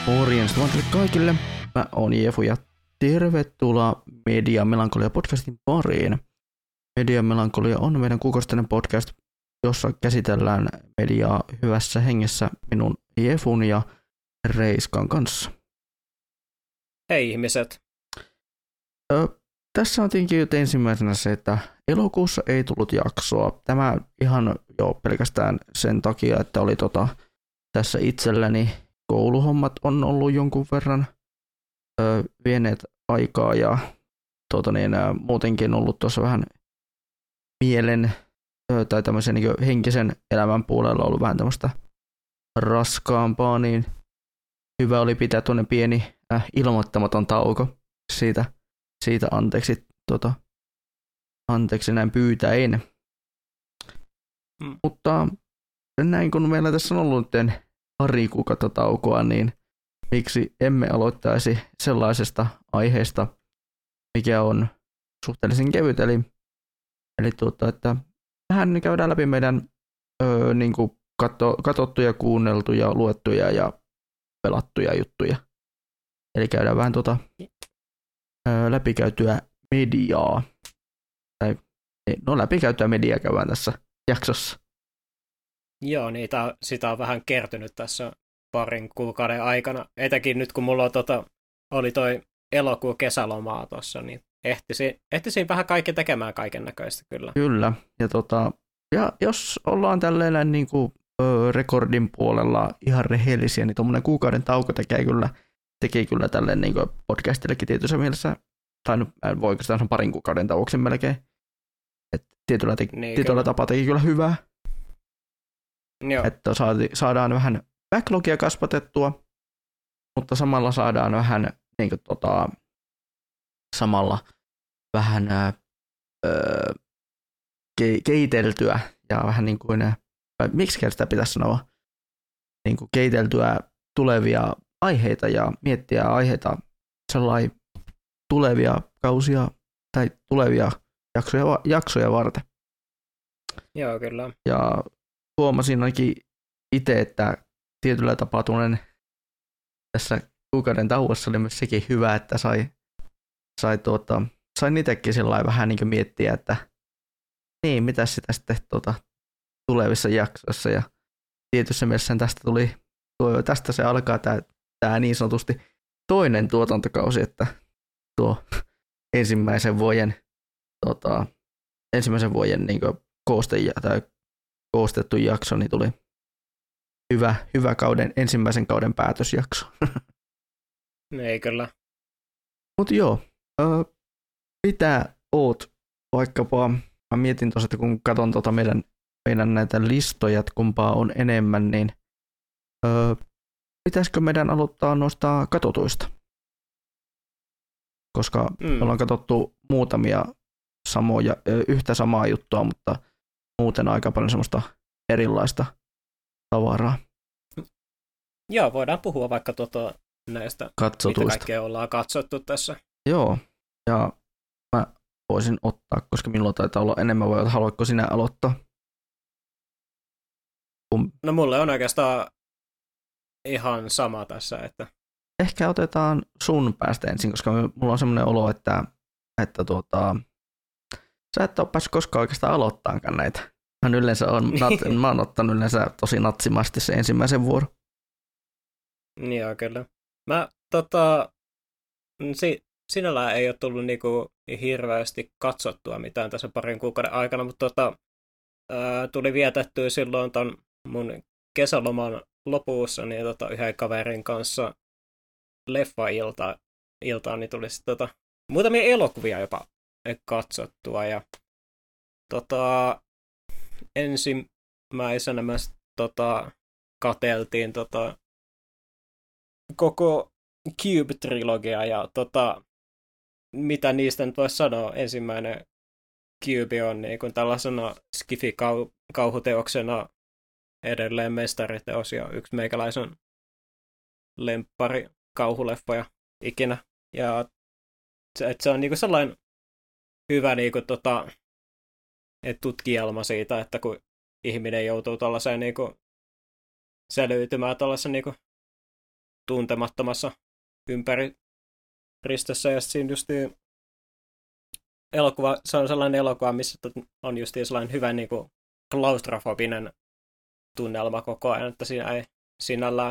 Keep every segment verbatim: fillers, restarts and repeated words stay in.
Morjens vaan kaikille. Mä oon Jefu ja tervetuloa Media Melankolia podcastin pariin. Media Melankolia on meidän kuukausittainen podcast, jossa käsitellään mediaa hyvässä hengessä minun Jefun ja Reiskan kanssa. Hei ihmiset. Ö, tässä on tietenkin ensimmäisenä se, että elokuussa ei tullut jaksoa. Tämä ihan jo pelkästään sen takia, että oli tota, tässä itselläni kouluhommat on ollut jonkun verran ö, vieneet aikaa ja tuota niin, ä, muutenkin ollut tuossa vähän mielen ö, tai tämmöisen niin henkisen elämän puolella ollut vähän tämmöistä raskaampaa, niin hyvä oli pitää tuonne pieni äh, ilmoittamaton tauko siitä, siitä anteeksi, tota, anteeksi näin pyytäen. Mm. Mutta näin kun meillä tässä on ollut pari kuukautta taukoa, niin miksi emme aloittaisi sellaisesta aiheesta, mikä on suhteellisen kevyt, eli, eli tuota, että vähän käydään läpi meidän öö, niin kuin katso, katsottuja, kuunneltuja, luettuja ja pelattuja juttuja. Eli käydään vähän tuota, öö, läpikäytyä mediaa. Tai, no läpikäytyä mediaa käydään tässä jaksossa. Joo, niitä, sitä on vähän kertynyt tässä parin kuukauden aikana. Etenkin nyt, kun mulla on, tota, oli toi elokuun kesälomaa tuossa, niin ehtisin, ehtisin vähän kaikki tekemään kaiken näköistä kyllä. Kyllä, ja, tota, ja jos ollaan tälleen niin kuin, ö, rekordin puolella ihan rehellisiä, niin tuommoinen kuukauden tauko tekee kyllä, tekee kyllä tälleen niin kuin podcastillekin tietyssä mielessä, tai no, voiko sitä sanoa parin kuukauden tauoksen melkein, että tietyllä, te- niin, tietyllä tapaa teki kyllä hyvää. Joo. Että saadaan vähän backlogia kasvatettua, mutta samalla saadaan vähän niin kuin, tota, samalla vähän öö, ke- keiteltyä ja vähän niin kuin, miksi sitä pitäisi sanoa, niin kuin keiteltyä tulevia aiheita ja miettiä aiheita sellainen tulevia kausia tai tulevia jaksoja, jaksoja varten. Joo, kyllä. Ja huomasin ainakin itse, että tietyllä tapaa tunnen tässä kuukauden tauossa oli myös sekin hyvä, että sai, sai tuota, sain itsekin sellainen vähän niin kuin miettiä, että niin, mitä sitä sitten tuota, tulevissa jaksoissa. Ja tietyssä mielessä tästä tuli, tuo, tästä se alkaa tämä, tämä niin sanotusti toinen tuotantokausi, että tuo ensimmäisen vuoden, tuota, ensimmäisen vuoden niin kuin kooste tai koostettu jakso, niin tuli hyvä, hyvä kauden, ensimmäisen kauden päätösjakso. Ei kyllä. Mutta joo, äh, mitä oot vaikkapa, mä mietin tuossa, että kun katson tuota meidän, meidän näitä listoja, että kumpaa on enemmän, niin äh, pitäisikö meidän aloittaa noista katsotuista? Koska mm. me ollaan katsottu muutamia samoja, yhtä samaa juttua, mutta muuten aika paljon semmoista erilaista tavaraa. Joo, voidaan puhua vaikka tuota näistä, katsotuista. Mitä kaikkea ollaan katsottu tässä. Joo, ja mä voisin ottaa, koska minulla taitaa olla enemmän, vai haluatko sinä aloittaa? Um. No mulle on oikeastaan ihan sama tässä, että ehkä otetaan sun päästä ensin, koska mulla on semmoinen olo, että, että tuota, sä et ole päässyt koskaan oikeastaan aloittaankaan näitä. Mä, yleensä on, nat, mä oon ottanut yleensä tosi natsimasti se ensimmäisen vuoro. Joo, kyllä. Mä tota, si, sinällään ei ole tullut niinku hirveästi katsottua mitään tässä parin kuukauden aikana, mutta tota, ää, tuli vietettyä silloin ton mun kesäloman lopussa niin tota, yhden kaverin kanssa leffa-iltaan, iltaan, niin tuli sitten tota, muutamia elokuvia jopa katsottua ja tota, ensimmäisenä mä tota, kateltiin tota, koko Cube-trilogia ja tota, mitä niistä nyt voisi sanoa, ensimmäinen Cube on niin kuin tällaisena skifi-kauhuteoksena edelleen mestariteos ja yksi meikäläisen lemppari kauhuleffoja ikinä ja se, se on niin kuin sellainen hyvä niin kuin, tota, tutkielma siitä, että kun ihminen joutuu tällaiseen niin kuin, selviytymään tällaisen niin kuin, tuntemattomassa ympäristössä, ja siinä just elokuva, se on sellainen elokuva, missä on just sellainen hyvä niin kuin klaustrofobinen tunnelma koko ajan, että siinä ei sinällään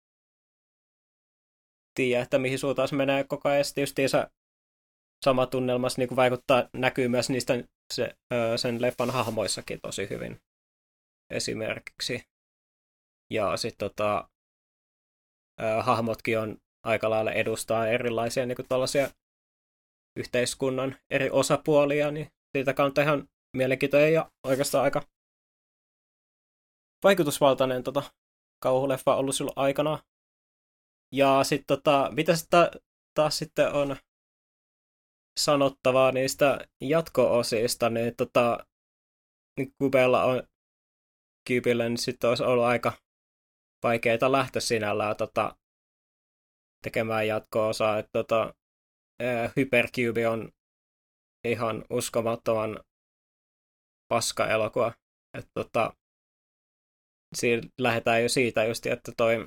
tiedä, että mihin suuntaan se menee koko ajan. Sitten just se sama tunnelma niin kuin vaikuttaa, näkyy myös niistä se, sen leffan hahmoissakin tosi hyvin esimerkiksi. Ja sitten tota, hahmotkin on aika lailla edustaa erilaisia niin kuin tällaisia yhteiskunnan eri osapuolia, niin siitä kannattaa ihan mielenkiintoinen ja oikeastaan aika vaikutusvaltainen tota, kauhuleffa ollut silloin aikana. Ja sitten tota, mitä sitä taas sitten on sanottavaa niistä jatko-osista, niin tota, niin Cubella on Cubelle, niin sitten olisi ollut aika vaikeaa lähteä sinällään tota, tekemään jatko-osaa. Että tota, Hypercube on ihan uskomattoman paska-elokuva. Että tota, siinä lähdetään jo siitä just, että toi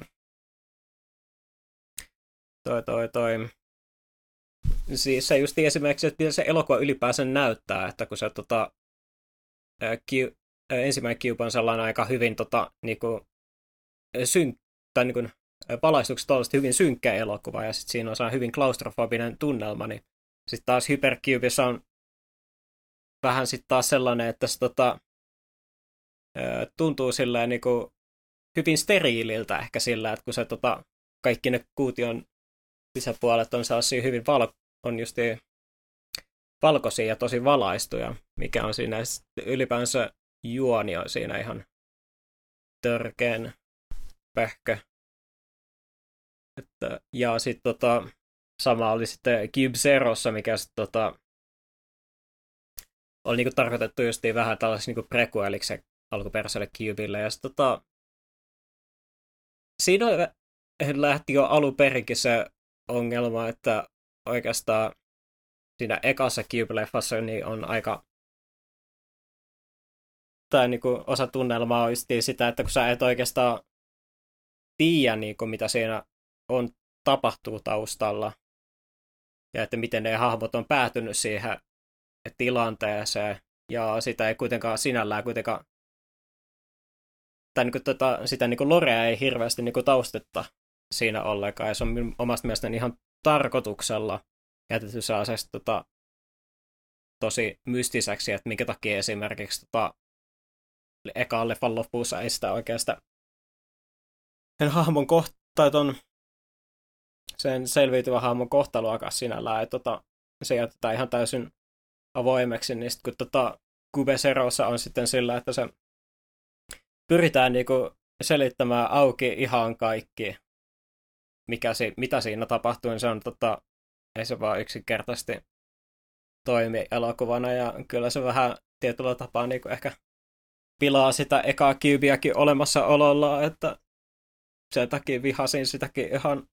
toi toi toi siis se just esimerkiksi, että miten se elokuva ylipäänsä näyttää, että kun se tota, Q, ensimmäinen Cube on sellainen aika hyvin tota, niinku, syn, tai niinku, valaistukset on hyvin synkkä elokuva, ja sitten siinä on hyvin klaustrofobinen tunnelma, niin sitten taas Hypercubeissa on vähän sitten taas sellainen, että se tota, tuntuu silleen niinku, hyvin steriililtä ehkä sillä, että kun se tota, kaikki ne kuution sisäpuolet on sellaisia hyvin val- on just valkoisia ja tosi valaistuja, mikä on siinä ylipäänsä juoni on siinä ihan törkeen pähkö. Että, ja sitten tota, sama oli sitten Cube Zerossa, mikä sitten tota, oli niinku tarkoitettu justiin vähän tällaisessa niinku prequeliksi alkuperäiselle Cubelle. Ja sitten tota, siinä lähti jo alun perinkin se ongelma, että oikeastaan siinä ekassa Cube-leffassa niin on aika tai niin kuin osa tunnelmaa on sitä, että kun sä et oikeastaan tiedä, niin kuin, mitä siinä on tapahtuu taustalla ja että miten ne hahmot on päätynyt siihen tilanteeseen ja sitä ei kuitenkaan sinällään kuitenkaan tai niin kuin, tota, sitä niin kuin lorea ei hirveästi niin kuin taustetta siinä ollenkaan, ja se on omasta mielestäni ihan tarkoituksella jätetty sellaisesta tota, tosi mystiseksi, että minkä takia esimerkiksi tota, ekaan leffan lopussa ei sitä oikeastaan sen hahmon kohta, tai ton sen selviytyvän hahmon kohtaloakaan sinällään, että tota, se jätetään ihan täysin avoimeksi, niin sitten kun tota, Cube Zerossa on sitten sillä, että se pyritään niinku selittämään auki ihan kaikki, mikä si- mitä siinä tapahtuu, niin se on tota, ei se vaan yksinkertaisesti toimi elokuvana, ja kyllä se vähän tietyllä tapaa niin ehkä pilaa sitä ekaa Cubeakin olemassaololla, että sen takia vihasin sitäkin ihan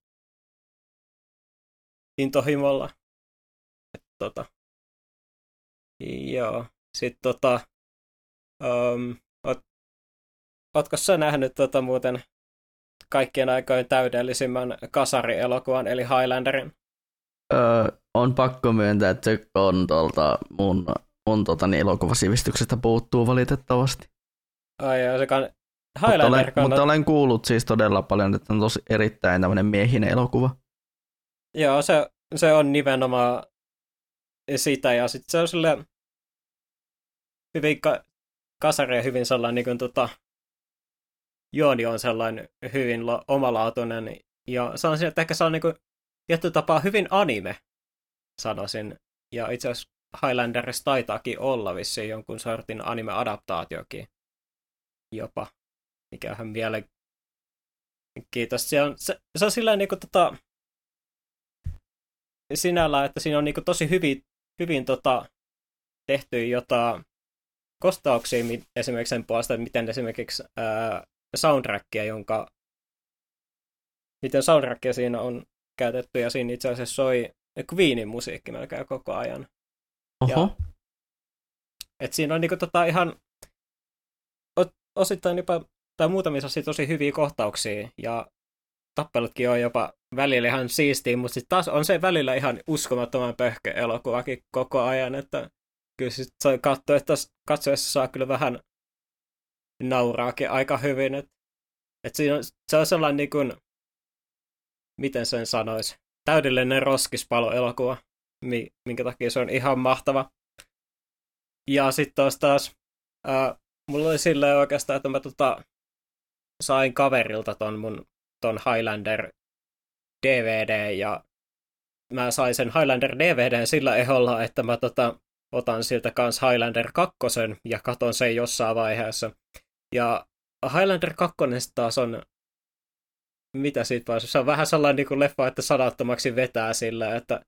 intohimolla. Et, tota, joo, sitten tota, um, oot, ootko sä nähnyt tota muuten kaikkien aikojen täydellisimmän kasarielokuvan, eli Highlanderin? Öö, on pakko myöntää, että se on tuolta mun, mun tota, niin elokuvasivistyksestä puuttuu valitettavasti. Ai joo, se kann... mutta, olen, kannat... mutta olen kuullut siis todella paljon, että on tosi erittäin tämmöinen miehinen elokuva. Joo, se, se on nimenomaan sitä, ja sitten se on silleen hyvin ka- kasari ja hyvin sellainen niin kuin, tota, juoni on sellainen hyvin lo- omalaatuinen, ja sanoisin, että ehkä se on niin kuin, tietty tapaa hyvin anime, sanoisin. Ja itse asiassa Highlanderissa taitaakin olla vissiin jonkun sortin anime-adaptaatiokin jopa, mikä on ihan mielenkiintoista. Se on, se, se on sillä niin kuin, tota, sinällään, että siinä on niin kuin, tosi hyvin, hyvin tota, tehty jotain kostauksia esimerkiksi sen puolesta, että miten esimerkiksi ää, soundtrackia, jonka miten soundtrackia siinä on käytetty, ja siinä itse asiassa soi Queenin musiikki melkein koko ajan. Oho. Ja, et siinä on niinku tota ihan osittain jopa, tai muutamissa tosi hyviä kohtauksia, ja tappelutkin on jopa välillä ihan siistiä, mutta sitten taas on se välillä ihan uskomattoman pöhkö elokuvakin koko ajan, että kyllä sitten se katsoo, että katsoessa saa kyllä vähän nauraakin aika hyvin, että, että siinä on, se on sellainen niin kuin, miten sen sanoisi, täydellinen roskispalo-elokuva, minkä takia se on ihan mahtava. Ja sitten taas taas, ää, mulla oli silleen oikeastaan, että mä tota, sain kaverilta ton mun ton Highlander D V D, ja mä sain sen Highlander D V D:n sillä eholla, että mä tota, otan siltä kans Highlander kaksi ja katon sen jossain vaiheessa. Ja Highlander kaksi taas on, mitä siitä vaan, se on vähän sellainen niin kuin leffa, että sanattomaksi vetää sillä, että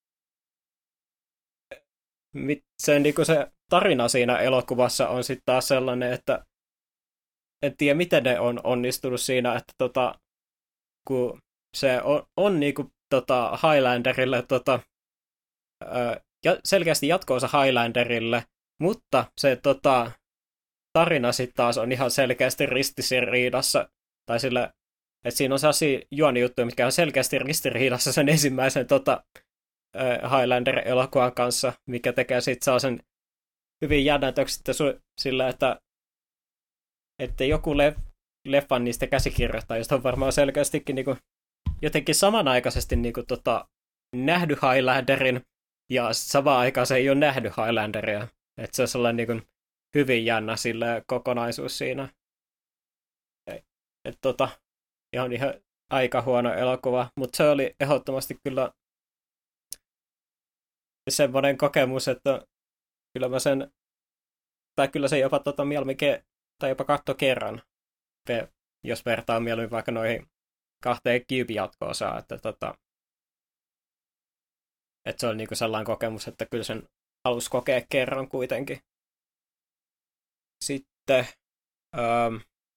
se, niin kuin se tarina siinä elokuvassa on sitten taas sellainen, että en tiedä, miten ne on onnistunut siinä, että tota, kun se on, on niin kuin, tota, Highlanderille tota, ja selkeästi jatkoosa Highlanderille, mutta se tota, tarina sitten taas on ihan selkeästi ristiriidassa, tai sillä, että siinä on sellaisia juonijuttuja, mitkä on selkeästi ristiriidassa sen ensimmäisen tota, Highlander-elokuvan kanssa, mikä tekee sitten sellaisen hyvin jännätöksi sillä, että, että joku le- leffan niistä käsikirjoittajista on varmaan selkeästikin niin kuin, jotenkin samanaikaisesti niin kuin, tota, nähdy Highlanderin, ja samaan aikaan se ei ole nähnyt Highlanderia. Että se on sellainen niin kuin, hyvin jännä sille kokonaisuus siinä. Et, tota, ihan, ihan aika huono elokuva, mutta se oli ehdottomasti kyllä semmoinen kokemus, että kyllä mä sen, tai kyllä se jopa tota, mieluummin, ke, tai jopa katso kerran, jos vertaa mieluummin vaikka noihin kahteen Cube-jatko-osaan, että tota, että se oli niinku sellainen kokemus, että kyllä sen halusi kokea kerran kuitenkin. Sitten ähm,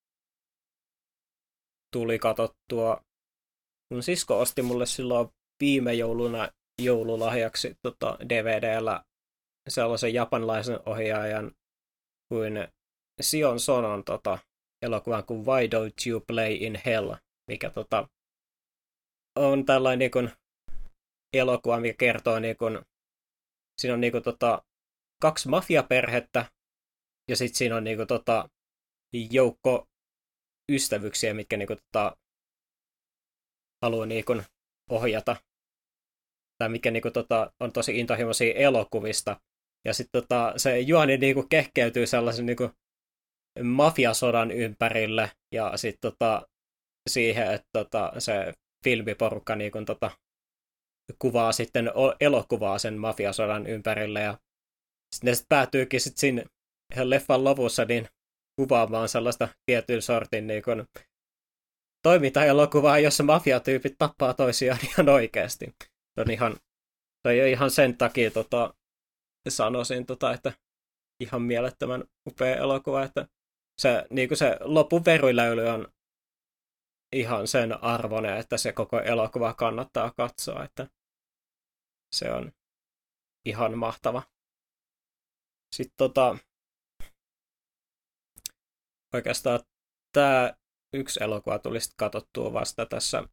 tuli katsottua, mun sisko osti mulle silloin viime jouluna joululahjaksi tota, D V D:llä sellaisen japanlaisen ohjaajan kuin Sion Sonon tota, elokuvan kuin Why Don't You Play in Hell, mikä tota, on tällainen niin kuin, elokuva, mikä kertoo, niin kuin, siinä on niin kuin, tota, kaksi mafiaperhettä, ja sitten siinä on niin kuin, tota, joukko ystävyksiä, mitkä niin kuin, tota, haluaa niin kuin, ohjata, tai mikä niin kuin, tota, on tosi intohimoisia elokuvista. Ja sitten tota, se juoni niin kuin, kehkeytyy sellaisen niin kuin, mafiasodan ympärille, ja sitten tota, siihen, että tota, se filmiporukka niin kuin, tota, kuvaa sitten elokuvaa sen mafiasodan ympärille, ja sitten ne sit päätyykin sit siinä leffan lopussa niin kuvaamaan sellaista tietyn sortin niin kun toimintaelokuvaa, jossa mafiatyypit tappaa toisiaan ihan oikeasti. Se on ihan, se on ihan sen takia tota, sanoisin, tota, että ihan mielettömän upea elokuva, että se, niin kuin se lopun verilöyly on ihan sen arvoinen, että se koko elokuva kannattaa katsoa, että se on ihan mahtava. Sitten tota, oikeastaan tämä yksi elokuva tuli sitten katsottua vasta tässä.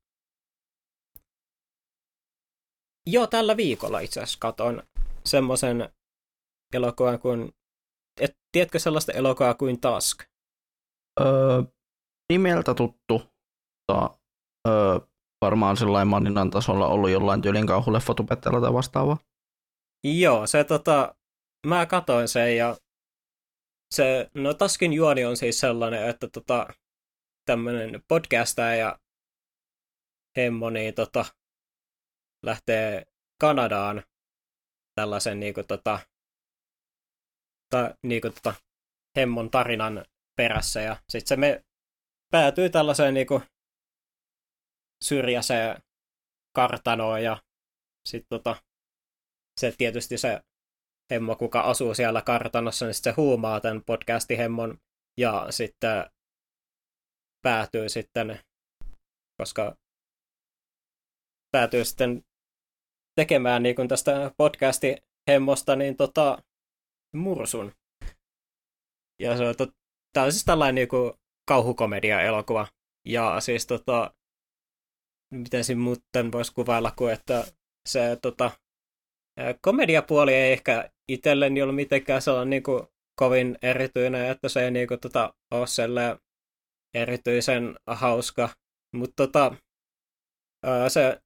Joo, tällä viikolla itse asiassa katoin semmoisen elokuvan kuin, et, tiedätkö sellaista elokuvaa kuin Tusk? Öö, nimeltä tuttu. Mutta, öö, varmaan sellainen maininnan tasolla ollut jollain tyylin kauhuleffatubetteella tai vastaavaa. Joo, se tota, mä katoin sen ja se, no Tuskin juoni on siis sellainen, että tota, tämmönen podcastaja ja hemmo niin tota, lähtee Kanadaan tällaisen niinku tota, ta, niinku tota, hemmon tarinan perässä ja sitten se me päätyy tällaiseen niinku syrjäiseen kartanoon ja sitten tota, se tietysti se hemmo, kuka asuu siellä kartanossa, niin se huumaa tämän podcasti-hemmon ja sitten päätyy sitten, koska päätyy sitten tekemään niin kuin tästä podcasti-hemmosta niin tota, mursun. Ja se on, to, tää on siis tällainen niin kuin kauhukomedia-elokuva. Ja siis tota, miten siinä muuten voisi kuvailla, kuin että se tota, komediapuoli ei ehkä itselleni ollut mitenkään sellainen niin kuin, kovin erityinen, että se ei niin kuin, tota, ole sellainen erityisen hauska, mutta tota, se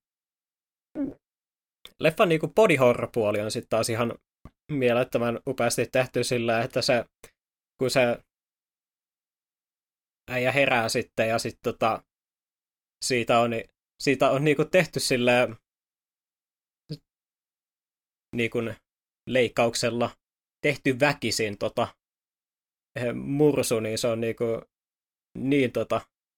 leffan niin kuin body horror-puoli on sitten taas ihan mielettömän upeasti tehty sillä, että se, kun se äijä herää sitten ja sitten tota, siitä on, siitä on niin kuin tehty silleen niin kuin leikkauksella tehty väkisin tota, mursu, niin se on niin, kuin, niin, tota,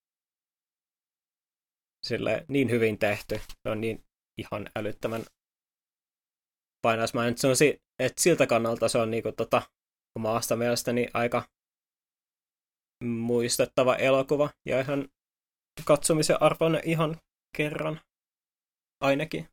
silleen, niin hyvin tehty. Se on niin ihan älyttömän painaismainen. Se on si- että siltä kannalta se on niin kuin, tota, omasta mielestäni aika muistettava elokuva ja ihan katsomisen arvoinen ihan kerran ainakin.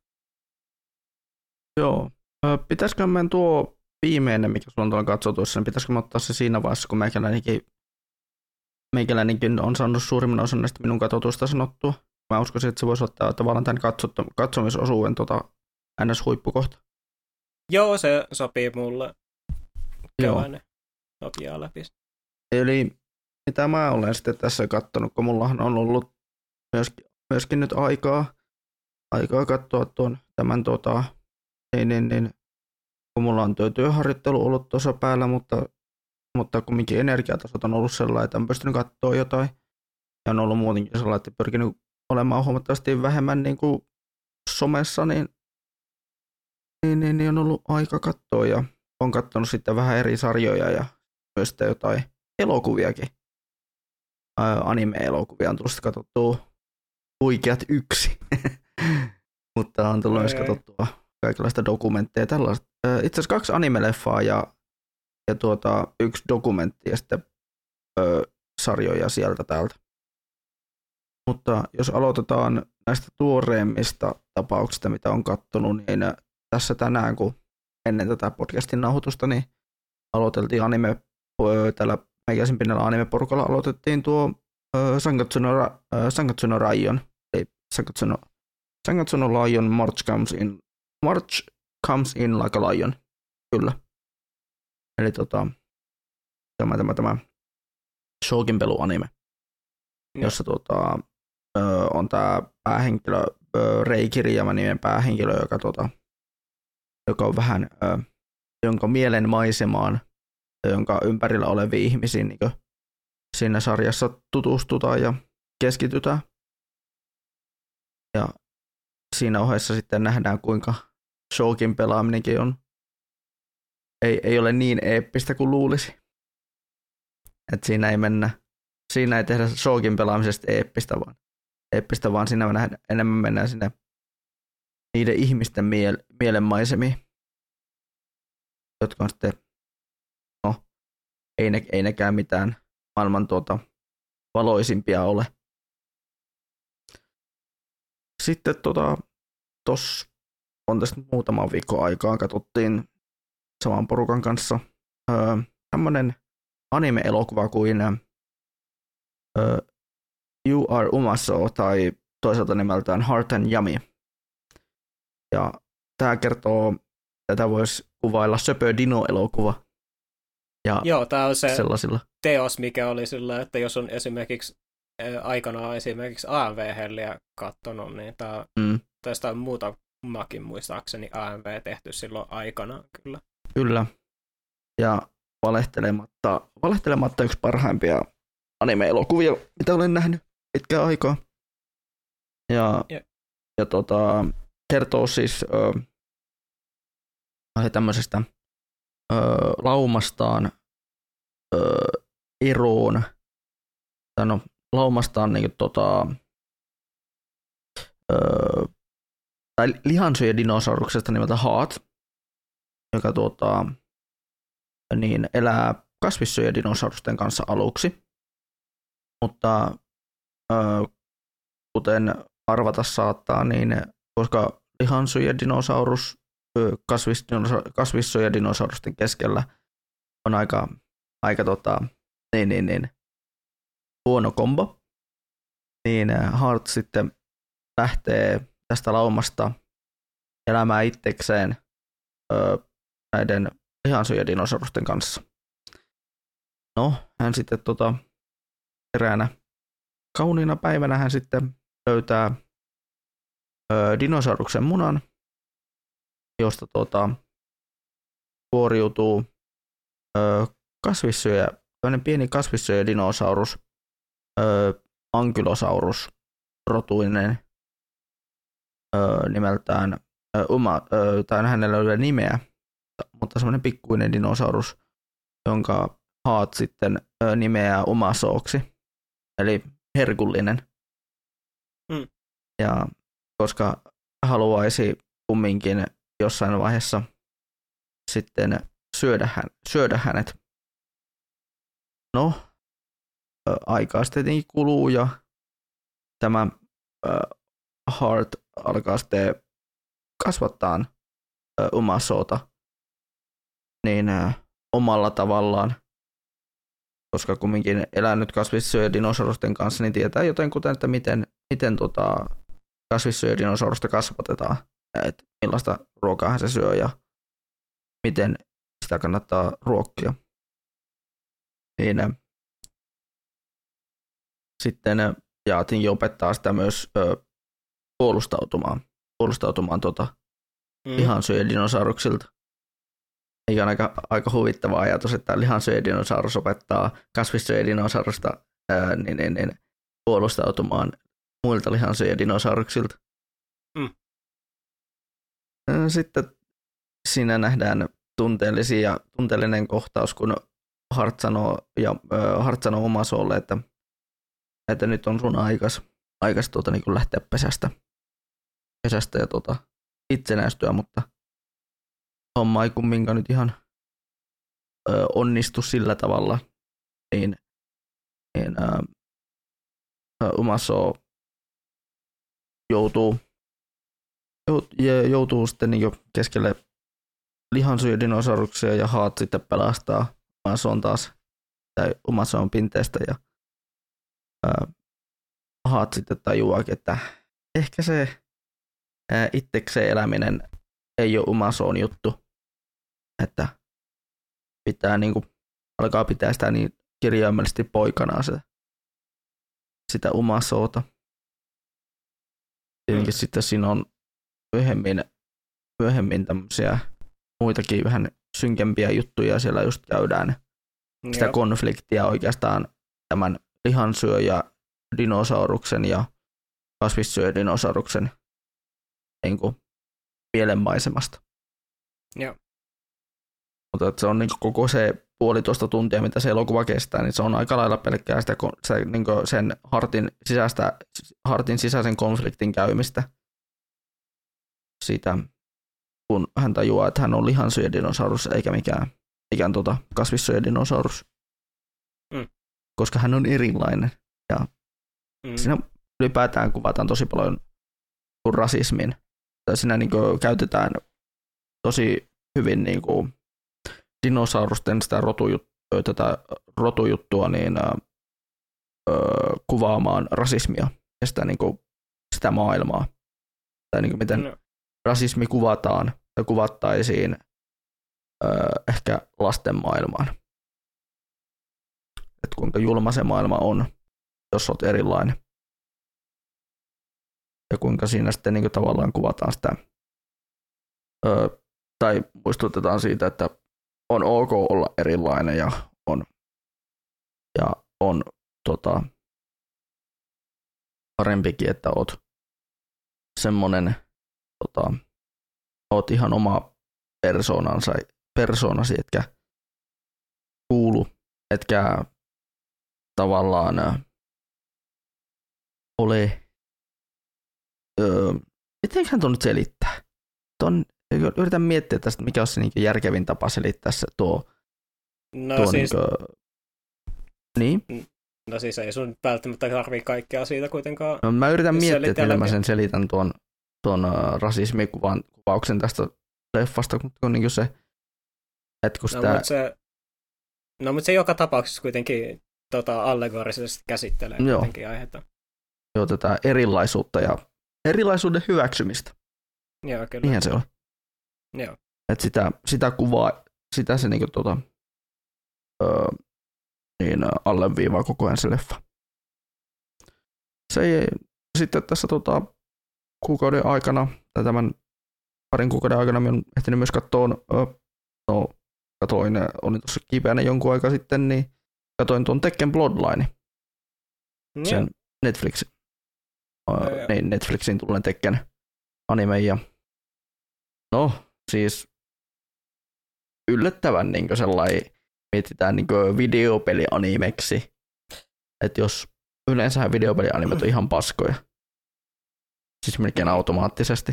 Joo. Pitäisikö meidän tuo viimeinen, mikä sulla on tuolla katsotuissa, niin pitäisikö me ottaa se siinä vaiheessa, kun meikäläinenkin, meikäläinenkin on saanut suurimman osan näistä minun katsotuista sanottua. Mä uskoisin, että se voisi ottaa tavallaan tämän katsottu, katsomisosuuden tota N S-huippukohta. Joo, se sopii mulle. Keväinen sopii läpi. Eli mitä mä olen sitten tässä katsonut, kun mullahan on ollut myöskin, myöskin nyt aikaa, aikaa katsoa tuon tämän tota, niin, niin, niin, kun mulla on tuo työharjoittelu ollut tuossa päällä, mutta, mutta kumminkin energiatasot on ollut sellainen, että on pystynyt katsoa jotain. Ja on ollut muutenkin sellainen, että pyrkinyt olemaan huomattavasti vähemmän niin kuin somessa, niin, niin, niin, niin on ollut aika katsoa. Ja on katsonut sitten vähän eri sarjoja ja myös sitten jotain elokuviakin. Ää, anime-elokuvia on tullut katsottua huikeat yksi. Mutta on tullut myös katsottua kaikenlaista dokumentteja. Tällaista. Itse asiassa kaksi anime-leffaa ja, ja tuota, yksi dokumentti ja sitten ö, sarjoja sieltä täältä. Mutta jos aloitetaan näistä tuoreimmista tapauksista, mitä on katsonut, niin tässä tänään, kun ennen tätä podcastin nauhoitusta, niin aloiteltiin anime, täällä meikäisen pinnalla anime-porukalla aloitettiin tuo ö, Sangatsu no, ö, Sangatsu no Raion, eli Sangatsu no, Sangatsu no Lion March Comes In, March Comes In Like a Lion, kyllä. Eli tota, tämä, tämä, tämä Shoukinpelu-anime, no. jossa tota, ö, on tämä päähenkilö, ö, Rei Kiriyama nimen päähenkilö, joka, tota, joka on vähän, ö, jonka mielen maisemaan, jonka ympärillä olevia ihmisiä niin siinä sarjassa tutustutaan ja keskitytään. Ja siinä ohessa sitten nähdään, kuinka Shoukin pelaaminenkin on, ei, ei ole niin eeppistä kuin luulisi. Että siinä ei mennä, siinä ei tehdä Shoukin pelaamisesta eeppistä, vaan, eeppistä, vaan siinä mennään, enemmän mennään sinne niiden ihmisten miel, mielenmaisemiin, jotka on sitten, no, ei, ne, ei nekään mitään maailman tuota, valoisimpia ole. Sitten tota, tos on tästä muutaman viikon aikaa, katsottiin saman porukan kanssa öö, tämmönen anime-elokuva kuin öö, You Are Umaso tai toisaalta nimeltään Heart and Yami. Ja tää kertoo, tätä voisi kuvailla söpö dino-elokuva. Ja joo, tää on se sellaisilla teos, mikä oli sillä, että jos on esimerkiksi aikanaan esimerkiksi A M V-helliä katsonut, niin tää, mm. tästä on muutamakin muistaakseni A M V tehty silloin aikana kyllä. Kyllä. Ja valehtelematta, valehtelematta yksi parhaimpia anime-elokuvia, mitä olen nähnyt pitkään aikaa. Ja, yeah. ja tota, kertoo siis ö, tämmöisestä ö, laumastaan ö, eroon, tai no, laumastaan niin, tota, ö, tai lihansyöjädinosauruksesta nimeltä Heart, joka tuota, niin elää kasvissyöjädinosaurusten kanssa aluksi, mutta ö, kuten arvata saattaa, niin koska lihansyöjädinosaurus kasvissyöjädinosaurusten keskellä on aika, aika tota, niin, niin, niin, huono kombo, niin Heart sitten lähtee tästä laumasta elämään itsekseen ö, näiden lihansyöjädinosaurusten kanssa. No, hän sitten tota, eräänä kauniina päivänä hän sitten löytää ö, dinosauruksen munan, josta tota, kuoriutuu ö, kasvissyöjä, toinen pieni kasvissyöjädinosaurus, ö, Ankylosaurus, rotuinen ö, nimeltään ö, Uma, ö, tai hänellä ei ole nimeä, mutta semmoinen pikkuinen dinosaurus, jonka Haat sitten ö, nimeää Umasooksi, eli herkullinen. Mm. Ja koska haluaisi kumminkin jossain vaiheessa sitten syödä, hän, syödä hänet. No, ö, aikaa sitten tietenkin kuluu ja tämä ö, Hart alkaa sitten kasvattaa ö, Umasoota niin ö, omalla tavallaan, koska kumminkin elänyt kasvissyöjädinosaurusten kanssa, niin tietää jotenkuten, että miten, miten tota kasvissyöjädinosaurusta kasvatetaan, että millaista ruokaa se syö ja miten sitä kannattaa ruokkia. Niin, äh, sitten äh, Jaatinkin opettaa sitä myös äh, puolustautumaan, puolustautumaan tota, mm. lihansyöjädinosauruksilta. Eikä on aika, aika huvittava ajatus, että lihansyöjädinosaurus opettaa kasvissyöjädinosaurusta ää, niin, niin, niin, puolustautumaan muilta lihansyöjädinosauruksilta. Mm. Sitten siinä nähdään tunteellisia, tunteellinen kohtaus, kun Hart sanoo, ja, äh, Hart sanoo Umasoolle, että, että nyt on sun aikas, aikas tuota, niin kuin lähteä pesästä, pesästä ja tuota, itsenäistyä, mutta homma ei kumminkaan nyt ihan ö, onnistu sillä tavalla, niin, niin ö, Umasoo joutuu, joutuu sitten niin keskelle lihansyöjädinosauruksia ja Haat sitten pelastaa Umasoon taas, tai Umasoon pinteestä ja ö, Haat sitten tajuaakin, että ehkä se ä, itsekseen eläminen ei ole Umasoon juttu, että pitää niinku, alkaa pitää sitä niin kirjaimellisesti poikanaan sitä, sitä Umasoota. Tietenkin mm. sitten siinä on myöhemmin, myöhemmin tämmöisiä muitakin vähän synkempiä juttuja, siellä just käydään mm. sitä konfliktia oikeastaan tämän lihansyöjä dinosauruksen ja kasvissyöjä dinosauruksen niin kuin mielenmaisemasta. Joo. Mutta se on niin koko se puolitoista tuntia, mitä se elokuva kestää, niin se on aika lailla pelkkää sitä, se, niin sen Hartin, sisäistä, Hartin sisäisen konfliktin käymistä. Siitä, kun hän tajuaa, että hän on lihansyöjädinosaurus eikä mikään, mikään tota kasvissyöjädinosaurus. Mm. Koska hän on erilainen. Ja mm. siinä ylipäätään kuvataan tosi paljon rasismin. Siinä niin kuin käytetään tosi hyvin niin kuin dinosaurusten sitä rotujuttua, tätä rotujuttua niin, öö, kuvaamaan rasismia ja sitä, niin kuin, sitä maailmaa. Tai niin kuin miten no. rasismi kuvataan tai kuvattaisiin öö, ehkä lasten maailmaan. Että kuinka julma se maailma on, jos olet erilainen. Ja kuinka siinä sitten niin kuin tavallaan kuvataan sitä, öö, tai muistutetaan siitä, että on ok olla erilainen ja on, ja on tota, parempikin, että oot semmonen, tota, oot ihan oma persoonansa, persoonasi, etkä kuulu, etkä tavallaan ä, ole, öö, mitenköhän tuon nyt selittää? Ton, yritän miettiä tästä, mikä olisi se niin järkevin tapa selittää se tuo. No, tuo siis, niin, niin? No siis ei sun välttämättä tarvitse kaikkea siitä kuitenkaan. No, mä yritän miettiä, että millä mä sen selitän tuon, tuon uh, rasismikuvauksen tästä leffasta, kun niin se, että kun no, sitä... Mutta se, no mutta se joka tapauksessa kuitenkin tota, allegorisesti käsittelee joo. kuitenkin aihetta. Joo, tätä erilaisuutta ja erilaisuuden hyväksymistä. Joo, kyllä. Niinhän se on. Joo. Et sitä, sitä kuvaa, sitä se niinku tota, öö, niin alleviivaa koko ajan se leffa. Se ei, sitten tässä tota, kuukauden aikana, tai tämän parin kuukauden aikana, minä olen ehtinyt myös katsoa, no, katoin, olin tuossa kipeänä jonkun aika sitten, niin katoin tuon Tekken Bloodline, Joo. sen Netflix, Joo. niin Netflixiin tulleen Tekken anime, ja no, siis yllättävän niin sellainen, mietitään niin videopelianimeksi, että jos yleensä videopelianimet on ihan paskoja, siis melkein automaattisesti,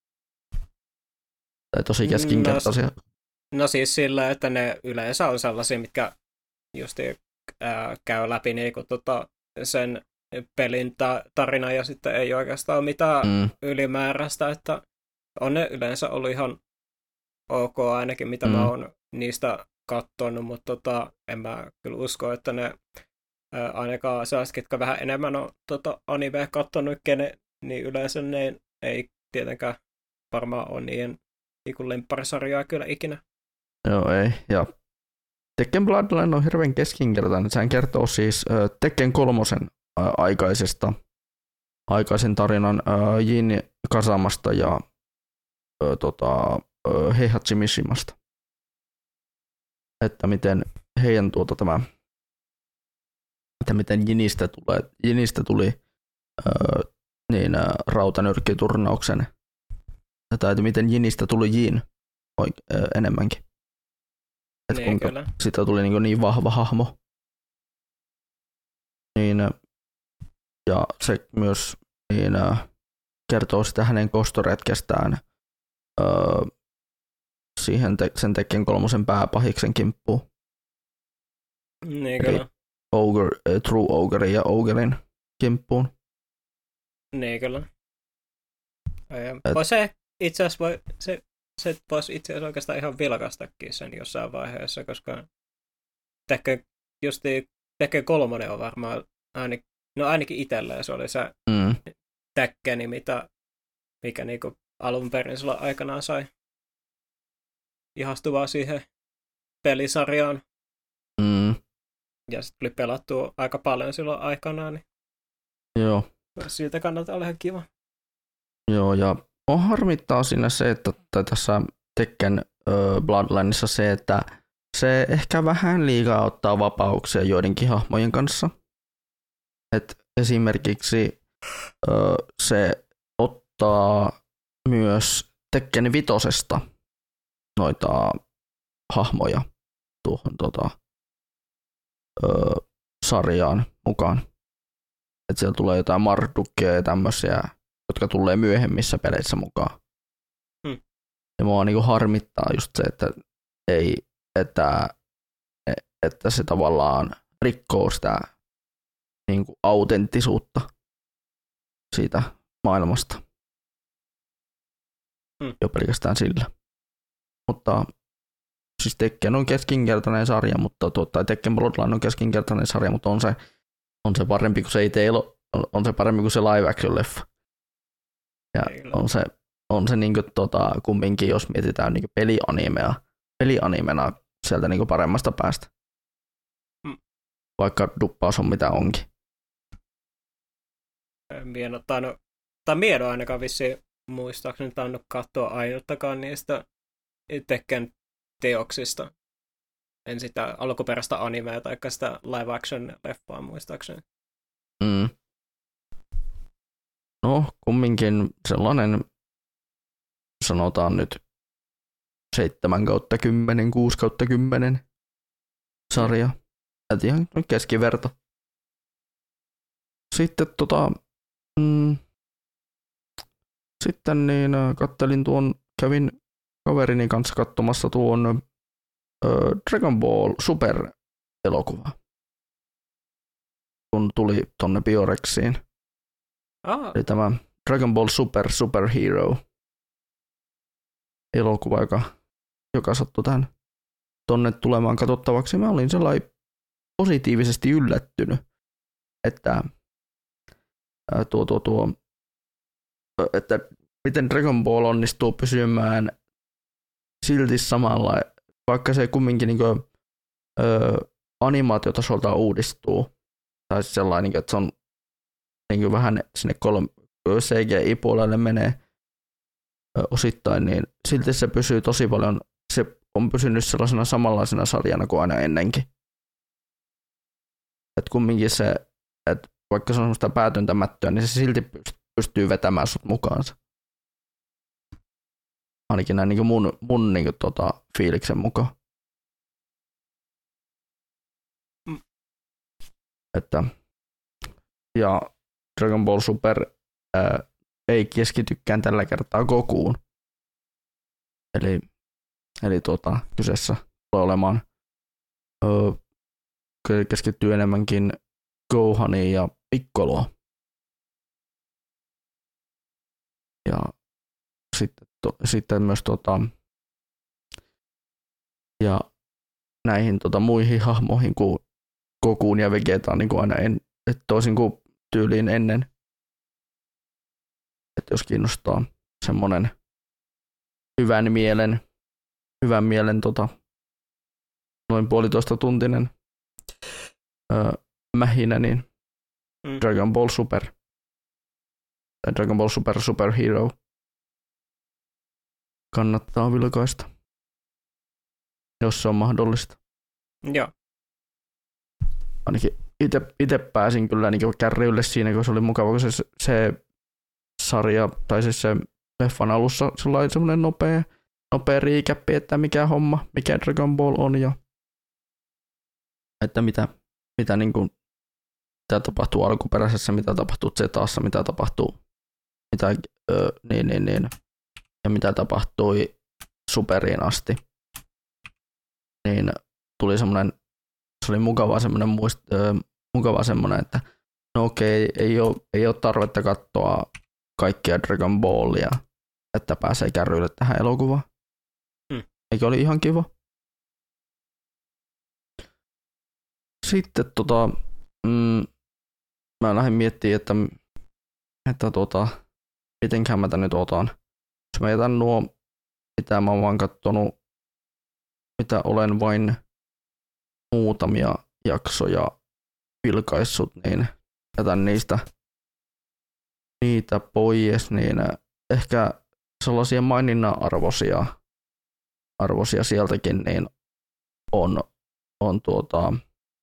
tai tosi keskinkertaisia. No, no siis sillä, että ne yleensä on sellaisia, mitkä just ää, käy läpi niinku tota, sen pelin ta- tarina ja sitten ei oikeastaan ole mitään mm. ylimääräistä, että on ne yleensä ollut ihan ok ainakin, mitä mm. mä oon niistä katsonut, mutta tota, en mä kyllä usko, että ne ää, ainakaan sellaiset, ketkä vähän enemmän on tota, animea katsonut, kene, niin yleensä ne ei tietenkään varmaan ole niiden niin lempparisarjaa kyllä ikinä. Joo, ei. Ja Tekken Bloodline on hirveän keskinkertainen. Sehän kertoo siis äh, Tekken kolmosen äh, aikaisesta, aikaisen tarinan äh, Jin Kazamasta ja äh, tota, äh, Heihachi Mishimasta. Että miten heidän tuota tämä, että miten Jinistä, tulee, Jinistä tuli äh, niin, äh, rautanyrkkiturnauksen, tai että miten Jinistä tuli Jin oik- äh, enemmänkin. Että niin, kuinka sitä tuli niin, niin vahva hahmo. Niin, ja se myös niin, kertoo sitä hänen kostoretkestään öö, siihen te- sen Tekken kolmosen pääpahiksen kimppuun. Niin, kyllä. Ogre, äh, True Ogre ja Ogrein kimppuun. Niin, kyllä. Et... Se itse asiassa voi... Se... Se voisi itse asiassa oikeastaan ihan vilkastakin sen jossain vaiheessa, koska Tekken, justiin Tekken kolmonen on varmaan, ainakin, no ainakin itselleen se oli se mm. Tekkeni, mitä, mikä niinku alun perin sillä aikanaan sai ihastuvaa siihen pelisarjaan. Mm. Ja sitten tuli pelattua aika paljon silloin aikanaan, niin joo. Siitä kannattaa olla ihan kiva. Joo, ja on harmittaa siinä se, että tässä Tekken uh, Bloodlineissa se, että se ehkä vähän liikaa ottaa vapauksia joidenkin hahmojen kanssa. Et esimerkiksi uh, se ottaa myös Tekken vitosesta noita hahmoja tuohon tota, uh, sarjaan mukaan. Et siellä tulee jotain Mardukkia ja tämmöisiä, jotka tulee myöhemmissä peleissä mukaan. Hmm. Ja mua niinku harmittaa just se, että, ei, että, että se tavallaan rikkoo sitä niinku autenttisuutta siitä maailmasta. Hmm. Jo pelkästään sillä. Mutta siis Tekken on keskinkertainen sarja, mutta tuota, Tekken Bloodline on keskinkertainen sarja, mutta on se, on se parempi kuin se itse on se parempi kuin se live action leffa. Ja on se, on se niinku tota, kumminkin, jos mietitään niinku pelianimea, pelianimena sieltä niinku paremmasta päästä. Mm. Vaikka duppaus on mitä onkin. Mieno tainnut, tai Miedo ainakaan vissiin muistaakseni tainnut katsoa ainuttakaan niistä Tekken teoksista. En sitä alkuperäistä animea tai sitä live action leffaa muistaakseni. Mm. No, kumminkin sellainen, sanotaan nyt seitsemän kautta kymmenen, kuusi kautta kymmenen sarja. Et ihan keskiverto. Sitten tota, mm, sitten niin kattelin tuon, kävin kaverini kanssa katsomassa tuon äh, Dragon Ball Super-elokuva, kun tuli tonne Biorexiin. Ah. Eli tämä Dragon Ball Super Superhero elokuva, joka, joka sattui tähän tonne tulemaan katsottavaksi. Mä olin sellainen positiivisesti yllättynyt, että ää, tuo, tuo, tuo että miten Dragon Ball onnistuu pysymään silti samalla, vaikka se kumminkin niin kuin, ö, animaatiotasolta uudistuu. Tai sellainen, että se on niin kuin vähän sinne kolme C G I-puolelle menee ö, osittain, niin silti se pysyy tosi paljon, se on pysynyt sellaisena samanlaisena sarjana kuin aina ennenkin. Että kumminkin se, että vaikka se on semmoista päätöntämättöä, niin se silti pystyy vetämään sut mukaansa. Ainakin näin niin mun, mun niin kuin, tota, fiiliksen mukaan. Mm. Että, ja Dragon Ball Super ää, ei keskitykään tällä kertaa Gokuun. Eli, eli tota, kyseessä tulee olemaan öö, keskittyy enemmänkin Gohaniin ja Piccoloon. Ja sitten, to, sitten myös tota, ja näihin tota, muihin hahmoihin kuin Gokuun ja Vegetaan niin kuin aina en, et toisin kuin tyyliin ennen. Että jos kiinnostaa semmoinen hyvän mielen, hyvän mielen tota, noin puolitoista tuntinen öö, mähinä, niin mm. Dragon Ball Super tai Dragon Ball Super Super Hero kannattaa vilkaista, jos se on mahdollista. Joo. Ainakin itse pääsin kyllä niin kärryille siinä, kun se oli mukava, kun se, se sarja, tai siis se leffan alussa se oli semmoinen nopea, nopea riikäppi, että mikä homma, mikä Dragon Ball on ja että mitä, mitä, niin kuin, mitä tapahtuu alkuperäisessä, mitä tapahtuu Zetaassa, mitä tapahtuu, mitä, öö, niin, niin, niin, ja mitä tapahtui Superiin asti. Niin tuli semmoinen, se oli mukava semmoinen, muist, öö, mukava semmoinen, että no okei, ei ole, ei ole tarvetta katsoa kaikkia Dragon Ballia, että pääsee kärryille tähän elokuvaan. Hmm. Eikö oli ihan kiva? Sitten tota, mm, mä lähdin miettimään, että, että tota, mitenkään mä tän nyt otan. Jos mä jätän nuo, mitä mä oon vaan kattonut, mitä olen vain muutamia jaksoja vilkaissut, niin jätän niistä niitä pois, niin ehkä sellaisia maininnan arvoisia, arvoisia sieltäkin niin on, on tuota,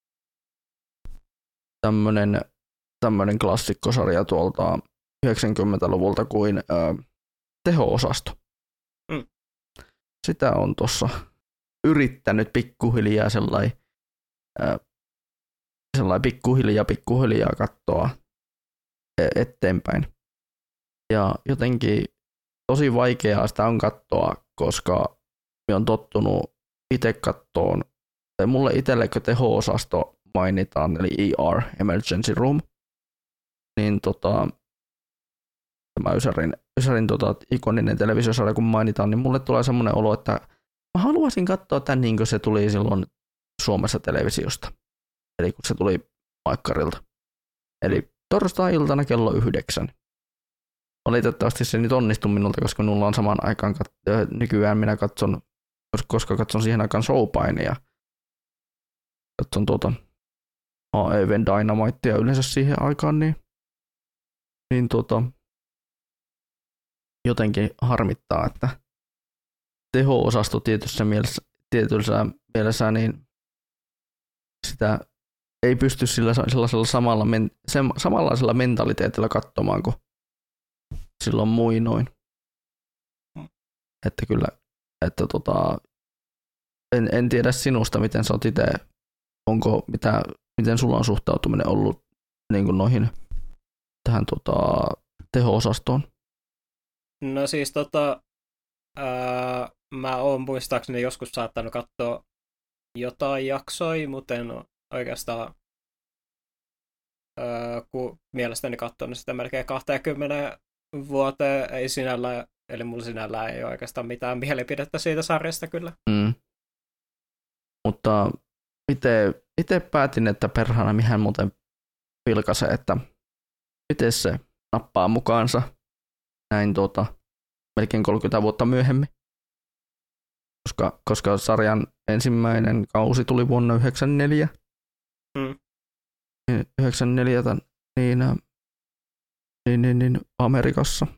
tämmönen, tämmönen klassikkosarja tuolta yhdeksänkymmentäluvulta kuin ää, Teho-osasto. Mm. Sitä on tuossa yrittänyt pikkuhiljaa sellainen ää, sellai pikkuhiljaa pikkuhiljaa katsoa eteenpäin. Ja jotenkin tosi vaikeaa sitä on katsoa, koska minä olen tottunut itse kattoon, tai mulle itsellekö Teho-osasto mainitaan, eli E R, Emergency Room, niin tota, tämä Ysärin, Ysärin tota, ikoninen televisiosarja, kun mainitaan, niin mulle tulee semmoinen olo, että mä haluaisin katsoa tämän niin kuin se tuli silloin Suomessa televisiosta, eli kun se tuli Maikkarilta. Eli torstai-iltana kello yhdeksän. Valitettavasti se nyt onnistui minulta, koska minulla on samaan aikaan, kat- nykyään minä katson, koska katson siihen aikaan showpainia. Katson tuota A E V:n Dynamitea yleensä siihen aikaan, niin, niin tuota, jotenkin harmittaa, että Teho-osasto tietyssä mielessä, tietyssä mielessä niin sitä ei pysty sillä sellaisella samalla, sen, samanlaisella mentaliteetillä katsomaan kuin silloin muinoin. Että kyllä, että tota, en, en tiedä sinusta, miten sä oot itse, onko, mitä, miten sulla on suhtautuminen ollut niin kuin noihin, tähän tota, Teho-osastoon? No siis tota, ää, mä oon muistaakseni joskus saattanut katsoa jotain jaksoja, mutta en oikeastaan ää, kun mielestäni katsonut sitä melkein kaksikymmentä vuoteen, ei sinällä, eli mulla sinällään ei ole oikeastaan mitään mielipidettä siitä sarjasta kyllä. Mm. Mutta itse päätin, että perhana mihän muuten vilkaisee, että miten se nappaa mukaansa. näin tota, melkein kolmekymmentä vuotta myöhemmin. Koska, koska sarjan ensimmäinen kausi tuli vuonna yhdeksänkymmentäneljä. Mm. yhdeksänkymmentäneljä niin, niin, niin, niin Amerikassa.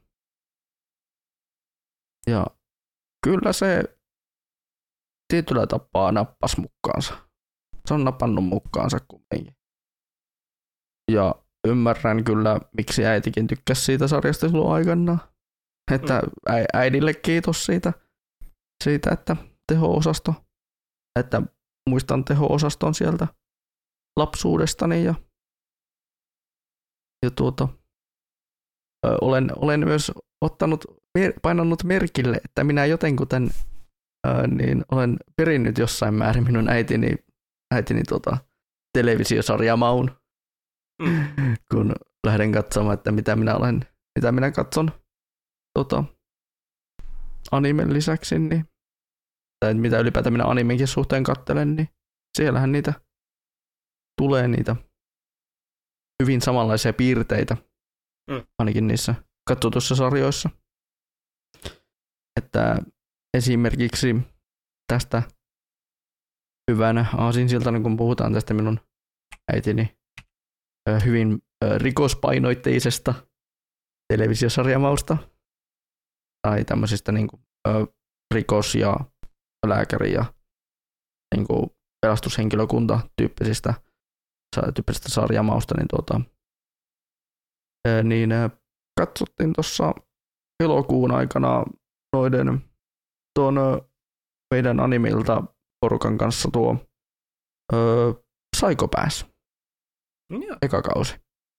Ja kyllä se tietyllä tapaa nappas mukaansa. Se on napannut mukaansa kumminkin. Ja ymmärrän kyllä, miksi äitikin tykkäsi siitä sarjasta silloin aikanaan. Että mm. äidille kiitos siitä, siitä, että teho-osasto, että muistan teho-osaston sieltä lapsuudestani ja, ja tuota, ö, olen, olen myös ottanut, painanut merkille, että minä jotenkuten ö, niin olen perinnyt jossain määrin minun äitini, äitini tota, televisiosarjamaun, mm. kun lähden katsomaan, että mitä minä olen, mitä minä katson tota, animen lisäksi, niin, tai mitä ylipäätään minä animenkin suhteen katselen, niin siellähän niitä tulee niitä hyvin samanlaisia piirteitä, mm. ainakin niissä katsotuissa sarjoissa. Että esimerkiksi tästä hyvänä aasinsiltana, kun puhutaan tästä minun äitini hyvin rikospainoitteisesta televisiosarjamausta, tai tämmöisistä niin kuin, rikos- ja lääkäri- ja niin kuin pelastushenkilökunta tyyppisistä, tyyppisistä sarjamausta, niin, tuota, niin katsottiin tuossa elokuun aikana noiden tuon meidän animilta porukan kanssa tuo öö, Psycho Pass, mm. eka kausi.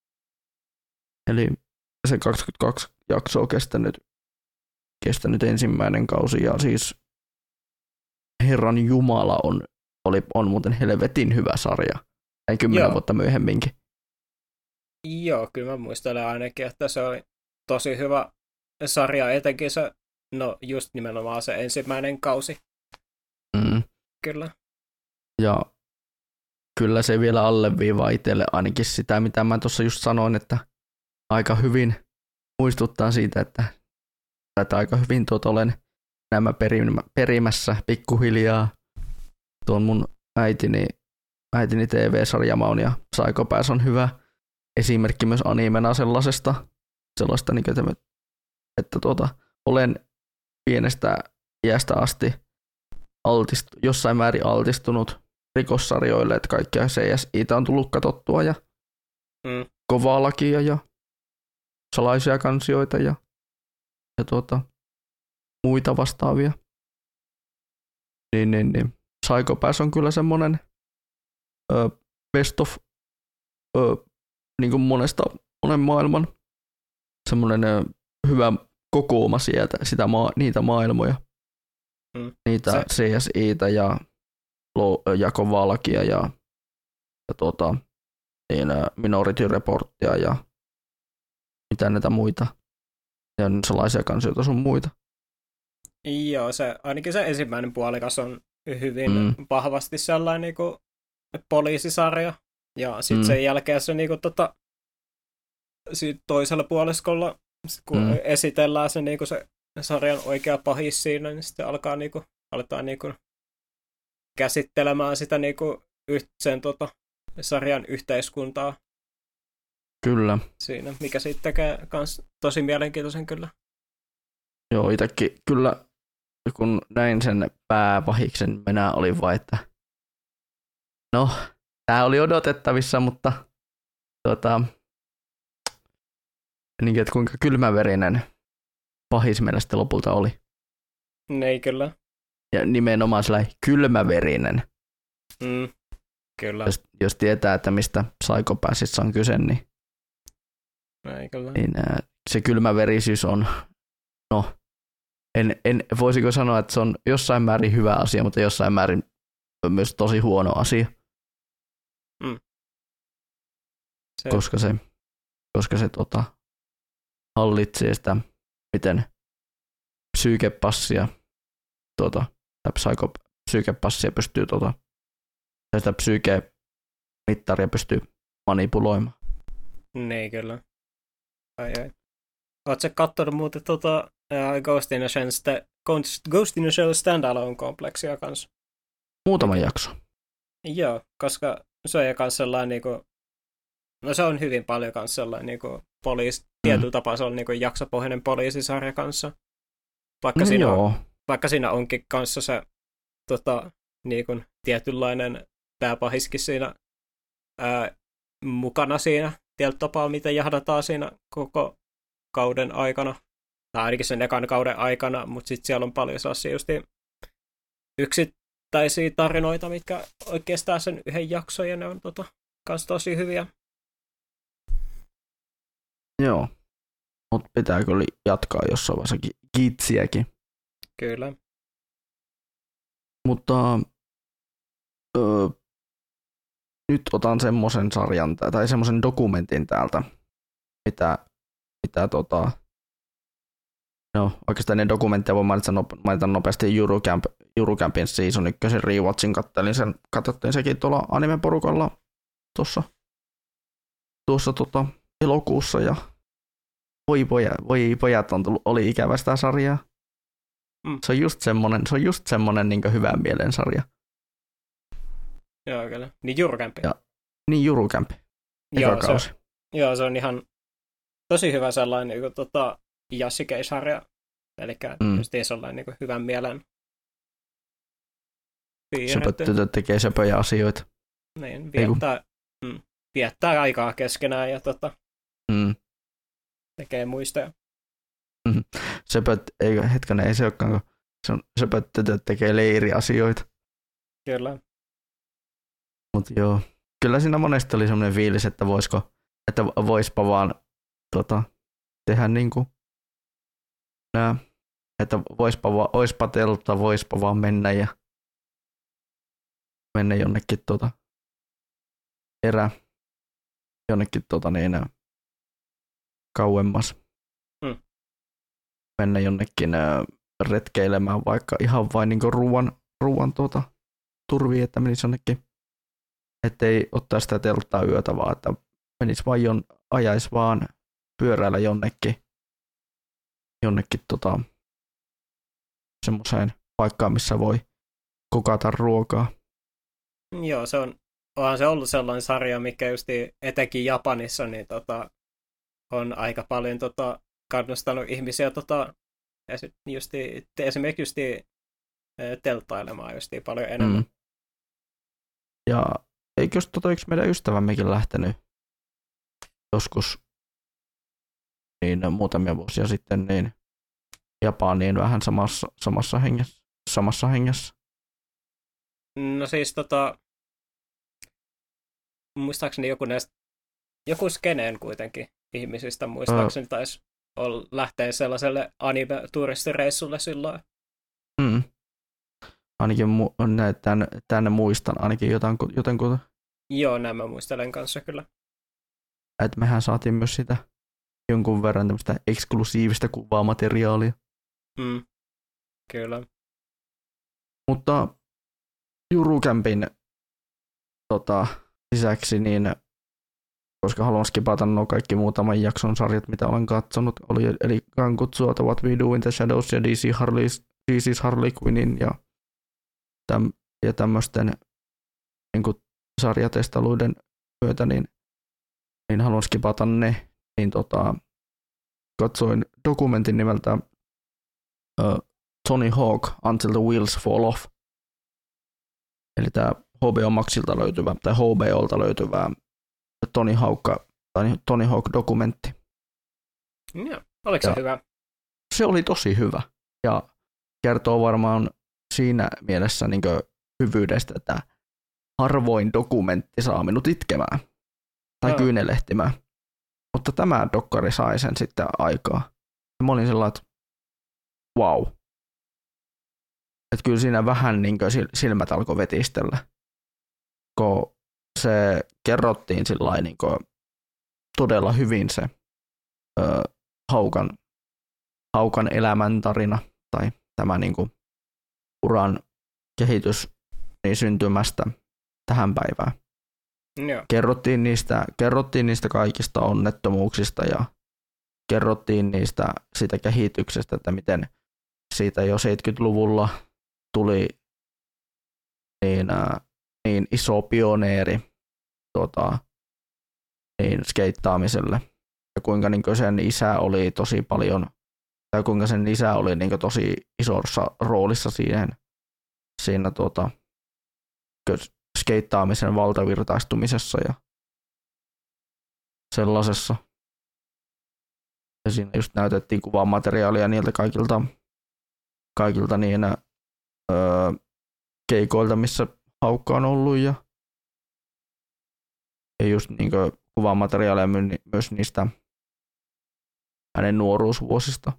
Eli se kaksikymmentäkaksi jaksoa kestänyt, kestänyt ensimmäinen kausi, ja siis Herran Jumala on, oli, on muuten helvetin hyvä sarja, näin kymmenen Joo. vuotta myöhemminkin. Joo, kyllä mä muistelen ainakin, että se oli tosi hyvä sarja, etenkin se, no just nimenomaan se ensimmäinen kausi. Mm. Kyllä. Ja kyllä se vielä alleviivaa itselle ainakin sitä, mitä mä tuossa just sanoin, että aika hyvin muistuttaa siitä, että, että aika hyvin tuota olen nämä perimä, perimässä pikkuhiljaa tuon mun äitini, äitini T V-sarjamaun, ja Psycho Pass on hyvä esimerkki myös animena sellaisesta, sellaista, niin että, että tuota, olen pienestä iästä asti altistu, jossain määrin altistunut rikossarjoille, että kaikkia C S I on tullut katsottua ja mm. kovaa lakia ja salaisia kansioita ja, ja tuota, muita vastaavia. Niin, niin, niin. Psycho Pass on kyllä semmoinen ö, best of ö, niin kuin monesta monen maailman semmoinen ö, hyvä kokooma sieltä, sitä maa, niitä maailmoja. Mm. Niitä Se. C S I:tä ja, ja kovaa lakia ja, ja tuota, niin, Minority Reportia ja mitä näitä muita. Ja salaisia kansioita sun muita. Joo, se, ainakin se ensimmäinen puolikas on hyvin mm. vahvasti sellainen niin kuin poliisisarja. Ja sitten mm. sen jälkeen se niin kuin, tota, toisella puoliskolla, kun mm. esitellään se, niin kuin se sarjan oikea pahis siinä, niin sitten alkaa, niin kuin, aletaan niin kuin, käsittelemään sitä niin kuin, sen tota, sarjan yhteiskuntaa. Kyllä. Siinä, mikä sitten tekee kans tosi mielenkiintoisen kyllä. Joo, itsekin kyllä, kun näin sen päävahiksen, minä olin vain, että no, tämä oli odotettavissa, mutta tuota, niin, että kuinka kylmäverinen pahis meillä sitten lopulta oli. Ei kyllä. Ja nimenomaan sellainen kylmäverinen. Mm, kyllä. Jos, jos tietää, että mistä Psycho Passissa on kyse, niin, Ei kyllä. niin ää, se kylmäverisyys on, no, en, en, voisiko sanoa, että se on jossain määrin hyvä asia, mutta jossain määrin myös tosi huono asia. Mm. Se. Koska se, koska se tota, hallitsee sitä, miten psyykepassia, tota, tai psyko, psyykepassia pystyy, tota, sitä psyykemittaria pystyy manipuloimaan. Niin kyllä. Ai ai. Oletko katsonut muuten tota, uh, Ghost in a Shell, Ghost in a Shell standalone-kompleksia kanssa? Muutama jakso. Joo, koska se on kans sellainen, niinku, no se on hyvin paljon kans sellainen niinku, poliisi, mm. tietyllä tapaa se on niinku, jaksopohjainen poliisisarja kanssa. Vaikka, no siinä on, vaikka siinä onkin kanssa se tota, niinku, tietynlainen pääpahiskin siinä ää, mukana siinä tietyllä tapaa, miten jahdataan siinä koko kauden aikana. Tai ainakin sen ekan kauden aikana, mutta sitten siellä on paljon sellaisia justi yksittäisiä tarinoita, mitkä oikeastaan sen yhden jakson, ja ne on tota, kans tosi hyviä. Joo, mutta pitää kyllä jatkaa jossain vaiheessa kiitsiäkin. Kyllä. Mutta öö, nyt otan semmoisen sarjan tai semmoisen dokumentin täältä, mitä, mitä tota, no oikeastaan ne dokumentteja voi mainita, mainita nopeasti Eurocamp, Eurocampin season ykkösen rewatchin, kattelin sen, katsottiin sekin tuolla anime-porukalla tuossa, tuossa tota, elokuussa ja voi, poja, voi pojat on tullut, oli ikävä sitä sarjaa. Mm. Se on just semmonen, se on just semmonen niin hyvän mielen sarja. Joo, kyllä. Niin Eurocamp. Niin Eurocamp. Joo, se on, joo, se on ihan tosi hyvä sellainen niin tota, Jassikei-sarja. Eli mm. just sellainen niin kuin, hyvän mielen piirretty. Söpöt tekee söpöjä asioita. Niin, viettää, mm, viettää aikaa keskenään ja tota, mm. tekee muistoja. Mm. Söpöt, eikö hetkonen, ei se olekaan, kun se on, söpöt tytöt tekee leiriasioita. Kyllä. Mut joo, kyllä siinä monesti oli semmoinen fiilis, että voisiko, että voispa vaan tota, tehdä niinku nää, että voispa, va, oispa teltta, voispa vaan mennä ja mennä jonnekin tota erä, jonnekin tota niin kauemmas. Hmm. Mennä jonnekin ää, retkeilemään vaikka ihan vain niinku ruuan, ruuan tota, turviin, että menisi jonnekin, ettei ottaa sitä telttaa yötä, vaan että menisi vaan jon, ajaisi vaan pyöräillä jonnekin, jonnekin tota, semmoiseen paikkaan, missä voi kokata ruokaa. Joo, se on, onhan se ollut sellainen sarja, mikä just etenkin Japanissa niin tota, on aika paljon tota, kannustanut ihmisiä tota, justi, esimerkiksi justi, telttailemaan justi paljon enemmän. Mm. Ja eikö tota yksi meidän ystävämmekin lähtenyt joskus niin muutamia vuosia sitten niin Japaniin vähän samassa, samassa, hengessä, samassa hengessä? No siis tota, muistaakseni joku näistä, joku skeneen kuitenkin ihmisistä muistaakseni taisi olla, lähteä sellaiselle anime-turistireissulle silloin. Mm. Ainakin mu- tämän, tämän muistan, ainakin jotenkin. jotenkin. Joo, nämä muistelen kanssa kyllä. Että mehän saatiin myös sitä jonkun verran tämmöistä eksklusiivista kuvamateriaalia. Mm. Kyllä. Mutta Eurocampin tota, lisäksi, niin, koska haluan skipata nuo kaikki muutaman jakson sarjat, mitä olen katsonut, oli, eli Kankutsuota, What We Do in the Shadows ja D C Harley, D C's Harley Quinnin ja, täm, ja tämmöisten niin kuin sarjatestaluiden myötä, niin, niin haluan skipata ne. Niin tota, katsoin dokumentin nimeltä uh, Tony Hawk Until the Wheels Fall Off. Eli tämä H B O Maxilta löytyvä, tai H B Olta löytyvä Tony Hawk, tai Tony Hawk-dokumentti. Ja, oliko se hyvä? Se oli tosi hyvä. Ja kertoo varmaan siinä mielessä niin hyvyydestä, että harvoin dokumentti saa minut itkemään. Tai no. kyynelehtimään. Mutta tämä dokkari sai sen sitten aikaa. Ja mä olin sellainen, että wow. Että kyllä siinä vähän niin silmät alkoi vetistellä. Kun se kerrottiin sillain niin todella hyvin se ö, haukan, haukan elämäntarina tai tämä niin kuin uran kehitys niin syntymästä tähän päivään. Joo. Kerrottiin niistä, kerrottiin niistä kaikista onnettomuuksista ja kerrottiin niistä siitä kehityksestä, että miten siitä jo seitsemänkymmentäluvulla tuli niin, ää, niin iso pioneeri tota, niin skeittaamiselle. Ja kuinka niin sen isä oli tosi paljon, tai kuinka sen isä oli niin tosi isossa roolissa siihen, siinä tota, skeittaamisen valtavirtaistumisessa ja sellaisessa. Ja siinä just näytettiin kuvamateriaalia niiltä kaikilta, kaikilta niin, öö, keikoilta, missä Haukka on ollut. Ja, ja just niin kuvamateriaalia myös niistä hänen nuoruusvuosista.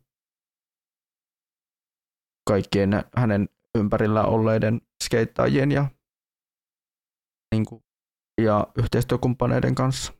Kaikkien hänen ympärillä olleiden skeittaajien ja, niin kuin, ja yhteistyökumppaneiden kanssa.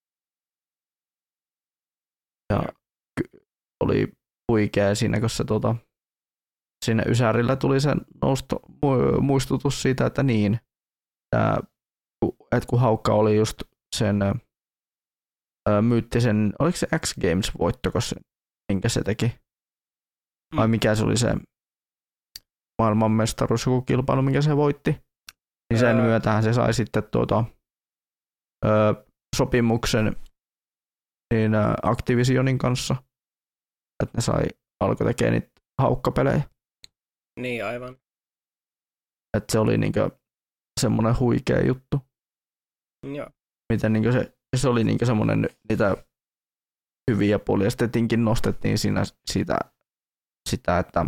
Ja oli huikea siinä, kun se tota, sinne Ysärillä tuli se nousto, muistutus siitä, että niin, tää, että kun Haukka oli just sen ää, myyttisen, oliko se X Games voittoko se, minkä se teki? Vai mikä se oli se maailmanmestaruus, joku kilpailu, minkä se voitti? Niin sen öö. myötähän se sai sitten tuota, ö, sopimuksen niin, ä, Activisionin kanssa, että ne sai alkoi tekemään niitä Haukkapelejä. Niin, aivan. Että se oli niinkö semmoinen huikea juttu. Joo. Miten niinkö se, se oli niinkö semmoinen niitä hyviä puolia. Sitten tinkin nostettiin siinä sitä, sitä että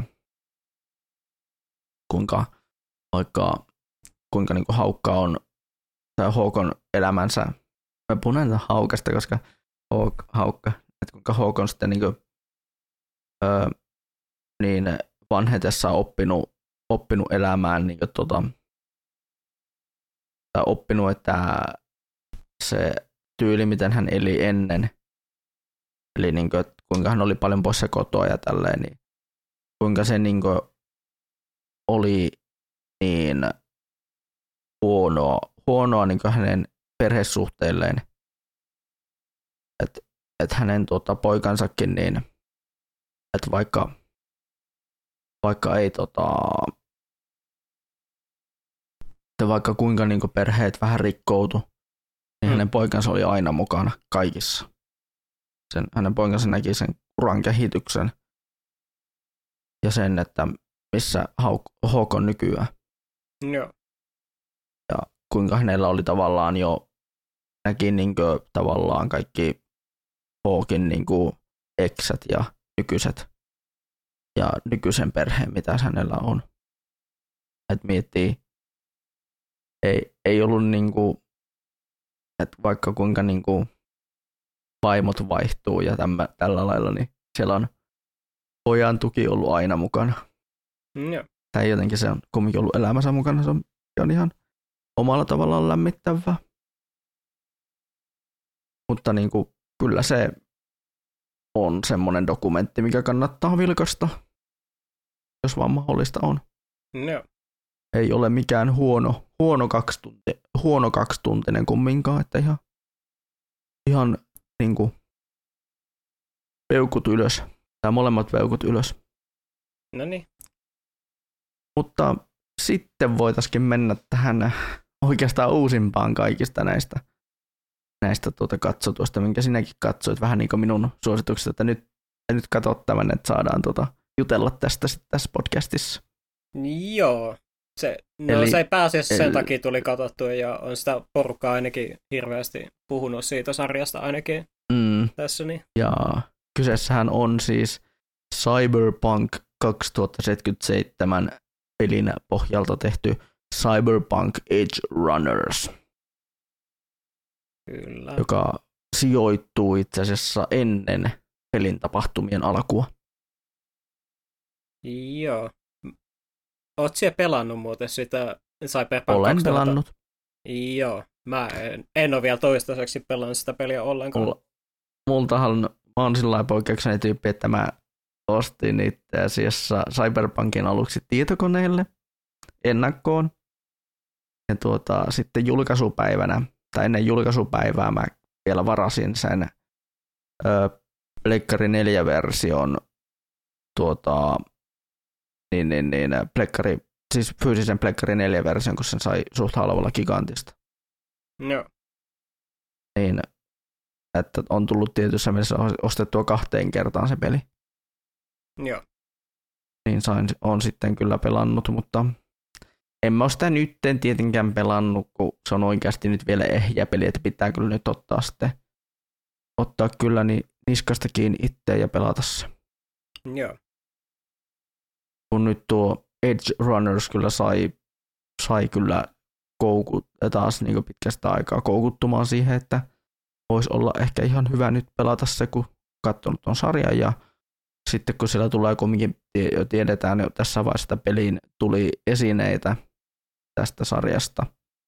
kuinka vaikka kuinka niinku Haukka on tai Håkon elämänsä. Mä puhun näitä Haukasta, koska Håk, Haukka, että kuinka Håkon sitten niinku, öö, niin vanhetessa oppinut, oppinut elämään niin tota, tai oppinut, että se tyyli, miten hän eli ennen, eli niin kuin, kuinka hän oli paljon poissa kotoa ja tälleen, niin kuinka se niin kuin, oli niin huonoa, huonoa niin kuin hänen perhesuhteilleen, että et hänen tuota, poikansakin, niin että vaikka vaikka ei tota, vaikka kuinka niin kuin perheet vähän rikkoutu, niin mm. hänen poikansa oli aina mukana kaikissa. Sen, hänen poikansa näki sen uran kehityksen ja sen, että missä Håkon nykyään. Joo. Ja kuinka hänellä oli tavallaan jo, näki niin kuin, tavallaan kaikki Håkin niin kuin eksät ja nykyiset ja nykyisen perheen, mitä hänellä on. Et miettii, ei, ei ollut niinku, että vaikka kuinka niinku vaimot vaihtuu ja tämmö, tällä lailla, niin siellä on pojan tuki ollut aina mukana. Joo. Tai jotenkin se on kumminkin ollut elämänsä mukana, se on, se on ihan omalla tavallaan lämmittävää. Mutta niinku, kyllä se on semmoinen dokumentti, mikä kannattaa vilkasta, jos vaan mahdollista on. No. Ei ole mikään huono, huono, kaksitunti, huono kaksituntinen kumminkaan, että ihan, ihan niin kuin peukut ylös, tai molemmat peukut ylös. No niin. Mutta sitten voitaisiin mennä tähän oikeastaan uusimpaan kaikista näistä näistä tuota katsotuista, minkä sinäkin katsoit, vähän niin kuin minun suosituksesta, että nyt, nyt katsot tämän, että saadaan tuota jutella tästä sitten tässä podcastissa. Joo, se, no eli, se ei pääasiassa sen eli, takia tuli katsottua, ja on sitä porukkaa ainakin hirveästi puhunut siitä sarjasta ainakin mm, tässä. Niin. Ja kyseessähän on siis Cyberpunk kaksituhattaseitsemänkymmentäseitsemän pelin pohjalta tehty Cyberpunk Edge Runners. Kyllä. Joka sijoittuu itse asiassa ennen pelin tapahtumien alkua. Joo. Oot siellä pelannut muuten sitä Cyberpunk Olen kaksituhatta? pelannut. Joo. Mä en, en ole vielä toistaiseksi pelannut sitä peliä ollenkaan. Mulla, multahan mä oon sillä lailla poikkeukseni tyyppi, että mä ostin itse asiassa Cyberpunkin aluksi tietokoneelle ennakkoon. Ja tuota, sitten julkaisupäivänä tai ennen julkaisupäivää mä vielä varasin sen ö, Pleikkari neljä-version tuota, niin, niin, niin, pleikkari, siis fyysisen Pleikkari neljä-version, kun sen sai suht halvalla Gigantista. Joo. Niin, että on tullut tietyssä mielessä ostettua kahteen kertaan se peli. Joo. Niin sain, on sitten kyllä pelannut, mutta en mä ole sitä nytten tietenkään pelannut, kun se on oikeasti nyt vielä ehjä peli, että pitää kyllä nyt ottaa sitten, ottaa kyllä niin niskasta kiinni itseä ja pelata se. Joo. Kun nyt tuo Edge Runners kyllä sai, sai kyllä koukut, taas niin pitkästä aikaa koukuttumaan siihen, että voisi olla ehkä ihan hyvä nyt pelata se, kun katsonut tuon sarjan ja sitten kun siellä tulee kumminkin, jo tiedetään jo tässä vaiheessa, että peliin tuli esineitä tästä sarjasta,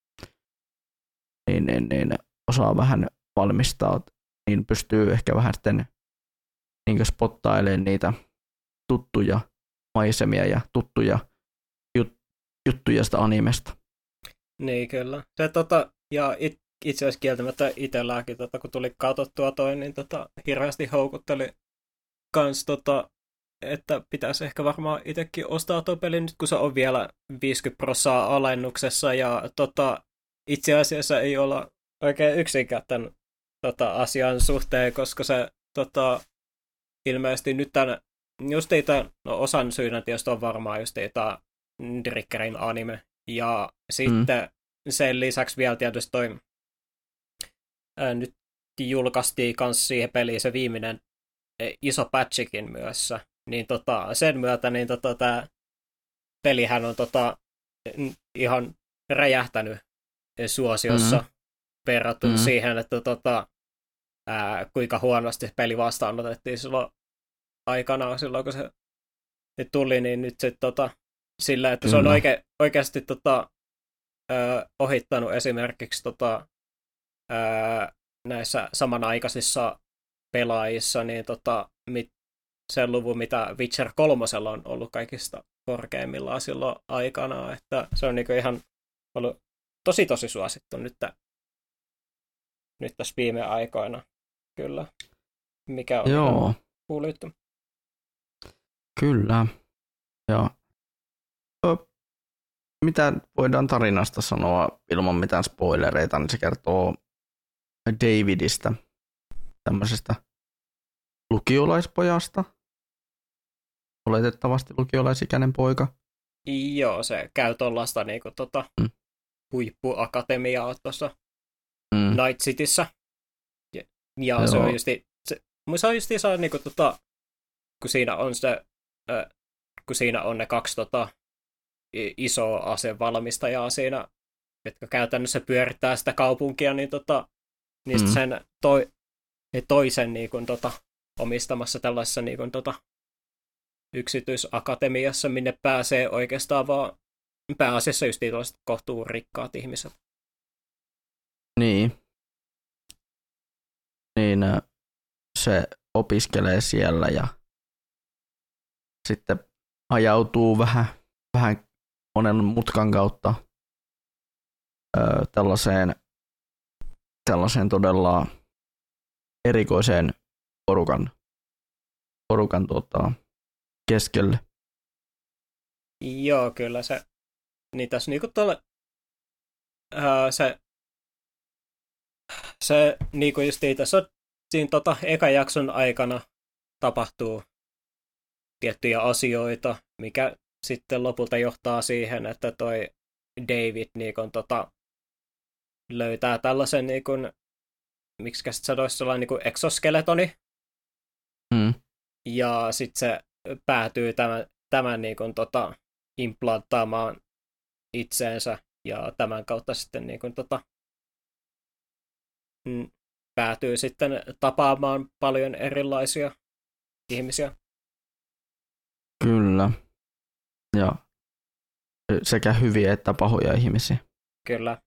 niin, niin, niin osaa vähän valmistaa, niin pystyy ehkä vähän sitten niin spottailemaan niitä tuttuja maisemia ja tuttuja jut, juttuja sitä animesta. Niin kyllä. Se, tota, ja it, itse asiassa kieltämättä itselläkin, tota, kun tuli katsottua toi, niin tota, hirveästi houkutteli kans, tota, että pitäisi ehkä varmaan itsekin ostaa tuo peli nyt, kun se on vielä viisikymmentä prosenttia alennuksessa, ja tota, itse asiassa ei olla oikein yksinkertainen tota, asian suhteen, koska se tota, ilmeisesti nyt tämän, just tämän, no osan syynä tietysti on varmaan just tämä Drickerin anime, ja sitten mm. sen lisäksi vielä tietysti toi, ää, nyt julkaistiin kans siihen peliin se viimeinen iso patchikin myös, niin tota, sen myötä niin tota, tämä pelihän on tota, ihan räjähtänyt suosiossa mm-hmm. verrattuna mm-hmm. siihen, että tota, ää, kuinka huonosti peli vastaanotettiin silloin aikanaan, silloin kun se tuli, niin nyt sitten tota, sillä, että se on oike, oikeasti tota, ää, ohittanut esimerkiksi tota, ää, näissä samanaikaisissa pelaajissa, niin tota, mit, sen luvun, mitä Witcher kolme on ollut kaikista korkeimmillaan silloin aikana, että se on niinku ihan ollut tosi tosi suosittu nyt, nyt tässä viime aikoina, kyllä, mikä on Joo. kuulittu. Kyllä, ja mitä voidaan tarinasta sanoa ilman mitään spoilereita, niin se kertoo Davidista, tämmöisestä lukiolaispojasta. Oletettavasti lukiolaisikäinen poika. Joo, se käy tuollaista niinku tota mm. huippuakatemiaa tuossa mm. Night Cityssä. Ja, ja se on justi, se, se on justi saa niinku tota, kun siinä on se, äh, kun siinä on ne kaksi tota isoa asevalmistajaa siinä, jotka käytännössä pyörittää sitä kaupunkia, niin tota, niistä mm. sen toi, toisen niin kuin, tota, omistamassa tällaisessa niin kuin, tota, yksityisakatemiassa, minne pääsee oikeastaan vaan pääasiassa just tällaiset kohtuun rikkaat ihmiset. Niin. Niin se opiskelee siellä ja sitten ajautuu vähän, vähän monen mutkan kautta ö, tällaiseen, tällaiseen todella erikoiseen porukan, porukan tuota, keskelle. Joo, kyllä se, niin tässä niinku tuolla, ää, se, se niinku justiin tässä on, siinä tota ekan jakson aikana tapahtuu tiettyjä asioita, mikä sitten lopulta johtaa siihen, että toi David niinku, tota, löytää tällaisen niinku, miksi se olisi sellainen niinku exoskeletoni, mm. ja sitten se päätyy tämän, tämän niinku, tota, implanttaamaan itseensä, ja tämän kautta sitten niinku, tota, päätyy sitten tapaamaan paljon erilaisia ihmisiä. Kyllä. Ja sekä hyviä että pahoja ihmisiä. Kyllä.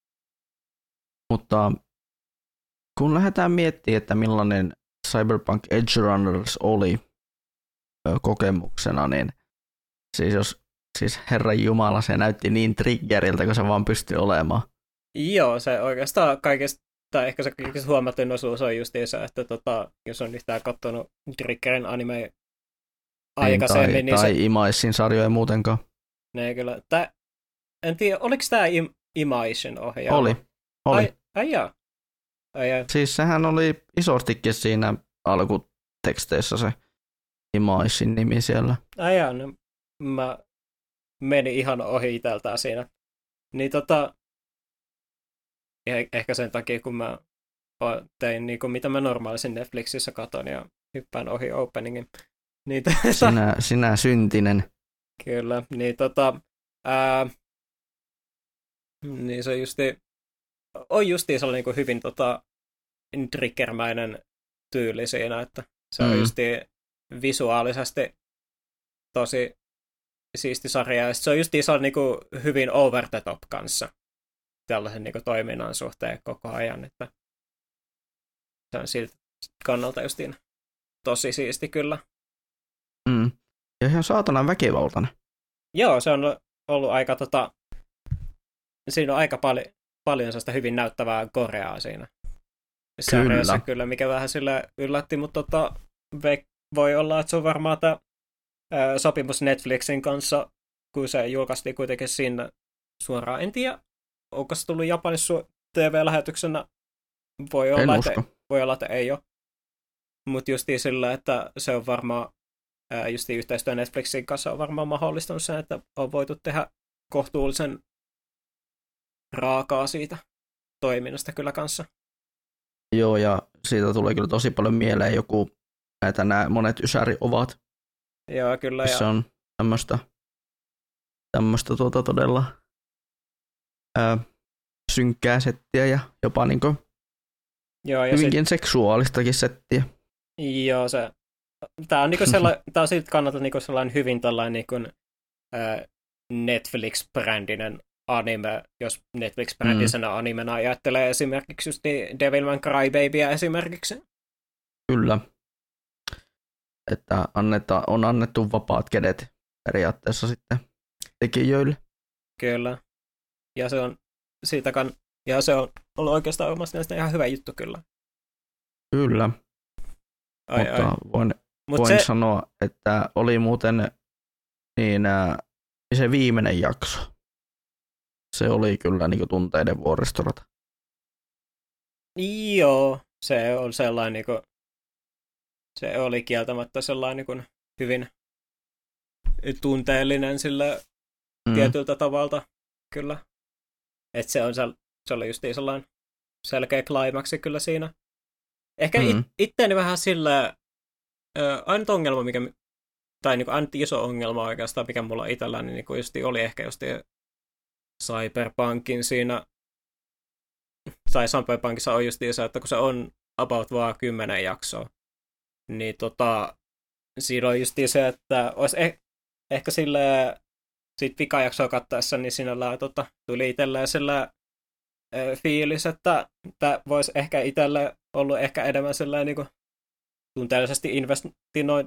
Mutta kun lähdetään miettimään, että millainen Cyberpunk Edge Runners oli kokemuksena, niin siis jos siis Herran Jumala, se näytti niin triggeriltä, kun se vaan pystyi olemaan. Joo, se oikeastaan kaikista tai ehkä se kaikista huomattavin osuus on just se, että tota, jos on yhtään katsonut Triggerin anime aikaisemmin, tai, niin tai se... Imaisin sarjoja muutenkaan. Ne kyllä. Tää, en tiedä, oliko tämä Im, Imaisin ohjaama? Oli, oli. Ai, ai jaa. Ai, ai. Siis sehän oli isostikin siinä alkuteksteissä se Imaisin nimi siellä. Ai jaa, no, mä menin ihan ohi iteltään siinä. Niin tota, eh- ehkä sen takia, kun mä tein niin kuin mitä mä normaalisti Netflixissä katon ja hyppään ohi openingin. Niin tota, sinä, sinä syntinen. Kyllä, niin tota, ää, niin se justi, on justiin sellainen niin hyvin tota, triggermäinen tyyli siinä, että se on mm. justiin visuaalisesti tosi siisti sarja, ja se on justiin sellainen niin hyvin over the top kanssa tällaisen niin toiminnan suhteen koko ajan, että se on siltä kannalta justiin tosi siisti kyllä. Mm. Ja ihan saatanan väkivaltainen. Joo, se on ollut aika tota, siinä on aika pal- paljon sellaista hyvin näyttävää koreaa siinä sarjassa kyllä. kyllä, mikä vähän sille yllätti, mutta tota, voi olla, että se on varmaan tämä sopimus Netflixin kanssa, kun se julkaistiin kuitenkin sinne suoraan. En tiedä, onko se tullut Japanissa T V-lähetyksenä. Voi olla, että, voi olla, että ei ole. Mutta justiin sillä, että se on varmaan, justiin yhteistyö Netflixin kanssa on varmaan mahdollistanut sen, että on voitu tehdä kohtuullisen raakaa siitä toiminnasta kyllä kanssa. Joo, ja siitä tulee kyllä tosi paljon mieleen joku, näitä nämä monet ysäri ovat. Joo, kyllä. Se ja... on tämmöistä, tämmöistä tuota todella ää, synkkää settiä ja jopa niin kuin Joo, ja hyvinkin sit... seksuaalistakin settiä. Joo, se... Tämä on, niinku sellainen, tämä on siltä kannalta niinku sellainen hyvin tällainen niinku, ää, Netflix-brändinen anime, jos Netflix-brändisenä mm. animena ajattelee esimerkiksi just niin Devilman Crybabyä esimerkiksi. Kyllä. Että anneta, on annettu vapaat kädet periaatteessa sitten tekijöille. Kyllä. Ja se on siitä kan... ja se on ollut oikeastaan omasta mielestä ihan hyvä juttu kyllä. Kyllä. Ai, Mutta ai. voin, Mut voin se... sanoa, että oli muuten niin ää, se viimeinen jakso. Se oli kyllä niin kuin tunteiden vuoristorata. Joo, se on sellainen niin kuin, se oli kieltämättä sellainen niin kuin hyvin tunteellinen sillä mm. tietyltä tavalta, kyllä. Että se on se oli justiin sellainen selkeä climaxi kyllä siinä. Ehkä mm. it, itteeni vähän sillä äh, ainut ongelma, mikä, tai niin kuin ainut iso ongelma oikeastaan, mikä mulla itselläni niin justiin oli ehkä justiin Cyberpunkin siinä, tai Cyberpunkissa on justiin se, että kun se on about vaan kymmenen jaksoa, niin tota, siinä on justiin se, että olisi eh- ehkä silleen, siitä pikajaksoa kattaessa, niin sinällään tota, tuli itselleen sillä e, fiilis, että tämä voisi ehkä itselle ollut ehkä enemmän sellainen niin kuin tunteellisesti investinoin,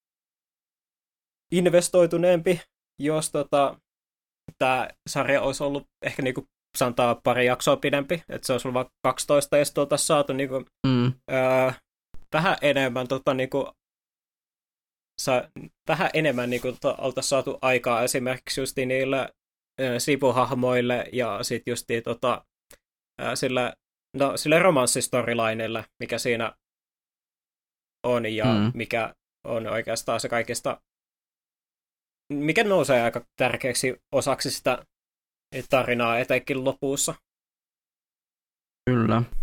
investoituneempi, jos tota, tämä sarja olisi ollut ehkä niin kuin sanotaan pari jaksoa pidempi, että se olisi ollut vaikka kaksitoista, ja sitten oltaisiin saatu niin kuin, mm. öö, vähän enemmän tota, niin kuin, sa, vähän enemmän niin kuin, to, oltaisiin saatu aikaa esimerkiksi just niille ö, sivuhahmoille ja sitten just tota, ö, sille, no, sille romanssistorilainille, mikä siinä on ja mm. mikä on oikeastaan se kaikista, mikä nousee aika tärkeäksi osaksi sitä tarinaa etenkin lopussa. Kyllä.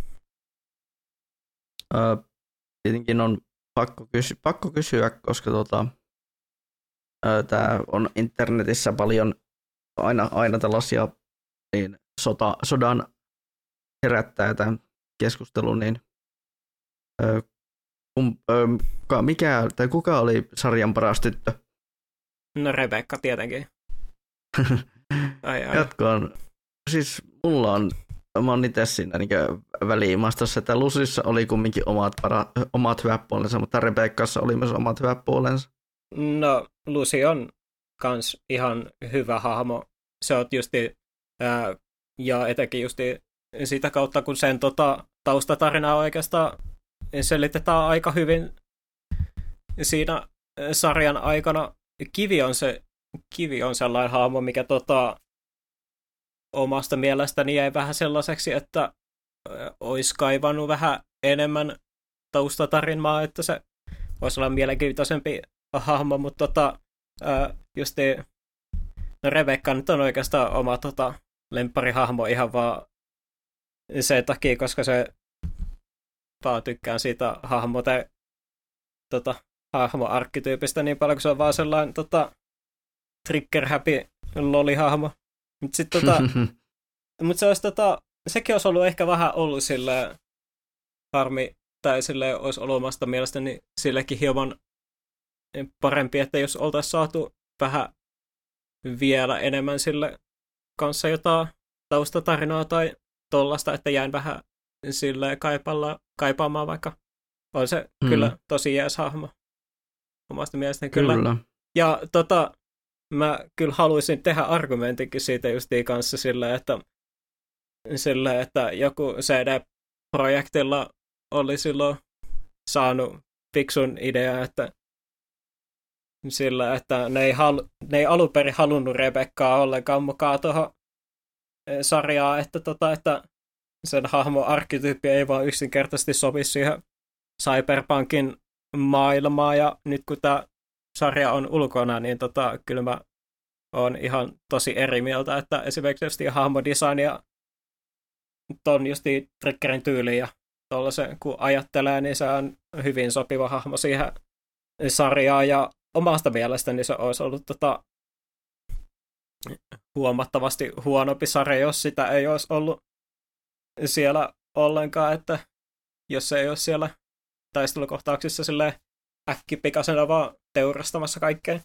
Ö, tietenkin on pakko, kysy- pakko kysyä, koska tota, tämä on internetissä paljon aina, aina tällaisia niin sota, sodan herättää tämän keskustelun, niin ö, kum, ö, mikä, tai kuka oli sarjan paras tyttö? No Rebekka tietenkin. Ai, ai. Jatkoon. Siis mulla on, mä oon itse siinä niin väliimastossa, että Lucissa oli kumminkin omat, para, omat hyvät puolensa, mutta Rebekkassa oli myös omat hyvät puolensa. No, Lucy on kans ihan hyvä hahmo. Se on justi, ää, ja etenkin justi sitä kautta, kun sen tota, taustatarinaa oikeastaan selitetään aika hyvin siinä sarjan aikana. Kivi on, se, kivi on sellainen hahmo, mikä tota, omasta mielestäni jäi vähän sellaiseksi, että olisi kaivannut vähän enemmän taustatarinaa, että se voisi olla mielenkiintoisempi hahmo, mutta tota, just no Rebecca nyt on oikeastaan oma tota, lempparihahmo ihan vaan sen takia, koska se vaan tykkään siitä hahmote, tota, hahmo-arkkityypistä niin paljon, kun se on vaan sellainen tota, trigger-happy loli-hahmo. Mutta sitten tota, mut se olisi, tota, sekin olisi ollut ehkä vähän ollut silleen harmi, tai silleen olisi ollut omasta mielestäni sillekin hieman parempi, että jos oltaisiin saatu vähän vielä enemmän sille kanssa jotain taustatarinaa tai tollasta, että jäin vähän silleen kaipalla, kaipaamaan, vaikka on se hmm. kyllä tosi jees hahmo omasta mielestäni kyllä. kyllä. Ja tota, mä kyllä haluaisin tehdä argumentinkin siitä justiin kanssa silleen, että, silleen, että joku C D-projektilla oli silloin saanut fiksun idea, että sillä, että ne ei, halu, ne ei alun perin halunnut Rebekkaa ollenkaan mukaan tuohon sarjaan, että, tota, että sen hahmon arkkityyppi ei vaan yksinkertaisesti sopi siihen cyberpunkin maailmaan, ja nyt kun tämä sarja on ulkona, niin tota, kyllä mä oon ihan tosi eri mieltä, että esimerkiksi just hahmodesign ja ton justiin Triggerin tyyli ja tollasen, kun ajattelee, niin se on hyvin sopiva hahmo siihen sarjaan, ja omasta mielestäni se olisi ollut tota, huomattavasti huonompi sarja, jos sitä ei olisi ollut siellä ollenkaan, että jos se ei ole siellä taistelukohtauksissa silleen äkkipikasena vaan teurastamassa kaikkea.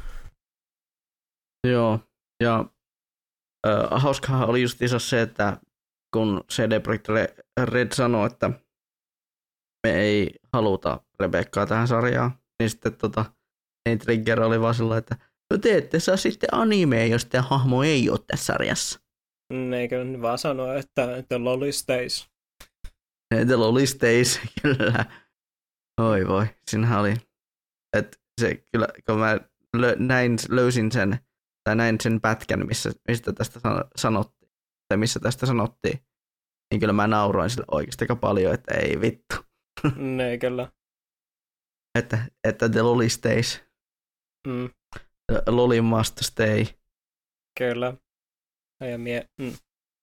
Joo, ja äh, hauskahan oli just iso se, että kun C D-Projekt Red sanoi, että me ei haluta Rebekkaa tähän sarjaan, niin sitten tota, niin Trigger oli vaan sillä, että no te ette saa sitten animea, jos tämä hahmo ei ole tässä sarjassa. Eikö ne vaan sanoa, että the lolly stays. The lolly stays, kyllä. Oi voi, siinähän oli. Että se kyllä, kun mä lö, näin, löysin sen, tai näin sen pätkän, missä, mistä tästä sanottiin, tai missä tästä sanottiin, niin kyllä mä nauroin sille oikeasti aika paljon, että ei vittu. Ei kyllä. Että, että the lolly stays. Mm. The lolly must stay. Kyllä. Ja mie... Mm.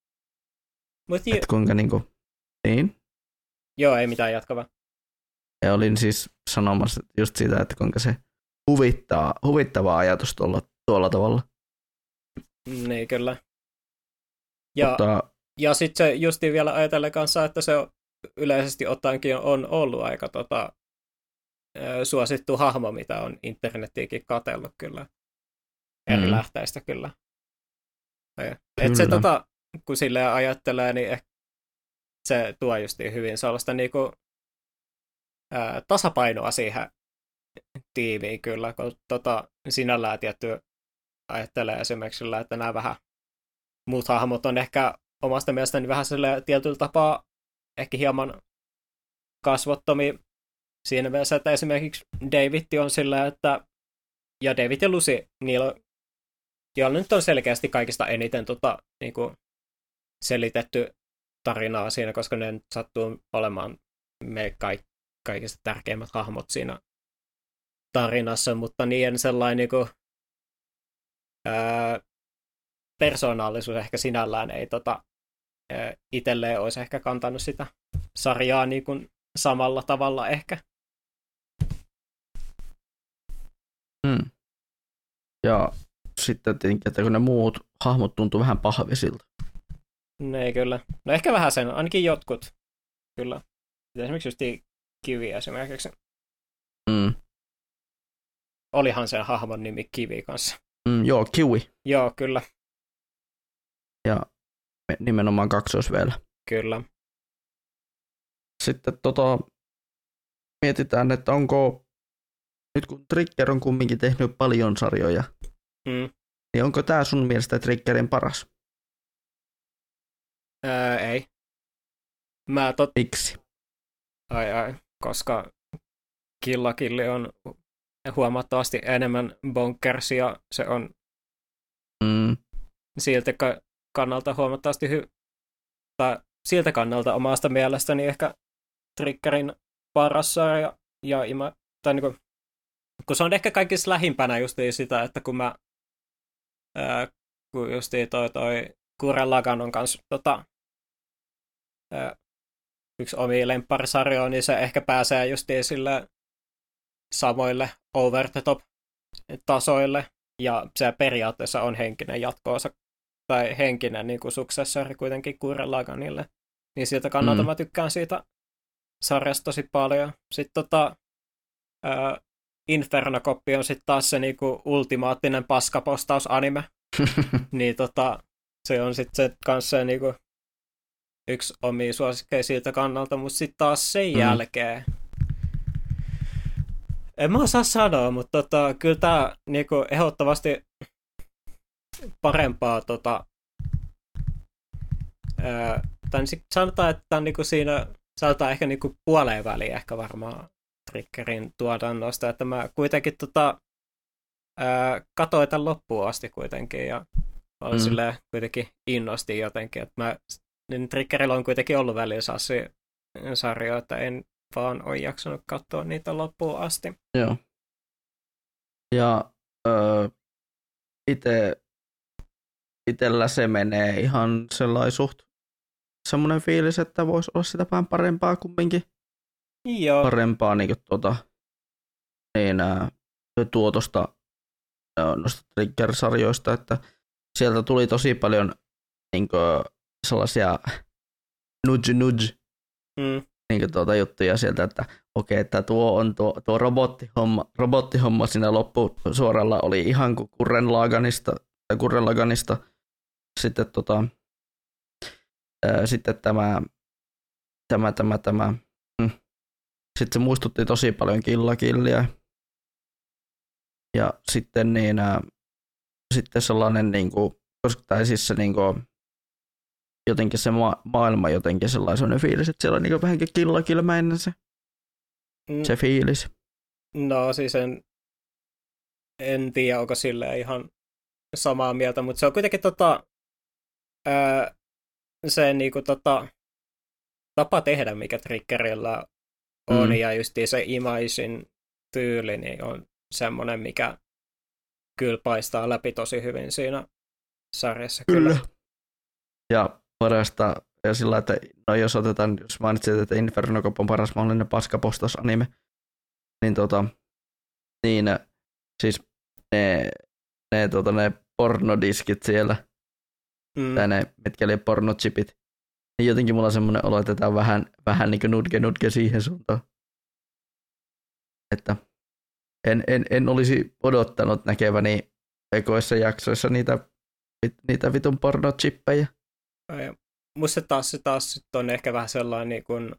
Mut jo... kuinka niinku... Niin? Joo, ei mitään jatkava. Ja olin siis sanomassa just siitä, että kuinka se huvittaa, huvittava ajatus tuolla, tuolla tavalla. Niin, kyllä. Ja, Mutta... ja sitten se justiin vielä ajatellen kanssa, että se yleisesti ottaenkin on ollut aika tota, suosittu hahmo, mitä on internettiinkin katsellut kyllä. Eri mm. lähteistä kyllä. Että se tota, kun silleen ajattelee, niin ehkä se tuo justiin hyvin sellaista niinku, ää, tasapainoa siihen tiimiin kyllä, kun tota, sinällään tietty ajattelee esimerkiksi sillä, että nämä vähän muut hahmot on ehkä omasta mielestäni vähän silleen tietyllä tapaa ehkä hieman kasvottomia siinä mielessä, että esimerkiksi David on sillä, että ja David ja Lucy, niillä joilla nyt on selkeästi kaikista eniten tota, niin kuin selitetty tarinaa siinä, koska ne nyt sattuu olemaan me kaik- kaikista tärkeimmät hahmot siinä tarinassa, mutta niiden sellainen niin kuin, ää, persoonallisuus ehkä sinällään ei tota, ää, itselleen olisi ehkä kantanut sitä sarjaa niin kuin samalla tavalla ehkä. Hmm. Ja sitten tietenkin, että kun ne muut hahmot tuntuu vähän pahvisilta. Ne kyllä. No ehkä vähän sen, ainakin jotkut. Kyllä. Esimerkiksi just Kivi esimerkiksi. Mm. Olihan sen hahmon nimi Kivi kanssa. Mm, joo, Kiwi. Joo, kyllä. Ja nimenomaan kaksois vielä. Kyllä. Sitten tota, mietitään, että onko, nyt kun Trigger on kumminkin tehnyt paljon sarjoja, mm. niin onko tämä sun mielestä Triggerin paras? Öö, ei. Mä tot... Miksi? Ai ai, koska Kill la Kill on huomattavasti enemmän bonkers ja se on Mm. siltä kannalta huomattavasti hy... tai siltä kannalta omasta mielestäni ehkä Triggerin paras sarja ja ima... tai niinku... kun se on ehkä kaikista lähimpänä justiin sitä, että kun mä ää, kun justiin toi toi Gurren Lagann on kanssa tota, ää, yksi omia lempparisarjoja, niin se ehkä pääsee justiin sille samoille over the top tasoille, ja se periaatteessa on henkinen jatkoosa, tai henkinen niin kuin suksessori kuitenkin Gurren Lagannille. Niin siltä kannalta mm. mä tykkään siitä sarjasta tosi paljon. Sitten tota, ää, Inferno Cop on sitten taas se niinku ultimaattinen paskapostaus-anime. Niin tota, se on sitten se kanssa niinku yksi omia suosikkeja siltä kannalta, mutta sitten taas sen mm. jälkeen en mä osaa sanoa, mutta tota, kyllä tämä niinku ehdottomasti parempaa tota, ää, tai sanotaan, että tämän niinku siinä sanotaan ehkä niinku puoleen väliin ehkä varmaan Triggerin tuotannosta, että mä kuitenkin tota, ää, katoin tämän loppuun asti kuitenkin ja olin mm. silleen kuitenkin innostin jotenkin, että mä, niin Triggerilla on kuitenkin ollut välillä sellaisia sarjoja, että en vaan ole jaksanut katsoa niitä loppuun asti. Joo. Ja öö, ite, itellä se menee ihan sellainen suht semmoinen fiilis, että voisi olla sitä vähän parempaa kumminkin. Joo. Parempaa niin kuin tuota, niin, ää, tuotosta ää, noista Trigger-sarjoista, että sieltä tuli tosi paljon niin kuin, sellaisia nudge nudge mm. niin kuin, tuota, juttuja sieltä, että okei, okay, että tuo on tuo, tuo robottihomma, robottihomma siinä loppusuoralla oli ihan kuin Gurren Lagannista, tai Gurren Lagannista. Sitten, tota, ää, sitten tämä, tämä, tämä, tämä sitten se muistutti tosi paljon Kill la Killia. Ja sitten niin ää, sitten sellainen niinku, tai siis se niinku, jotenkin se ma- maailma jotenkin sellainen fiilis, että siellä on niinku vähänkin Kill la Kill-mäinen se, mm. se fiilis. No siis en, en tiedä, onko silleen ihan samaa mieltä, mutta se on kuitenkin tota, ää, se niinku tota, tapa tehdä, mikä Triggerillä on, mm. ja just se imaisin tyyli niin on semmoinen, mikä kyllä paistaa läpi tosi hyvin siinä sarjassa. Kyllä. kyllä. Ja parasta, ja sillä että no jos otetaan, jos mainitsit, että Inferno Cop on paras mahdollinen paskapostaus-anime, niin tota, niin siis ne, ne, tota, ne pornodiskit siellä, mm. tai ne, mitkä oli pornochipit, niin jotenkin mulla on semmoinen olo, että tämä on vähän, vähän niin kuin nudge nudge siihen suuntaan. Että en, en, en olisi odottanut näkeväni ekoissa jaksoissa niitä, niitä vitun pornochippejä. Musta taas se taas on ehkä vähän sellainen niin kuin,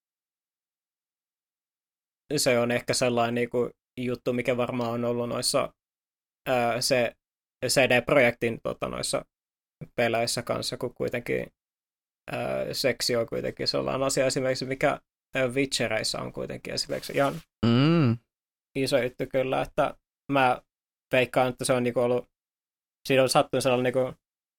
se on ehkä sellainen niin kuin juttu, mikä varmaan on ollut noissa ää, se C D-projektin tota, noissa peleissä kanssa, kun kuitenkin ää, seksi on kuitenkin sellainen asia esimerkiksi, mikä Witchereissä on kuitenkin esimerkiksi ihan mm. iso juttu kyllä, että mä veikkaan, että se on niinku ollut, siinä on sattunut sellainen niinku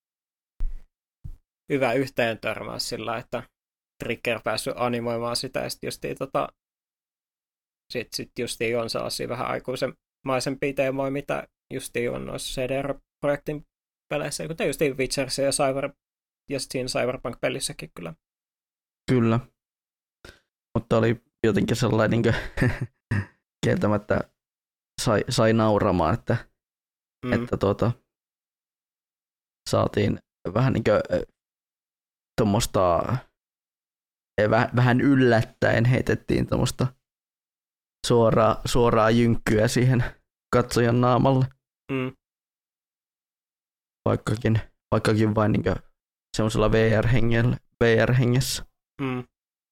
hyvä yhteen törmäys sillä, että Trigger päässyt animoimaan sitä, ja sitten justiin tota, sit, sit justiin on sellaisia vähän aikuisemaisempia teemoja, mitä justiin on noissa C D R-projektin peleissä, kuten justiin Witcherissa ja, Cyber, ja siinä Cyberpunk-pelissäkin kyllä. Kyllä. Mutta oli jotenkin sellainen niin kieltämättä sai, sai nauramaan, että, mm. että tuota, saatiin vähän niin kuin tuommoista, vähän yllättäen heitettiin tuommoista suoraa, suoraa jynkkyä siihen katsojan naamalle. Mm. Vaikkakin, vaikkakin vain niin semmoisella V R-hengessä. Mm.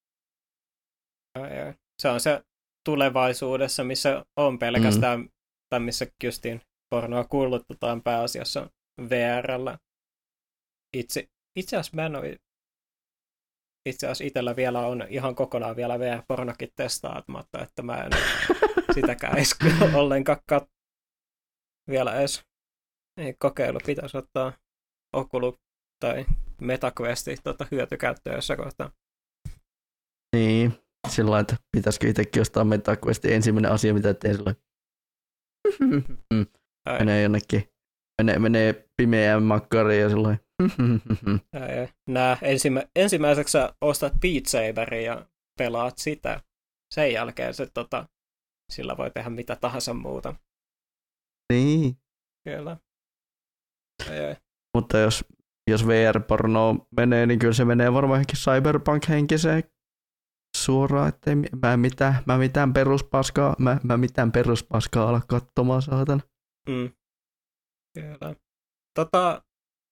Se on se tulevaisuudessa, missä on pelkästään, mm. tai missä justiin pornoa kullutetaan pääasiassa V R:llä. Itse, itse asiassa mä en ole itse asiassa itsellä vielä on ihan kokonaan vielä V R-pornokin testaamatta, että mä en sitäkään edes ollenkaan kat- vielä edes kokeilu. Pitäisi ottaa Oculus tai MetaQuesti tota, hyötykäyttöön jossain kohtaa. Niin, sillä lailla, että pitäisikö itsekin ostaa MetaQuestin ensimmäinen asia, mitä teen sillä menee jonnekin, menee, menee pimeään makkariin ja sillä Nää ensimmä, ensimmäiseksi sä ostat Beat Saberin ja pelaat sitä. Sen jälkeen se, tota, sillä voi tehdä mitä tahansa muuta. Niin. Kyllä. Ei, ei. Mutta jos, jos V R-porno menee, niin kyllä se menee varmaan johonkin cyberpunk-henkiseen suoraan, ettei mä mitään, mä mitään peruspaskaa, mä, mä mitään peruspaskaa ala katsomaan, saatan. Mm. Kyllä. Tota,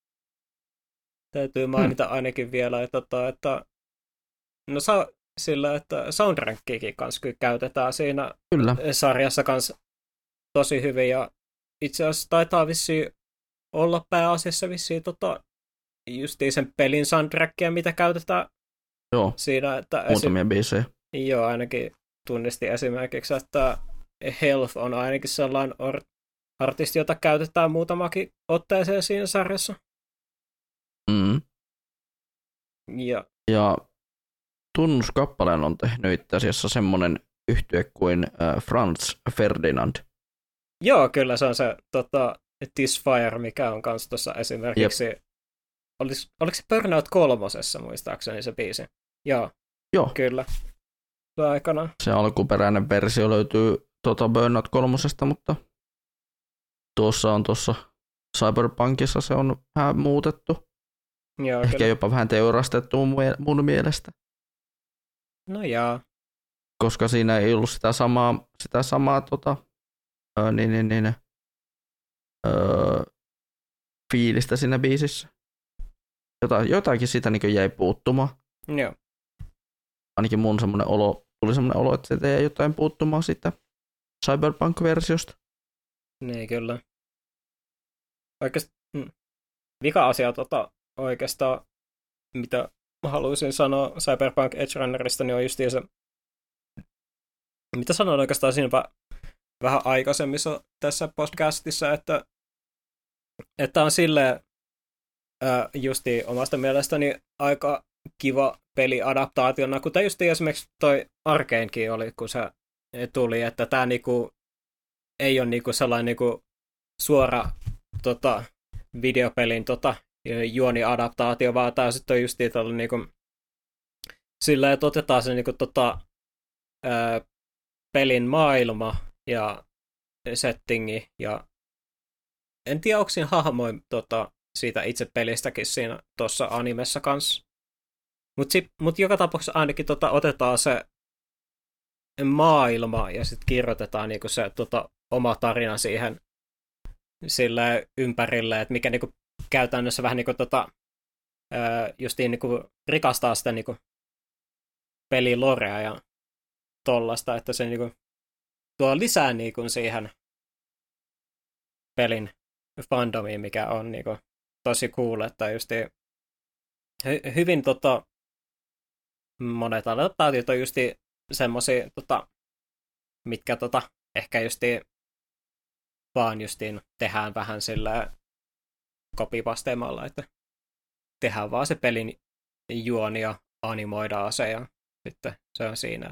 täytyy mainita hmm. ainakin vielä, että, tota, että no sa, sillä, että soundtrackiakin kanssa käytetään siinä kyllä. sarjassa kanssa tosi hyvin, ja itse asiassa taitaa vissiin olla pääasiassa vissiin tota, justiin sen pelin soundtrackia, mitä käytetään. Joo, siinä, että muutamia esim... biisejä. Joo, ainakin tunnisti esimerkiksi, että Health on ainakin sellainen or- artisti, jota käytetään muutamakin otteeseen siinä sarjassa. Mm. Ja, ja tunnuskappaleen on tehnyt itse asiassa semmoinen yhtye kuin äh, Franz Ferdinand. Joo, kyllä se on se tota, This Fire, mikä on kanssa tuossa esimerkiksi. Yep. Olis, oliko se Burnout kolmosessa muistaakseni se biisi? Joo, Joo. Kyllä. Aikana. Se alkuperäinen versio löytyy tuota Burnout kolmosesta, mutta tuossa on tuossa Cyberpunkissa se on vähän muutettu. Joo, ehkä kyllä. jopa vähän teurastettu mun mielestä. No jaa. Koska siinä ei ollut sitä samaa, sitä samaa tota, öö, niin, niin, niin, öö, fiilistä siinä biisissä. Jota, jotakin siitä niin jäi puuttumaan. Joo. Ainakin mun semmoinen olo, tuli semmoinen olo, että se jäi jotain puuttumaan siitä Cyberpunk-versiosta. Niin, kyllä. Oikeastaan mm. vika asia tota, oikeastaan, mitä haluaisin sanoa Cyberpunk Edge Runnerista, niin on justiin se, mitä sanoin oikeastaan siinä vähän aikaisemmissa tässä podcastissa, että, että on silleen ää, justiin omasta mielestäni aika kiva peliadaptaationa, kuten justiin esimerkiksi toi Arkanekin oli, kun se tuli, että tämä niinku ei ole niinku sellainen niinku suora tota, videopelin tota, juoniadaptaatio, vaan tämä sitten on justiin tällainen niinku, sillä, että otetaan se niinku, tota, ää, pelin maailma ja settingi, ja en tiedä, onko siinä hahmoin tota, siitä itse pelistäkin siinä tuossa animessa kanssa. Mutta mut joka tapauksessa ainakin tota, otetaan se maailma ja sitten kirjoitetaan niinku se tota, oma tarina siihen sille ympärille, että mikä niinku, käytännössä vähän niinku, tota, ää, justiin niinku, rikastaa sitä niinku, pelilorea ja tollasta, että se niinku, tuo lisää niinku, siihen pelin fandomiin, mikä on niinku, tosi cool, että justiin hy- hyvin tota, monet adaptaatiot on justiin semmosia, tota, mitkä tota, ehkä justiin vaan justiin tehdään vähän sillä kopipasteemalla, että tehdään vaan se pelin juoni ja animoidaan se ja sitten se on siinä.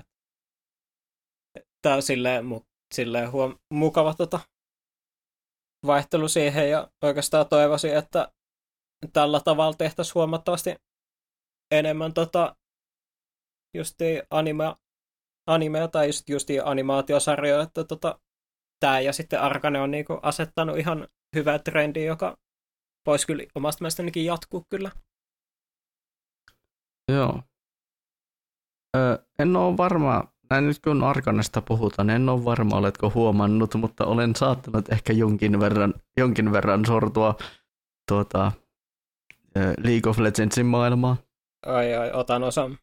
Tää on silleen, silleen huom- mukava tota, vaihtelu siihen ja oikeastaan toivoisin, että tällä tavalla tehtäisiin huomattavasti enemmän tota, justiin anime, animea tai just, justiin animaatiosarjoja, että tota, tämä ja sitten Arkane on niinku asettanut ihan hyvää trendiä, joka voisi kyllä omasta mielestänikin jatkuu kyllä. Joo. Ö, en ole varma, näin nyt kun Arkanesta puhutaan, en ole varma, oletko huomannut, mutta olen saattanut ehkä jonkin verran, jonkin verran sortua tuota, League of Legendsin maailmaa. Ai ai, otan osan.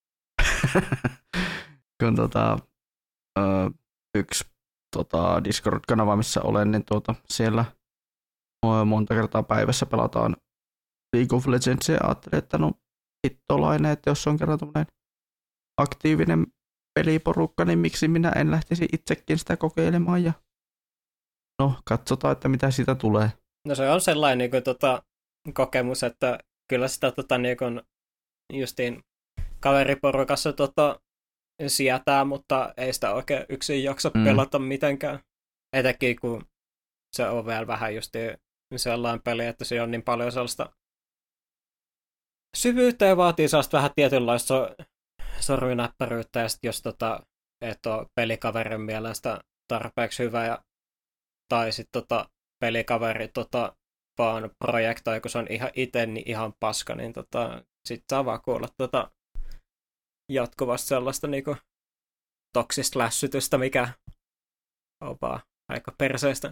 kun tota, ö, yksi tota, Discord-kanava, missä olen, niin tuota, siellä monta kertaa päivässä pelataan League of Legends ja ajattelin, että no hittolainen, että jos on kerran tämmöinen aktiivinen peliporukka, niin miksi minä en lähtisi itsekin sitä kokeilemaan ja no, katsotaan, että mitä siitä tulee. No se on sellainen niin kuin, tota, kokemus, että kyllä sitä tota, niin kuin, justiin kaveriporukassa tota, sietää, mutta ei sitä oikein yksin jaksa mm. pelata mitenkään. Etenkin kun se on vielä vähän justiin sellainen peli, että se on niin paljon sellaista syvyyttä ja vaatii sellaista vähän tietynlaista sorminäppäryyttä, ja sit jos tota, et ole pelikaverin mielestä tarpeeksi hyvä, ja, tai sitten tota, pelikaveri tota, vaan projektoi, kun se on ihan itse niin ihan paska, niin tota, sitten saa vaan kuulla tota, jatkuvasti sellaista niinku, toksista lässytystä, mikä on vaan aika perseestä.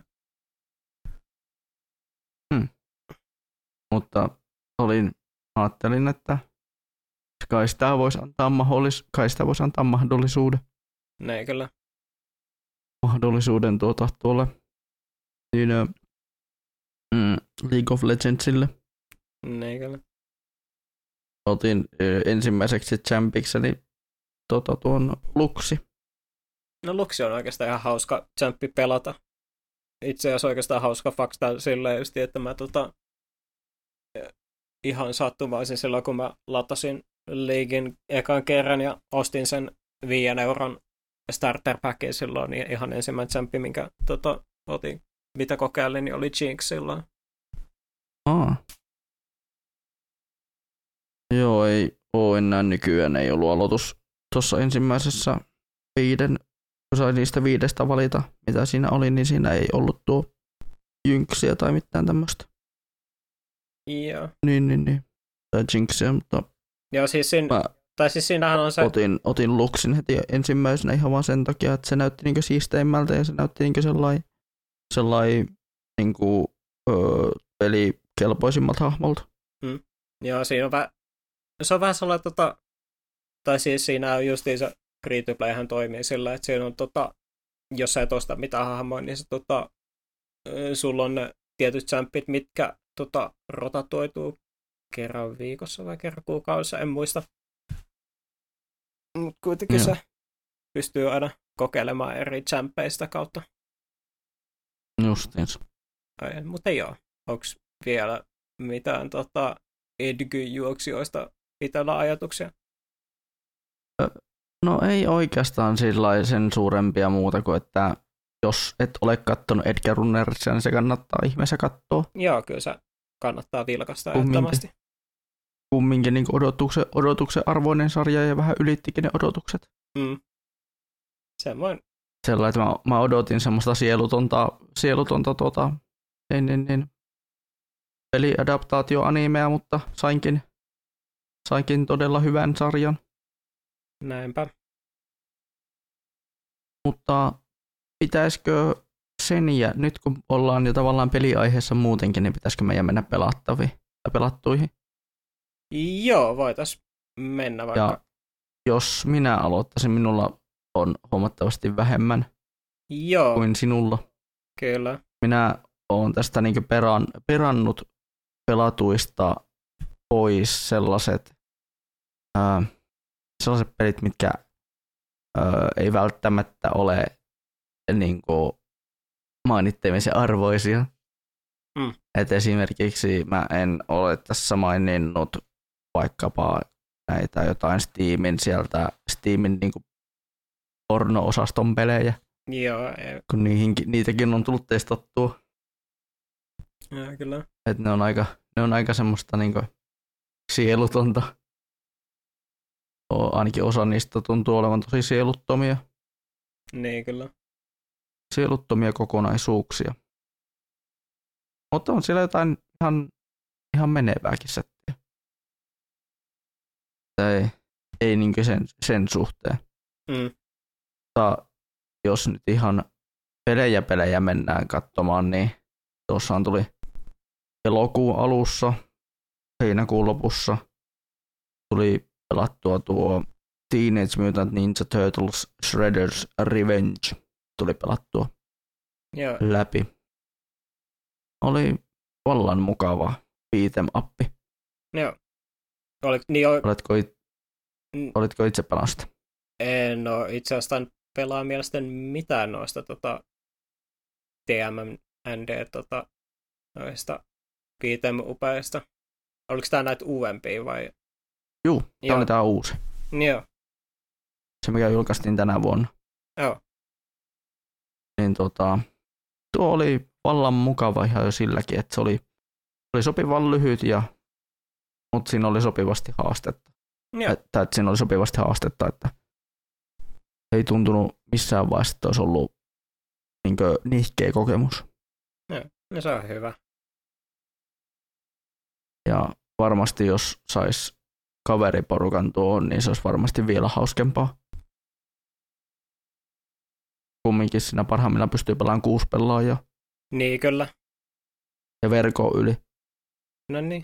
Hmm. Mutta olin, ajattelin, että kai sitä voisi antaa, mahdollis- kai sitä voisi antaa mahdollisuuden. Ne kyllä. Mahdollisuuden tuota tuolle niin, mm, League of Legendsille. Ne kyllä. Otin ö, ensimmäiseksi champikseni tota, tuon Luxi. No Luxi on oikeastaan ihan hauska champi pelata. Itse asiassa oikeastaan hauska fakta silleen just, että mä tota, ihan sattumaisin silloin, kun mä latasin Leaguein ekan kerran ja ostin sen viiden euron starter packin silloin, niin ihan ensimmäinen champi, minkä tota, otin, mitä kokeilin, niin oli Jinx silloin. Aa. Joo, ei ole enää nykyään, ei ollut aloitus tuossa ensimmäisessä viiden, kun sain niistä viidestä valita, mitä siinä oli, niin siinä ei ollut tuo Jinxiä tai mitään tämmöistä. Joo. Niin, niin, niin. Tai Jinxiä, mutta Joo, siis, siinä, mä tai siis siinähän on se... Otin, otin Luxin heti ensimmäisenä ihan vaan sen takia, että se näytti niinku siisteimmältä ja se näytti niinku sellainen sellai, niinku, öö, pelikelpoisimmalta hahmolta. Mm. Joo, siinä on vähän... Se on vähän sellainen, tota... Tai siis siinä on justiin se free-to-playhän toimii sillä, että siinä on tota... Jos sä et osta mitään hahmoa, niin se tota... Sulla on ne tietyt champit, mitkä tota, rotatoituu kerran viikossa vai kerran kuukaudessa, en muista. Mutta kuitenkin Joo. se pystyy aina kokeilemaan eri champeista kautta. Justiinsa. Mutta ei ole. Onko vielä mitään tota, Edgy-juoksijoista itsellä ajatuksia? No ei oikeastaan sillä sen suurempia muuta kuin, että jos et ole kattonut Edgar Runnersia, niin se kannattaa ihmeessä katsoa. Joo, kyllä se kannattaa vilkaista ehdottomasti. Kumminkin niin odotuksen, odotuksen arvoinen sarja ja vähän ylittikin ne odotukset. Mm. Semmoin. Sellainen, että mä, mä odotin semmoista sielutonta, sielutonta tuota, niin, niin, niin, peliadaptaatioanimeä, mutta sainkin, sainkin todella hyvän sarjan. Näinpä. Mutta pitäisikö sen ja nyt kun ollaan jo tavallaan peliaiheessa muutenkin, niin pitäisikö meidän mennä pelattaviin tai pelattuihin? Joo, voitaisiin mennä vaikka. Ja jos minä aloittaisin, minulla on huomattavasti vähemmän Joo. kuin sinulla. Kyllä. Minä olen tästä niin peran, perannut pelatuista pois sellaiset, ää, sellaiset pelit, mitkä ää, ei välttämättä ole niin kuin mainittamisen arvoisia. Mm. Et esimerkiksi mä en ole tässä maininnut vaikkapa näitä jotain Steamin sieltä, Steamin niin kuin porno-osaston pelejä. Joo. Ei. Kun niihin, niitäkin on tullut testattua. Joo, kyllä. Et ne on aika, ne on aika semmoista niin kuin sielutonta. O, ainakin osa niistä tuntuu olevan tosi sieluttomia. Niin, kyllä. Sieluttomia kokonaisuuksia. Mutta on siellä jotain ihan, ihan menevääkin settiä. Ei, ei niin sen, sen suhteen. Mm. Mutta jos nyt ihan pelejä pelejä mennään katsomaan, niin tuossaan tuli elokuun alussa, heinäkuun lopussa tuli pelattua tuo Teenage Mutant Ninja Turtles Shredder's Revenge. Tuli pelattua Joo. läpi. Oli vallan mukava beat'em appi. Joo. Oliko, niin, ol... Oletko, it... mm, Olitko itse pelannut sitä? en ole itse asiassa pelaa mielestäni mitään noista tota, T M N D tota, noista beat'em-upeista. Oliko tämä näitä uudempia vai? Juu, tämä oli tämä uusi. Joo. Se, mikä julkaistiin tänä vuonna. Joo. Niin tota, tuo oli vallan mukava ihan jo silläkin, että se oli, oli sopivan lyhyt, ja, mutta siinä oli sopivasti haastetta. Joo. Että, että siinä oli sopivasti haastetta, että ei tuntunut missään vaiheessa, että olisi ollut niin nihkeä kokemus. Joo, no se on hyvä. Ja varmasti jos sais kaveriporukan tuohon, niin se olisi varmasti vielä hauskempaa. Kumminkin siinä parhaimmillaan pystyy pelaamaan kuusi pelaajaa. Niin, kyllä. Ja verkon yli. No niin.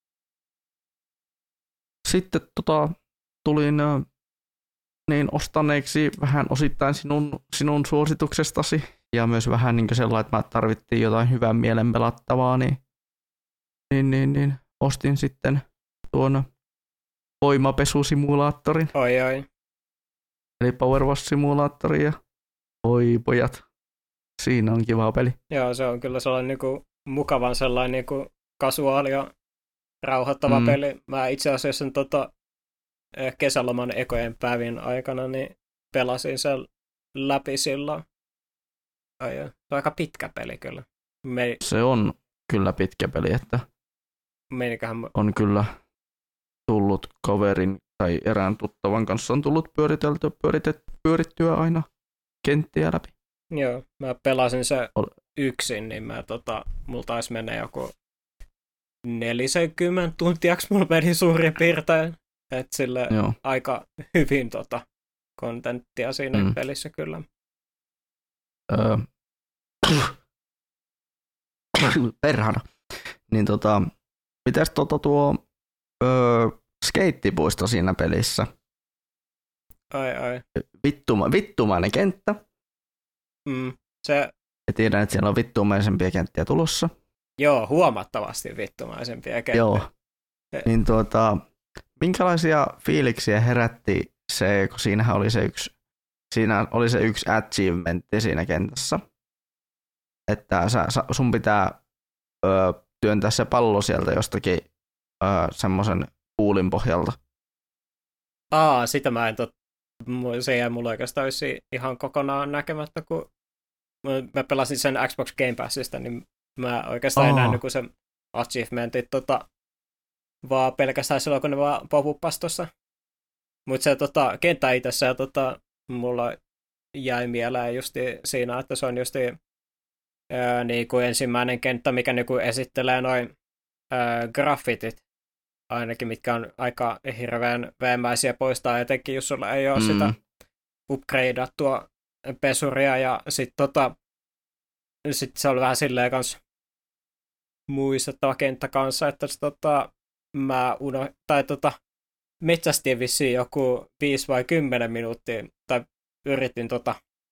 Sitten tota, tulin niin ostaneeksi vähän osittain sinun, sinun suosituksestasi. Ja myös vähän niin sellainen, että mä tarvittiin jotain hyvän mielen pelattavaa, niin, niin, niin, niin ostin sitten tuon voimapesusimulaattorin. Oi, oi. Eli Power Wash-simulaattori, ja oi pojat, siinä on kiva peli. Joo, se on kyllä sellainen niinku mukavan sellainen niinku kasuaali ja rauhoittava mm. peli. Mä itse asiassa sen tota, kesäloman ekojen päivien aikana niin pelasin sen läpi silloin. Ai, se on aika pitkä peli kyllä. Me... Se on kyllä pitkä peli, että Meiniköhän... on kyllä tullut kaverin tai erään tuttavan kanssa on tullut pyöriteltyä, pyöritet, pyörittyä aina kenttiä läpi. Joo, mä pelasin se yksin, niin mä tota, mulla taisi mennä joku neljäkymmentä tuntiaksi mulla meni suurin piirtein. Että sille Joo. aika hyvin tota kontenttia siinä mm. pelissä kyllä. Öö. Perhana. Niin tota, mitäs tota tuo öö, skeittipuisto siinä pelissä? Ai ai. Vittuma, vittumainen kenttä. Mm, se... Ja tiedän, että siellä on vittumaisempia kenttiä tulossa. Joo, huomattavasti vittumaisempia kenttiä. Joo. Niin tuota, minkälaisia fiiliksiä herätti se, kun siinähän oli se yksi, siinä oli se yksi achievementti siinä kentässä, että sä, sun pitää ö, työntää se pallo sieltä jostakin ö, semmoisen puulin pohjalta. Aa, sitä mä en tot... Se jäi mulla oikeastaan ihan kokonaan näkemättä, kun mä pelasin sen Xbox Game Passista, niin mä oikeastaan en nähnyt, kun se achievementit tota, vaan pelkästään silloin, kun ne vaan pop-uppas tuossa. Mutta se tota, kenttä itsessä tota, mulla jäi mieleen justi siinä, että se on justi ää, niinku ensimmäinen kenttä, mikä niinku esittelee noin ää, graffitit, ainakin mitkä on aika hirveän veemäisiä poistaa, etenkin jos sulla ei ole mm. sitä upgradeattua pesuria, ja sitten tota, sit se oli vähän silleen kans muistettava kenttä kanssa, että se, tota, mä uno, tai tota, metsästin vissiin joku viisi vai kymmenen minuuttia, tai yritin tota,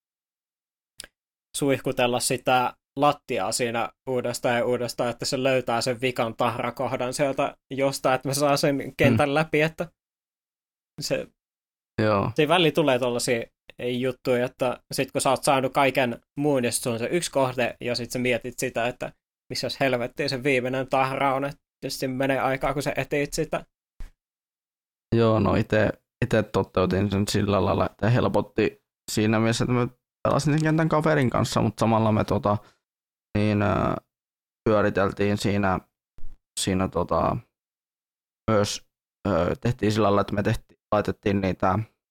suihkutella sitä lattiaa siinä uudestaan ja uudestaan, että se löytää sen vikan tahrakohdan sieltä jostain, että mä saan sen kentän mm. läpi, että se, Joo. se väliin tulee tuollaisia juttuja, että sit kun sä oot saanut kaiken muun, ja sit se on se yksi kohde, ja sit sä mietit sitä, että missä helvettiin se viimeinen tahra on, että sitten menee aikaa, kun sä etit sitä. Joo, no ite, ite toteutin sen sillä lailla, että helpotti siinä mielessä, että mä pelasin sen kentän kaverin kanssa, mutta samalla me tota, niin, äh, pyöriteltiin siinä, siinä tota, myös äh, tehtiin sillä lailla, että me tehtiin, laitettiin niitä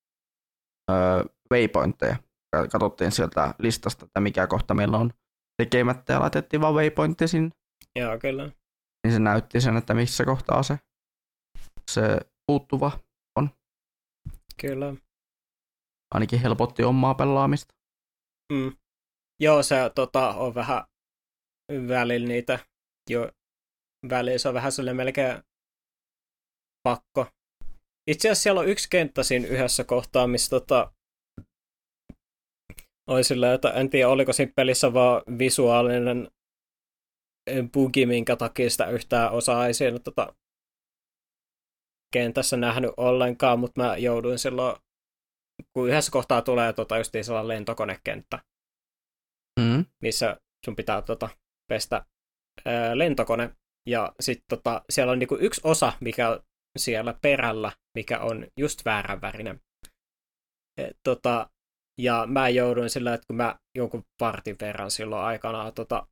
äh, waypointteja. Katsottiin sieltä listasta, että mikä kohta meillä on tekemättä, ja laitettiin vaan waypointti sinne. Joo, kyllä. Niin se näytti sen, että missä kohtaa se, se puuttuva on. Kyllä. Ainakin helpotti omaa pelaamista. Mm. Joo, se tota, on vähän välillä niitä, jo välillä se on vähän sellainen melkein pakko. Itse asiassa siellä on yksi kenttä siinä yhdessä kohtaa, missä tota, oli silleen, että en tiedä, oliko siinä pelissä vaan visuaalinen bugi, minkä takia sitä yhtään osaa ei siinä tota, kentässä nähnyt ollenkaan, mutta mä jouduin silloin, kun yhdessä kohtaa tulee tota, justiin sellainen lentokonekenttä, Mm. missä sun pitää tota, pestä ää, lentokone, ja sitten tota, siellä on niinku yksi osa, mikä on siellä perällä, mikä on just väärän värinen. Et, tota, ja mä jouduin sillä, että kun mä jonkun vartin verran silloin aikanaan tota,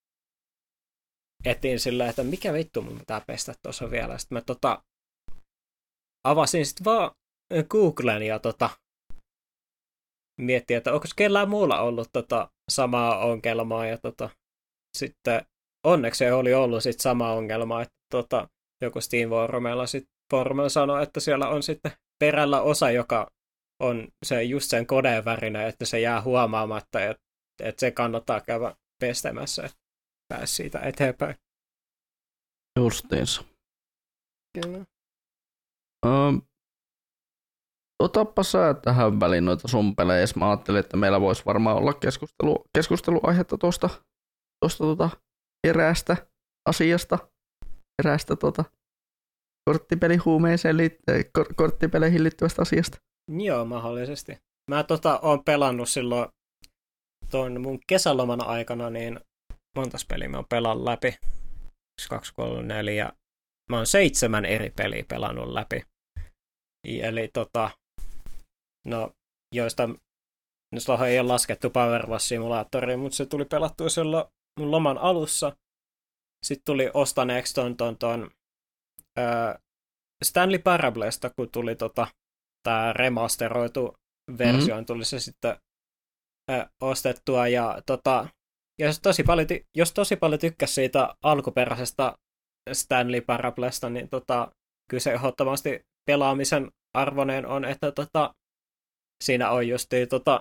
etin sillä, että mikä vittu mun pitää pestä tuossa vielä. Sitten mä tota, avasin sitten vaan Googlen ja tota, miettin, että onko kellään muulla ollut tota, samaa ongelmaa. Ja tota, sitten onneksi oli ollut sit sama ongelma, että tota, joku Steam Forumilla sit Forumilla sanoi, että siellä on sitten perällä osa, joka on se just sen kodeen värinen, että se jää huomaamatta, että, että se kannattaa käydä pestämässä, että pääsi siitä eteenpäin. Justiinsa. Kyllä. Um, otappa sä tähän väliin noita sun pelejä. Mä ajattelin, että meillä voisi varmaan olla keskustelu, keskusteluaihetta tuosta, tuosta tuota eräästä asiasta, eräästä tuota korttipelihuumeeseen liitt- kor- korttipeleihin liittyvästä asiasta. Joo, mahdollisesti. Mä tota, oon pelannut silloin tuon mun kesäloman aikana, niin montas peliä mä oon pelannut läpi. yksi, kaksi, kolme, neljä. Mä oon seitsemän eri peliä pelannut läpi. Eli tota, no, joista, no silloin ei ole laskettu Power Wash Simulatoria, mutta se tuli pelattua silloin mun loman alussa. Sitten tuli ostaneeksi ton, ton, ton ää, Stanley Parablesta, kun tuli tota, tää remasteroitu versio, mm-hmm. tuli se sitten ää, ostettua. Ja tota, jos tosi paljon, jos tosi paljon tykkäsi siitä alkuperäisestä Stanley Parablesta, niin tota, kyllä se ehdottomasti pelaamisen arvoinen on, että tota, siinä on justiin, tota,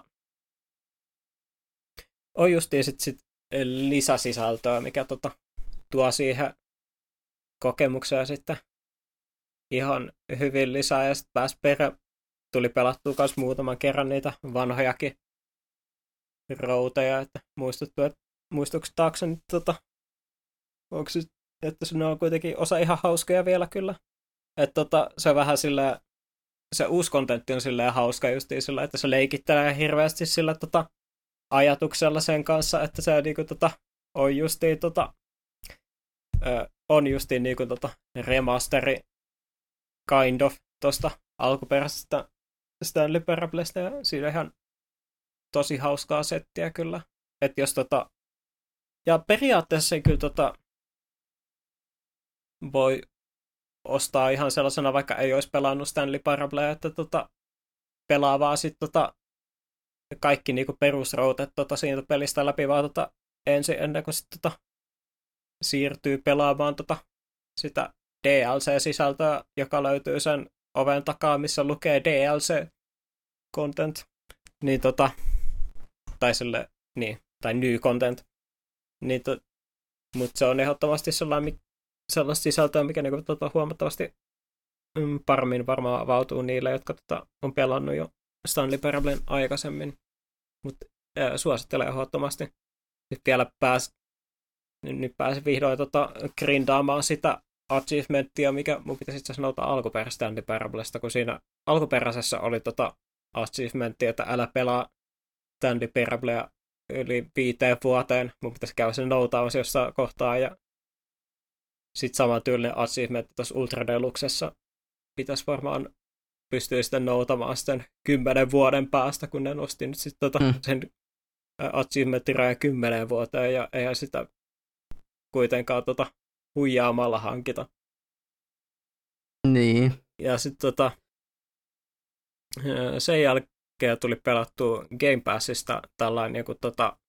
on justiin sit, sit lisäsisältöä, mikä tota, tuo siihen kokemuksia sitten ihan hyvin lisää, ja sitten pääsi perä, tuli pelattua myös muutaman kerran niitä vanhojakin routeja, että muistuttu, että muistuuko taakse nyt, tota, onko se, että ne on kuitenkin osa ihan hauskoja vielä kyllä. Että tota, se on vähän silleen, se uusi kontentti on silleen hauska justiin sillä, että se leikittelee hirveästi sillä tota, ajatuksella sen kanssa, että se niinku, tota, on justiin tota, ö, on justiin niinku, tota, remasteri kind of tosta alkuperäisestä Stanley Parablesta, ja siinä on ihan tosi hauskaa settiä kyllä. Että jos tota, ja periaatteessa se kyllä tota, voi ostaa ihan sellaisena, vaikka ei olisi pelannut Stanley Parablea, että tota, pelaa vaan sitten tota, kaikki niinku perusroutet tota, siitä pelistä läpi vaan tota, ensin ennen kuin sit, tota, siirtyy pelaamaan tota, sitä D L C-sisältöä, joka löytyy sen oven takaa, missä lukee D L C-content. Niin tota, tai sille, niin, tai new content. Niin to, mutta se on ehdottomasti sellainen, sellaista sisältöä, mikä niinku, tota, huomattavasti mm, paremmin varmaan avautuu niille, jotka tota, on pelannut jo Stanley Parablen aikaisemmin. Mutta suosittelen ehdottomasti. Nyt vielä pääs, nyt pääsin vihdoin tota, grindaamaan sitä achievementtia, mikä mun pitäisi itse asiassa nouta alkuperäisestä Stanley Parablesta, kun siinä alkuperäisessä oli tota achievementti, että älä pelaa Stanley Parablea yli viiteen vuoteen. Mun pitäisi käydä sen noutaamassa jossain kohtaa, ja sitten saman tyylinen achievement tuossa Ultra Deluxessa pitäisi varmaan pystyä sitten noutamaan sitten kymmenen vuoden päästä, kun ne nosti nyt sitten tota, mm. sen achievementtirajan kymmeneen vuoteen, ja eihän sitä kuitenkaan tota huijaamalla hankita. Niin. Ja sitten tota, sen jälkeen tuli pelattua Game Passista tällainen joku tota,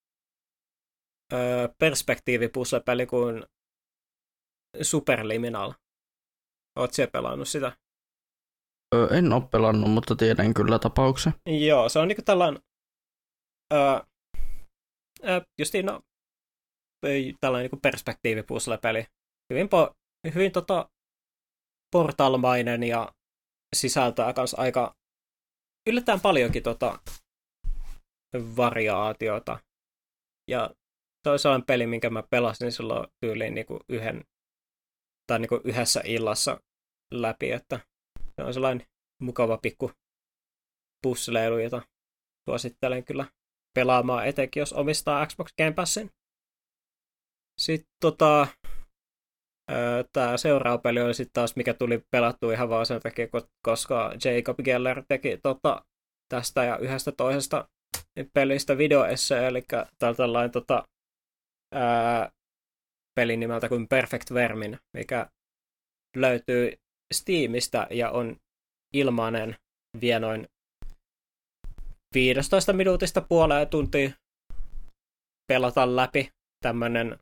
perspektiivipuslepeli kuin Superliminal. Ootko siellä pelannut sitä? Öö, en ole pelannut, mutta tiedän kyllä tapauksen. Joo, se on niinku tällainen öö, öö, justiin no, tällainen niinku perspektiivipuslepeli. Hyvin, po- hyvin tota, portalmainen ja sisältää kans aika yllättäen paljonkin tota, variaatiota. Ja se on sellainen peli, minkä mä pelasin silloin tyyliin niinku yhden, tai niinku yhdessä illassa läpi, että Se on sellainen mukava pikku pussleilu, jota suosittelen kyllä pelaamaan, etenkin jos omistaa Xbox Game Passin. Sitten tota, tämä seuraava peli oli sitten taas, mikä tuli pelattua ihan vaan sen takia, koska Jacob Geller teki tota, tästä ja yhdestä toisesta pelistä videoesseen, eli täällä tällainen tota, ää, pelin nimeltä kuin Perfect Vermin, mikä löytyy Steamista ja on ilmainen vie noin viisitoista minuutista puoleen tuntia pelata läpi tämmönen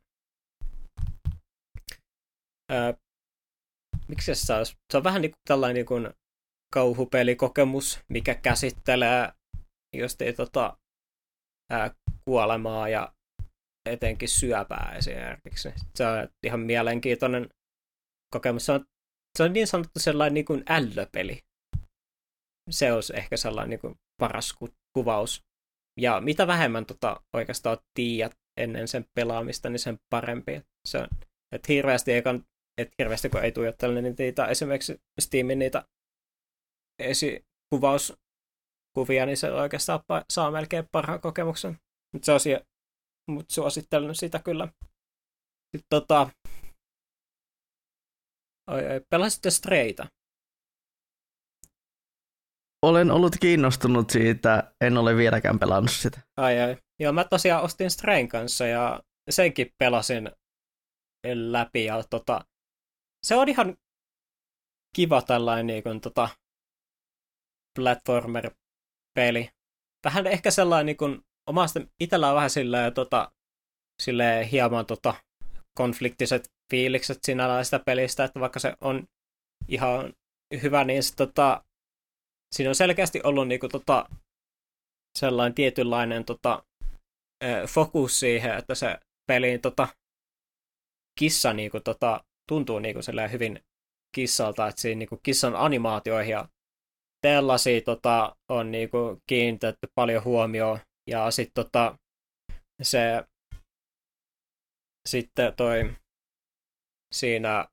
ää, miksi se saa? Se on vähän niin kuin tällainen niin kuin kauhupelikokemus, mikä käsittelee just ei, tota, ää, kuolemaa ja etenkin syöpää esimerkiksi. Se on ihan mielenkiintoinen kokemus. Se on, se on niin sanottu sellainen niin kuin ällöpeli. Se olisi ehkä sellainen niin kuin paras ku- kuvaus. Ja mitä vähemmän tota oikeastaan tiedät ennen sen pelaamista, niin sen parempi. Se on, että hirveästi, ei, että hirveästi kun ei tuijottele, niin niitä esimerkiksi Steamin niitä esikuvauskuvia, niin se oikeastaan saa melkein parhaan kokemuksen. Mutta se asia, mutta suosittelen sitä kyllä. Sitten tota, oi, oi, pelasitte Strayta? Olen ollut kiinnostunut siitä, en ole vieläkään pelannut sitä. Ai ai. Joo, mä tosiaan ostin Strayn kanssa ja senkin pelasin läpi ja tota, se on ihan kiva tällainen niin kuin, tota, platformer-peli. Vähän ehkä sellainen niin kuin, omasta itsellä on vähän silleen, tota, silleen hieman tota, konfliktiset fiilikset sinällään sitä pelistä, että vaikka se on ihan hyvä, niin se, tota, siinä on selkeästi ollut niinku, tota, sellainen tietynlainen tota, fokus siihen, että se pelin tota, kissa niinku, tota, tuntuu niinku, hyvin kissalta, että siinä niinku, kissan animaatioihin ja tällaisia tota, on niinku, kiinnitetty paljon huomioon. Ja sitten tota, se sitten toi siinä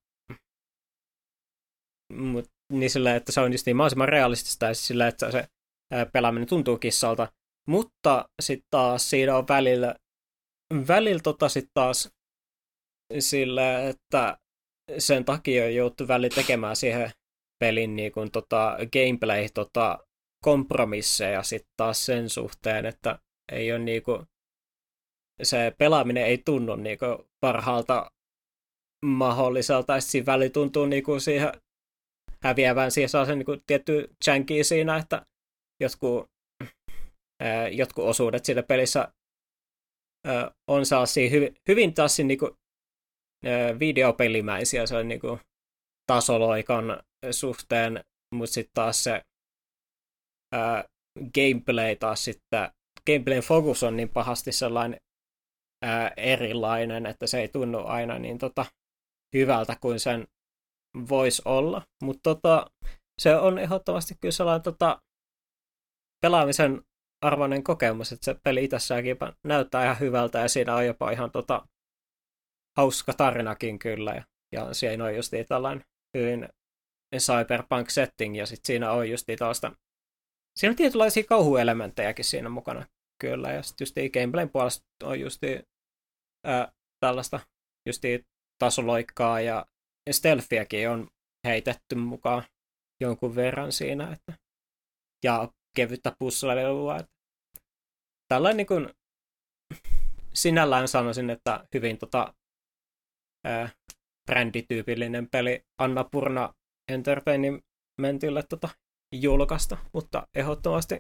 mut, niin sillä, että se on just niin mahdollisimman realistista ja sillä, että se ää, pelaaminen tuntuu kissalta. Mutta sitten taas siinä on välillä, välillä tota sit taas sillä, että sen takia on joutu välillä tekemään siihen pelin niin kun, tota, gameplay tota, kompromisseja sitten taas sen suhteen, että ei ole niinku, se pelaaminen ei tunnu niinku parhaalta mahdolliselta, ja siinä väli tuntuu niinku siihen häviävän siihen saa sen niinku tietty jankia siinä, että jotkut, ää, jotkut osuudet siinä pelissä ää, on sellaisia hyvin, hyvin taas niinku, ää, videopelimäisiä, se on niinku tasoloikan suhteen, mutta sitten taas se ää, gameplay taas sitten, gameplayn fokus on niin pahasti sellainen ää, erilainen, että se ei tunnu aina niin tota, hyvältä kuin sen voisi olla. Mutta tota, se on ehdottomasti kyllä sellainen tota, pelaamisen arvoinen kokemus, että se peli itsessäänkin näyttää ihan hyvältä ja siinä on jopa ihan tota, hauska tarinakin kyllä. Ja, ja siinä on just tällainen hyvin cyberpunk-setting ja sitten siinä on just tällaista. Siinä on tietynlaisia kauhuelementtejäkin siinä mukana, kyllä, ja sitten just gameplayn puolesta on just ää, tällaista just tasoloikkaa ja stealthiäkin on heitetty mukaan jonkun verran siinä, että, ja kevyttä puzzleilua. Tällainen niin kuin, sinällään sanoisin, että hyvin tota, ää, brändityypillinen peli Annapurna Entertainmentille tota, julkaista, mutta ehdottomasti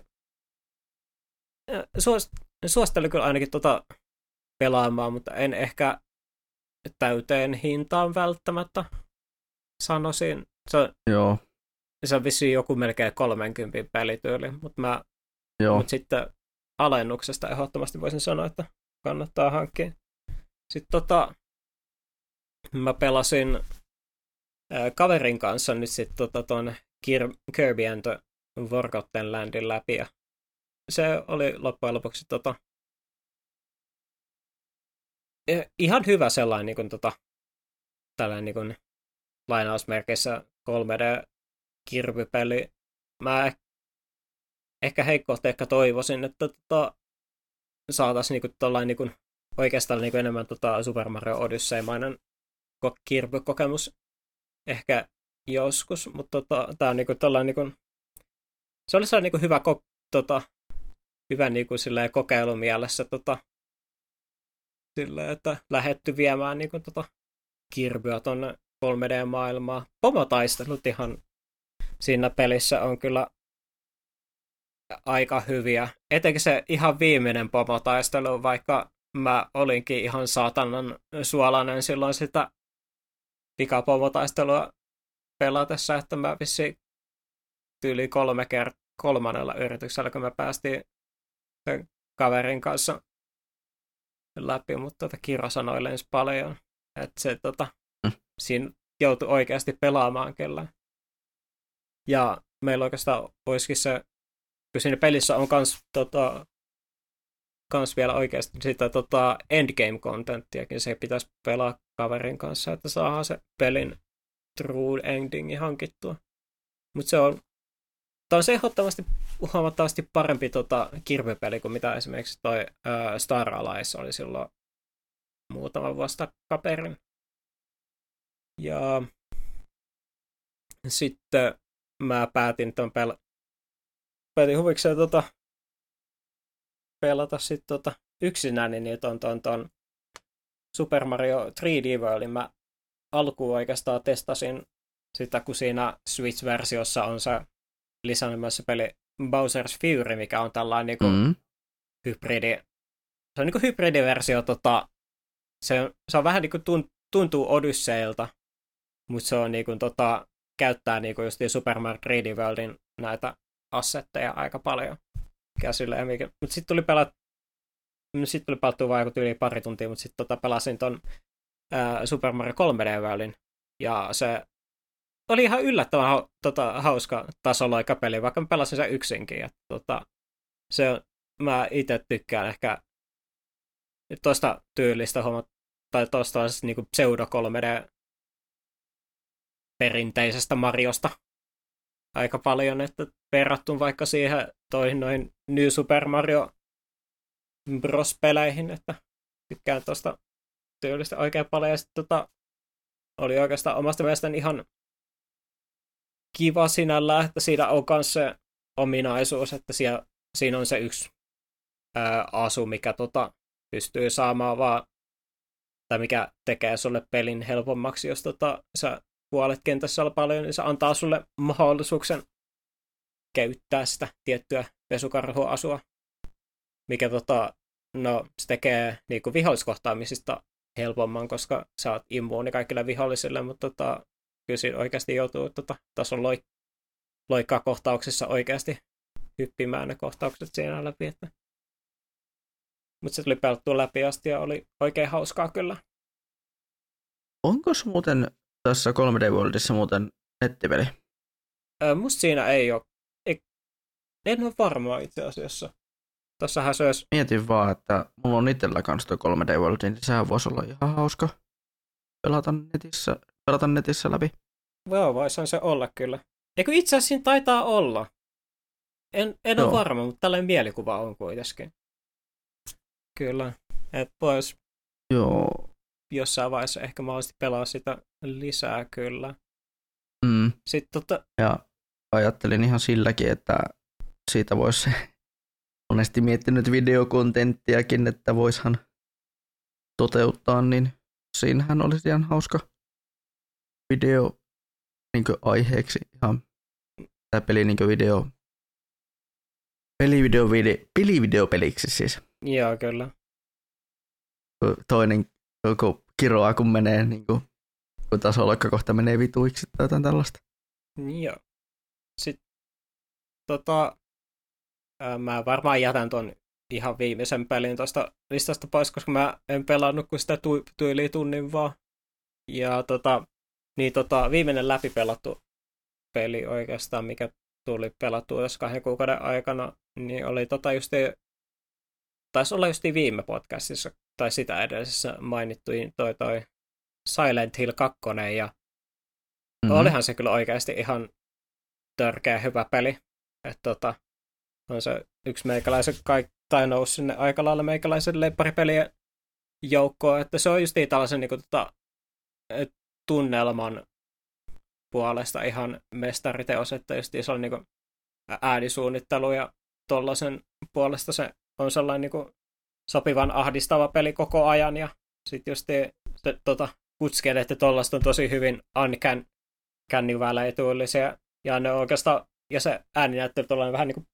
suosittelen kyllä ainakin tota pelaamaan, mutta en ehkä täyteen hintaan välttämättä sanoisin. Se on, Joo. se on vissiin joku melkein kolmenkympin pelityyli, mutta mä Joo. mut sitten alennuksesta ehdottomasti voisin sanoa, että kannattaa hankkia. Sitten tota, mä pelasin ää, kaverin kanssa nyt sitten tota ton Kirby and the Forgotten Landin läpi, ja se oli loppujen lopuksi tota, ihan hyvä sellainen niin kuin, tota, tällainen niin kuin, lainausmerkeissä kolme kirpypeli. Mä eh- ehkä heikkoasti ehkä toivoisin, että tota, saataisiin niinku tollain niinku oikeastaan niinku enemmän tota Super Mario Odyssey-mainen ko- kirpykokemus ehkä joskus, mutta tota, tää on niinku tollain niinku, se oli sellainen niinku hyvä, ko- tota, hyvä niinku silleen kokeilumielessä tota, silleen, että lähetty viemään niinku tota kirpyä tonne kolme D-maailmaan. Pomotaistelut ihan siinä pelissä on kyllä aika hyviä. Etenkin se ihan viimeinen pomotaistelu, vaikka mä olinkin ihan saatanan suolainen silloin sitä pikapomotaistelua pelatessa, että mä vissiin tyyli kolme kert- kolmannella yrityksellä, kun me päästiin sen kaverin kanssa läpi, mutta tota Kiro sanoi lensi paljon, että se tota, mm. siinä joutui oikeasti pelaamaan kyllä. Ja meillä oikeastaan olisikin se, kun siinä pelissä on kans, tota, kans vielä oikeasti sitä tota, endgame-contenttiakin, se pitäisi pelaa kaverin kanssa, että saadaan se pelin true endingi hankittua. Mutta se on, tää on se ehdottomasti huomattavasti parempi tota, kirpypeli kuin mitä esimerkiksi toi ää, Star Allies oli silloin muutama vuosi takaperin. Ja sitten mä päätin ton pel- päätin huvikseen tota pelata sit tota yksinäni niin ton, ton, ton Super Mario three D Worldin. Mä alkuun oikeastaan testasin sitä, kun siinä Switch-versiossa on se lisännyt myös se peli Bowser's Fury, mikä on tällainen niinku mm. hybridi. Se on niinku hybridiversio, tota, se, se on vähän niinku tunt, tuntuu Odysseilta, mutta se on niinku tota, käyttää niinku just Super Mario three D Worldin näitä assetteja aika paljon. Mutta sitten tuli pelat, sit tuli pelattua vain joku yli pari tuntia, mutta sitten tota pelasin ton ää, Super Mario kolme D Worldin, ja se oli ihan yllättävän ha- tota, hauska tasoloikapeli, vaikka mä pelasin sen yksinkin. Ja, tota, se, mä itse tykkään ehkä toista tyylistä hommat, tai toista niinku pseudo kolme D perinteisestä Mariosta aika paljon, että verrattuna vaikka siihen toihin noin New Super Mario Bros-peleihin, että tykkään tuosta tyylistä oikein paljon, ja sitten tota, oli oikeastaan omasta mielestäni ihan kiva sinällään, että siinä on myös se ominaisuus, että siellä, siinä on se yksi ää, asu, mikä tota, pystyy saamaan vaan, tai mikä tekee sulle pelin helpommaksi, jos tota, sä puolet kentässä on paljon, niin se antaa sulle mahdollisuuksen käyttää sitä tiettyä pesukarhuasua, mikä tota, no, se tekee niinku viholliskohtaamisista helpomman, koska sä oot immuuni kaikille vihollisille, mutta tota, kyllä siinä oikeasti joutuu tota, tason loik- loikkaa kohtauksissa oikeasti hyppimään ne kohtaukset siinä läpi. Että... Mutta se tuli pelattua läpi asti ja oli oikein hauskaa kyllä. Onko muuten tässä kolme D Worldissa muuten nettipeli? Öö, musta siinä ei ole. Ei, en ole varma itse asiassa. Tossahan se olisi... Mietin vaan, että mulla on itsellä kanssa tuo kolme D World, niin sehän voisi olla ihan hauska pelata netissä, pelata netissä läpi. Joo, voisihan se olla kyllä. Eikö itse asiassa siinä taitaa olla? En, en ole varma, mutta tällainen mielikuva on kuitenkin. Kyllä. Että vois Joo. jossain vaiheessa ehkä mahdollisesti pelaa sitä lisää kyllä. Mm. Sitten tota... Ja ajattelin ihan silläkin, että siitä voisi monesti miettinyt videokontenttiakin, että voishan toteuttaa, niin siinähän olisi ihan hauska video niin aiheeksi. Ihan tämä peli niin video, pelivideo, video, pelivideopeliksi siis. Joo, kyllä. Toinen koko kiroa, kun menee, niin kuin, kun tasoloikka kohta menee vituiksi tai jotain tällaista. Joo. Sitten tota, ää, mä varmaan jätän ton ihan viimeisen pelin tuosta listasta pois, koska mä en pelannut kuin sitä tu- tyyliä tunnin vaan. Ja tota, niin tota, viimeinen läpipelattu peli oikeastaan, mikä tuli pelattua tässä kahden kuukauden aikana, niin oli tota justi, taisi olla justi viime podcastissa, tai sitä edellisessä mainittuin toi toi Silent Hill kaksi, ja mm-hmm. olihan se kyllä oikeasti ihan törkeä hyvä peli. Että tota, on se yksi meikäläisen kaik- tai nousi sinne aika lailla meikäläisen lepparipelien joukkoon, että se on just tällaisen niin kuin, tota, tunnelman puolesta ihan mestariteos, että just se on niin kuin äänisuunnittelu ja tollaisen puolesta se on sellainen niin kuin sopivan ahdistava peli koko ajan ja sitten just se, tota, kutskelet ja tollaista on tosi hyvin uncanny-väleituillisia ja ne oikeastaan, ja se ääninäyttely tollainen vähän niin kuin,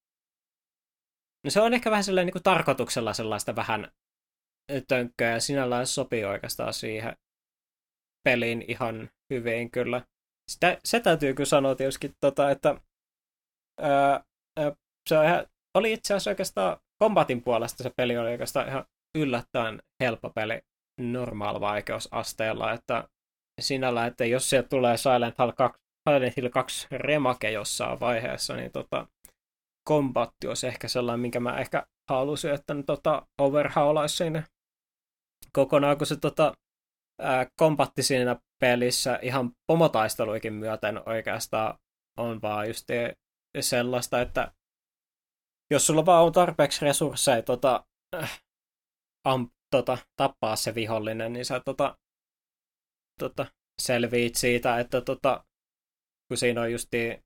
no se on ehkä vähän sellainen niin kuin tarkoituksella sellaista vähän tönkköä ja sinällään sopii oikeastaan siihen peliin ihan hyvin kyllä. Sitä, se täytyy kyllä sanoa tietysti, tota, että ää, ää, se on ihan, oli itse asiassa oikeastaan kombatin puolesta se peli oli oikeastaan ihan yllättäen helppo peli normaal vaikeusasteella, että sinällä, että jos sieltä tulee Silent Hill kaksi, Silent Hill kaksi remake jossain vaiheessa, niin tota, kombatti olisi ehkä sellainen, minkä mä ehkä halusin, että ne tota, overhaulaisi sinne kokonaan, kun se tota, ää, kombatti siinä pelissä ihan pomotaisteluikin myöten oikeastaan on vaan just sellaista, että jos sulla vaan on tarpeeksi resursseja tota, äh, am, tota, tappaa se vihollinen, niin sä tota, tota, selviit siitä, että tota, kun siinä on justiin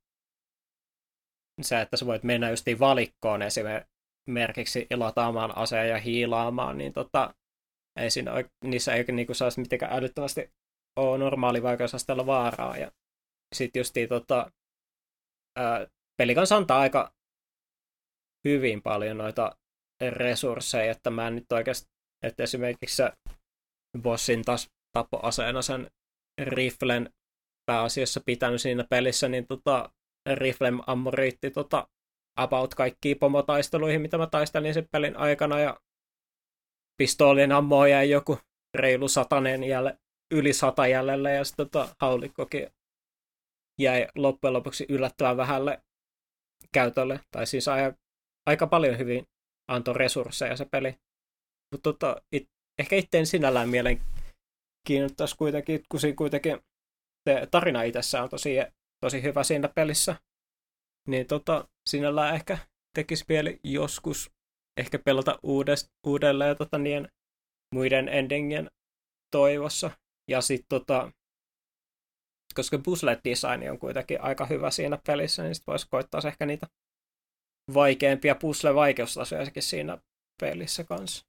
se, että sä voit mennä justiin valikkoon esimerkiksi lataamaan aseen ja hiilaamaan, niin tota, ei siinä, niissä ei niinku saisi mitenkään älyttömästi ole normaali vaikeusasteella vaaraa. Ja sitten justiin tota, ää, peli kanssa antaa aika hyvin paljon noita resursseja, että mä en nyt oikeasti, että esimerkiksi se bossin taas tappoaseena sen riflen pääasiassa pitänyt siinä pelissä, niin tota, riflen ammu riitti tota, about kaikkiin pomotaisteluihin, mitä mä taistelin sen pelin aikana, ja pistoolien ammoa jäi joku reilu satanen jälle, yli sata jäljellä, ja sitten tota, haulikkokin jäi loppujen lopuksi yllättävän vähälle käytölle, tai siis aika, aika paljon hyvin antoi resursseja se peli. Mutta tota, it, ehkä itteen sinällään mielenkiinnostaisi kuitenkin, kun siinä kuitenkin se tarina itsessään on tosi, tosi hyvä siinä pelissä, niin tota, sinällään ehkä tekisi mieli joskus ehkä pelata uudest, uudelleen tota, niin muiden endingien toivossa. Ja sitten tota, koska puzzle-design on kuitenkin aika hyvä siinä pelissä, niin sitten voisi koittaa ehkä niitä vaikeampia puzzle-vaikeustasojakin siinä pelissä kanssa.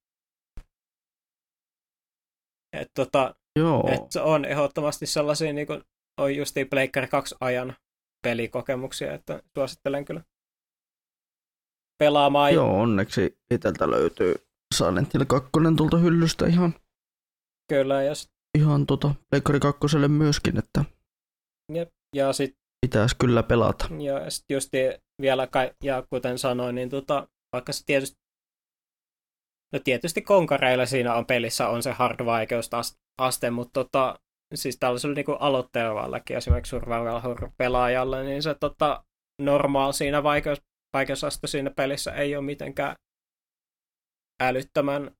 Et tota, et on ehdottomasti sellaisia, niin kuin on justiin Pleikkari kaksi ajan pelikokemuksia, että suosittelen kyllä pelaamaan. Joo, onneksi itseltä löytyy Silent Hill kaksi tuolta hyllystä ihan, kyllä, ja sit, ihan tota Pleikkari kakkoselle myöskin, että ja, ja sit, pitäisi kyllä pelata. Ja sitten justiin vielä, ja kuten sanoin, niin tota, vaikka se tietysti no tietysti konkareilla siinä on pelissä on se hard-vaikeusaste, mutta tota, siis tällaisella niin aloittelevallakin esimerkiksi survival horror-pelaajalle, niin se tota, normaal siinä vaikeus, vaikeusaste siinä pelissä ei ole mitenkään älyttömän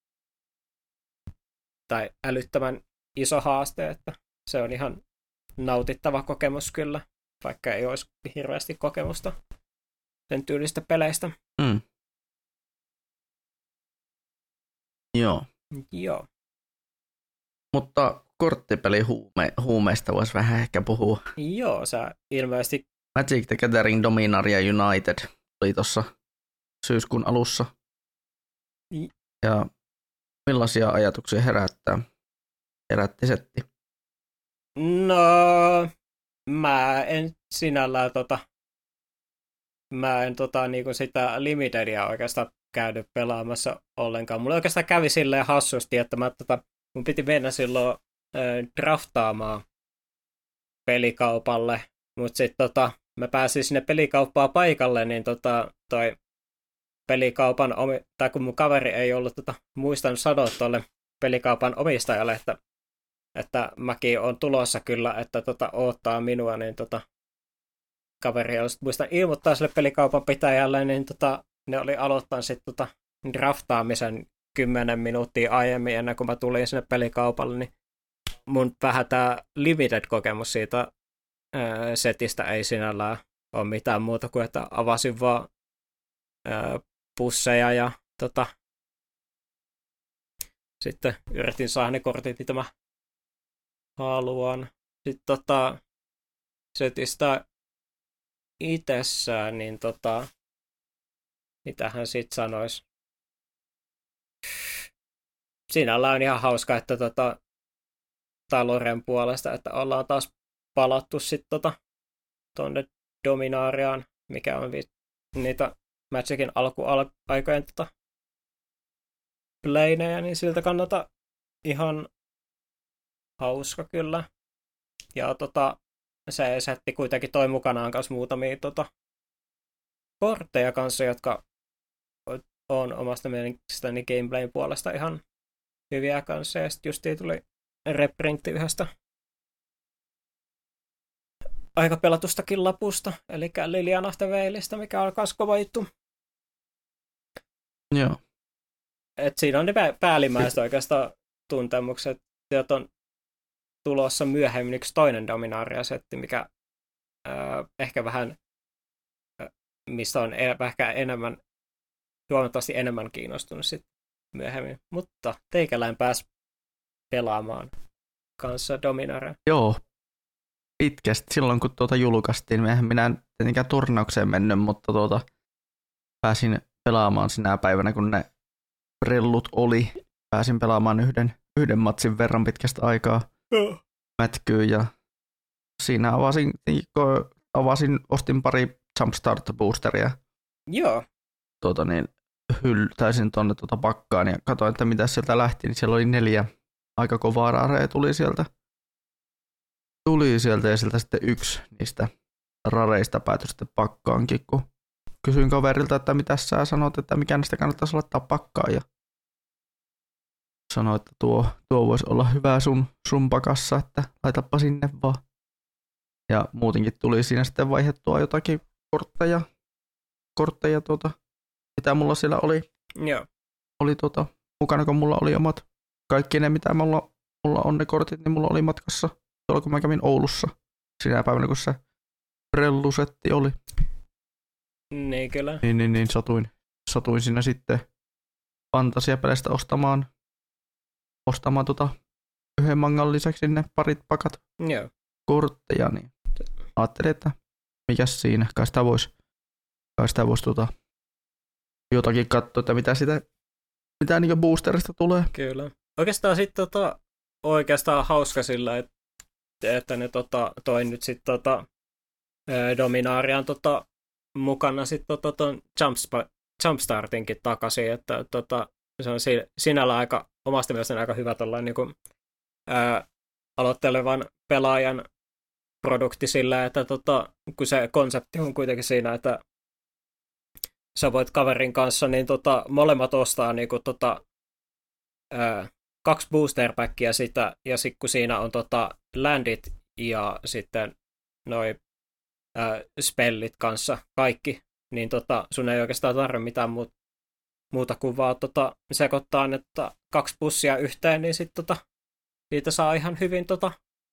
tai älyttömän iso haaste, että se on ihan nautittava kokemus kyllä, vaikka ei olisi hirveästi kokemusta sen tyylistä peleistä. Mm. Joo. Joo. Mutta korttipeli huume, huumeista voisi vähän ehkä puhua. Joo, sä ilmeisesti Magic the Gathering Dominaria United oli tuossa syyskuun alussa. I... Ja millaisia ajatuksia herättää? Herätti setti? No, mä en sinällään tota, mä en tota niinku sitä Limitedia oikeastaan käynyt pelaamassa ollenkaan. Mulla oikeastaan kävi silleen hassusti, että mä tota, mun piti mennä silloin äh, draftaamaan pelikaupalle, mutta sitten tota, mä pääsin sinne pelikauppaan paikalle, niin tota, toi pelikaupan, omi- tai kun mun kaveri ei ollut tota, muistanut sanoa tuolle pelikaupan omistajalle, että, että mäkin on tulossa kyllä, että tota, odottaa minua, niin tota, kaveri olisi muistan ilmoittaa sille pelikaupan pitäjälle, niin tota, ne oli aloittanut sitten tota, draftaamisen kymmenen minuuttia aiemmin ennen kuin mä tulin sinne pelikaupalle, niin mun vähän tää limited-kokemus siitä ää, setistä ei sinällään ole mitään muuta kuin, että avasin vaan ää, pusseja ja tota, sitten yritin saada ne kortit, mitä mä haluan. Sitten tota, setistä itsessään, niin tota, mitähän sit sanois. Sinällään on ihan hauska, että tota, Taloren puolesta, että ollaan taas palattu sitten tota, tuonne Dominariaan, mikä on vi- niitä Magicin alkuaikojen tota, planeja, niin siltä kannalta ihan hauska kyllä. Ja tota, se setti kuitenkin toi mukanaan kanssa muutamia tota, kortteja kanssa, jotka on omasta mielestäni gameplayn puolesta ihan hyviä kanssa. Ja sitten justiin tuli reprintti yhdestä aika pelatustakin lapusta, eli Liliana of the Veilistä, mikä on myös kova juttu. Joo. Et siinä on ne päällimmäiset oikeastaan tuntemukset, jotka on tulossa myöhemmin yksi toinen Dominaria-setti, mikä ää, ehkä vähän, ää, mistä on e- ehkä enemmän, huomattavasti enemmän kiinnostunut sitten myöhemmin. Mutta teikäläin pääsi pelaamaan kanssa Dominaria. Joo, pitkästi. Silloin kun tuota julkaistiin, minä en tietenkään turnaukseen mennyt, mutta tuota, pääsin pelaamaan sinä päivänä, kun ne rellut oli. Pääsin pelaamaan yhden, yhden matsin verran pitkästä aikaa Oh. mätkyyn ja siinä avasin, avasin ostin pari Jumpstart boosteria. Joo. Tuota niin, hyltäisin tuonne tuota pakkaan ja katsoin, että mitä sieltä lähti, niin siellä oli neljä aika kovaa rareja tuli sieltä. Tuli sieltä ja sieltä sitten yksi niistä rareista päätyi sitten pakkaankin, kun kysyin kaverilta, että mitä sä sanot, että mikä näistä kannattaisi laittaa pakkaan ja sanoi, että tuo, tuo voisi olla hyvä sun, sun pakassa, että laitapa sinne vaan. Ja muutenkin tuli siinä sitten vaihdettua jotakin kortteja, kortteja tuota, mitä mulla siellä oli, Joo. oli tuota, mukana, kun mulla oli omat, kaikki ne mitä mulla, mulla on ne kortit, niin mulla oli matkassa. Tuolla kun mä kävin Oulussa sinä päivänä, kun se rellusetti oli. Niin kyllä. Niin, niin, niin satuin, satuin siinä sitten fantasiapeleistä ostamaan, ostamaan tota yhden mangan lisäksi ne parit pakat Joo. kortteja, niin ajattelin, että mikäs siinä, kai sitä voisi kai sitä vois tota jotakin katsoa, että mitä sitä, mitä niinku boosterista tulee. Kyllä. Oikeastaan sitten tota, oikeastaan hauska sillä, että, että ne tota, toi nyt sitten tota, Dominarian tota, mukana sitten tota, ton Jumpspa- Jumpstartinkin takaisin, että tota, se on si- sinällä aika, omasta mielestäni aika hyvä tollain niinku, ää, aloittelevan pelaajan produkti sillä, että tota, kun se konsepti on kuitenkin siinä, että sä voit kaverin kanssa, niin tota, molemmat ostaa niinku, tota, ää, kaksi booster packia sitä, ja sitten kun siinä on tota, landit ja sitten noi ää, spellit kanssa kaikki, niin tota, sun ei oikeastaan tarvitse mitään muut, muuta kuin vaan tota, sekoittaa että kaksi pussia yhteen, niin sitten tota, siitä saa ihan hyvin tota,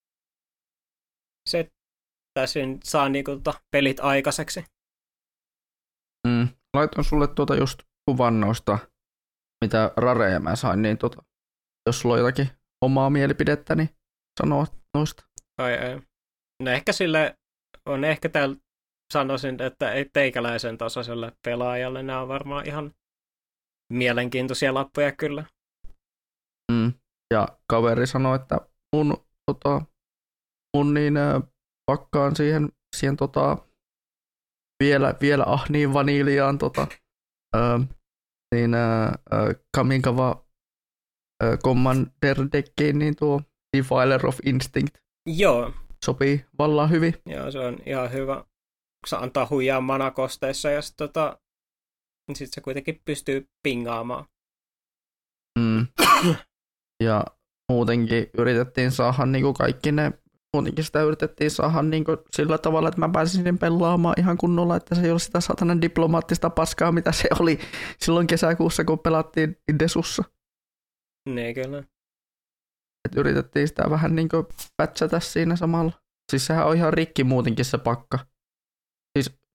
se, tässä saa niinku, tota, pelit aikaiseksi. Mm. Laitoin sulle tuota just kuvan noista, mitä rareja mä sain, niin tota, jos sulla on jotakin omaa mielipidettä, niin sanoa noista. Ai ei. No ehkä sille on ehkä täällä sanoisin, että ei teikäläisen tasoiselle pelaajalle nämä on varmaan ihan mielenkiintoisia lappuja kyllä. Mm. Ja kaveri sanoi, että mun, tota, mun niin äh, pakkaan siihen, siihen tota, vielä, vielä ahniin vaniljaan tota, äh, niin äh, Kamigawa äh, Commander deckiin, niin tuo Defiler of Instinct Joo. sopii vallan hyvin. Joo, se on ihan hyvä. Kun se antaa huijaa manakosteissa ja sitten tota, sit se kuitenkin pystyy pingaamaan. Mm. Ja muutenkin yritettiin saada niinku kaikki ne, muutenkin sitä yritettiin saada niinku sillä tavalla, että mä pääsin sen pelaamaan ihan kunnolla, että se ei ole sitä satanan diplomaattista paskaa, mitä se oli silloin kesäkuussa, kun pelattiin Desussa. Niin kyllä. Et yritettiin sitä vähän niinku pätsätä siinä samalla. Siis sehän on ihan rikki muutenkin se pakka. Siis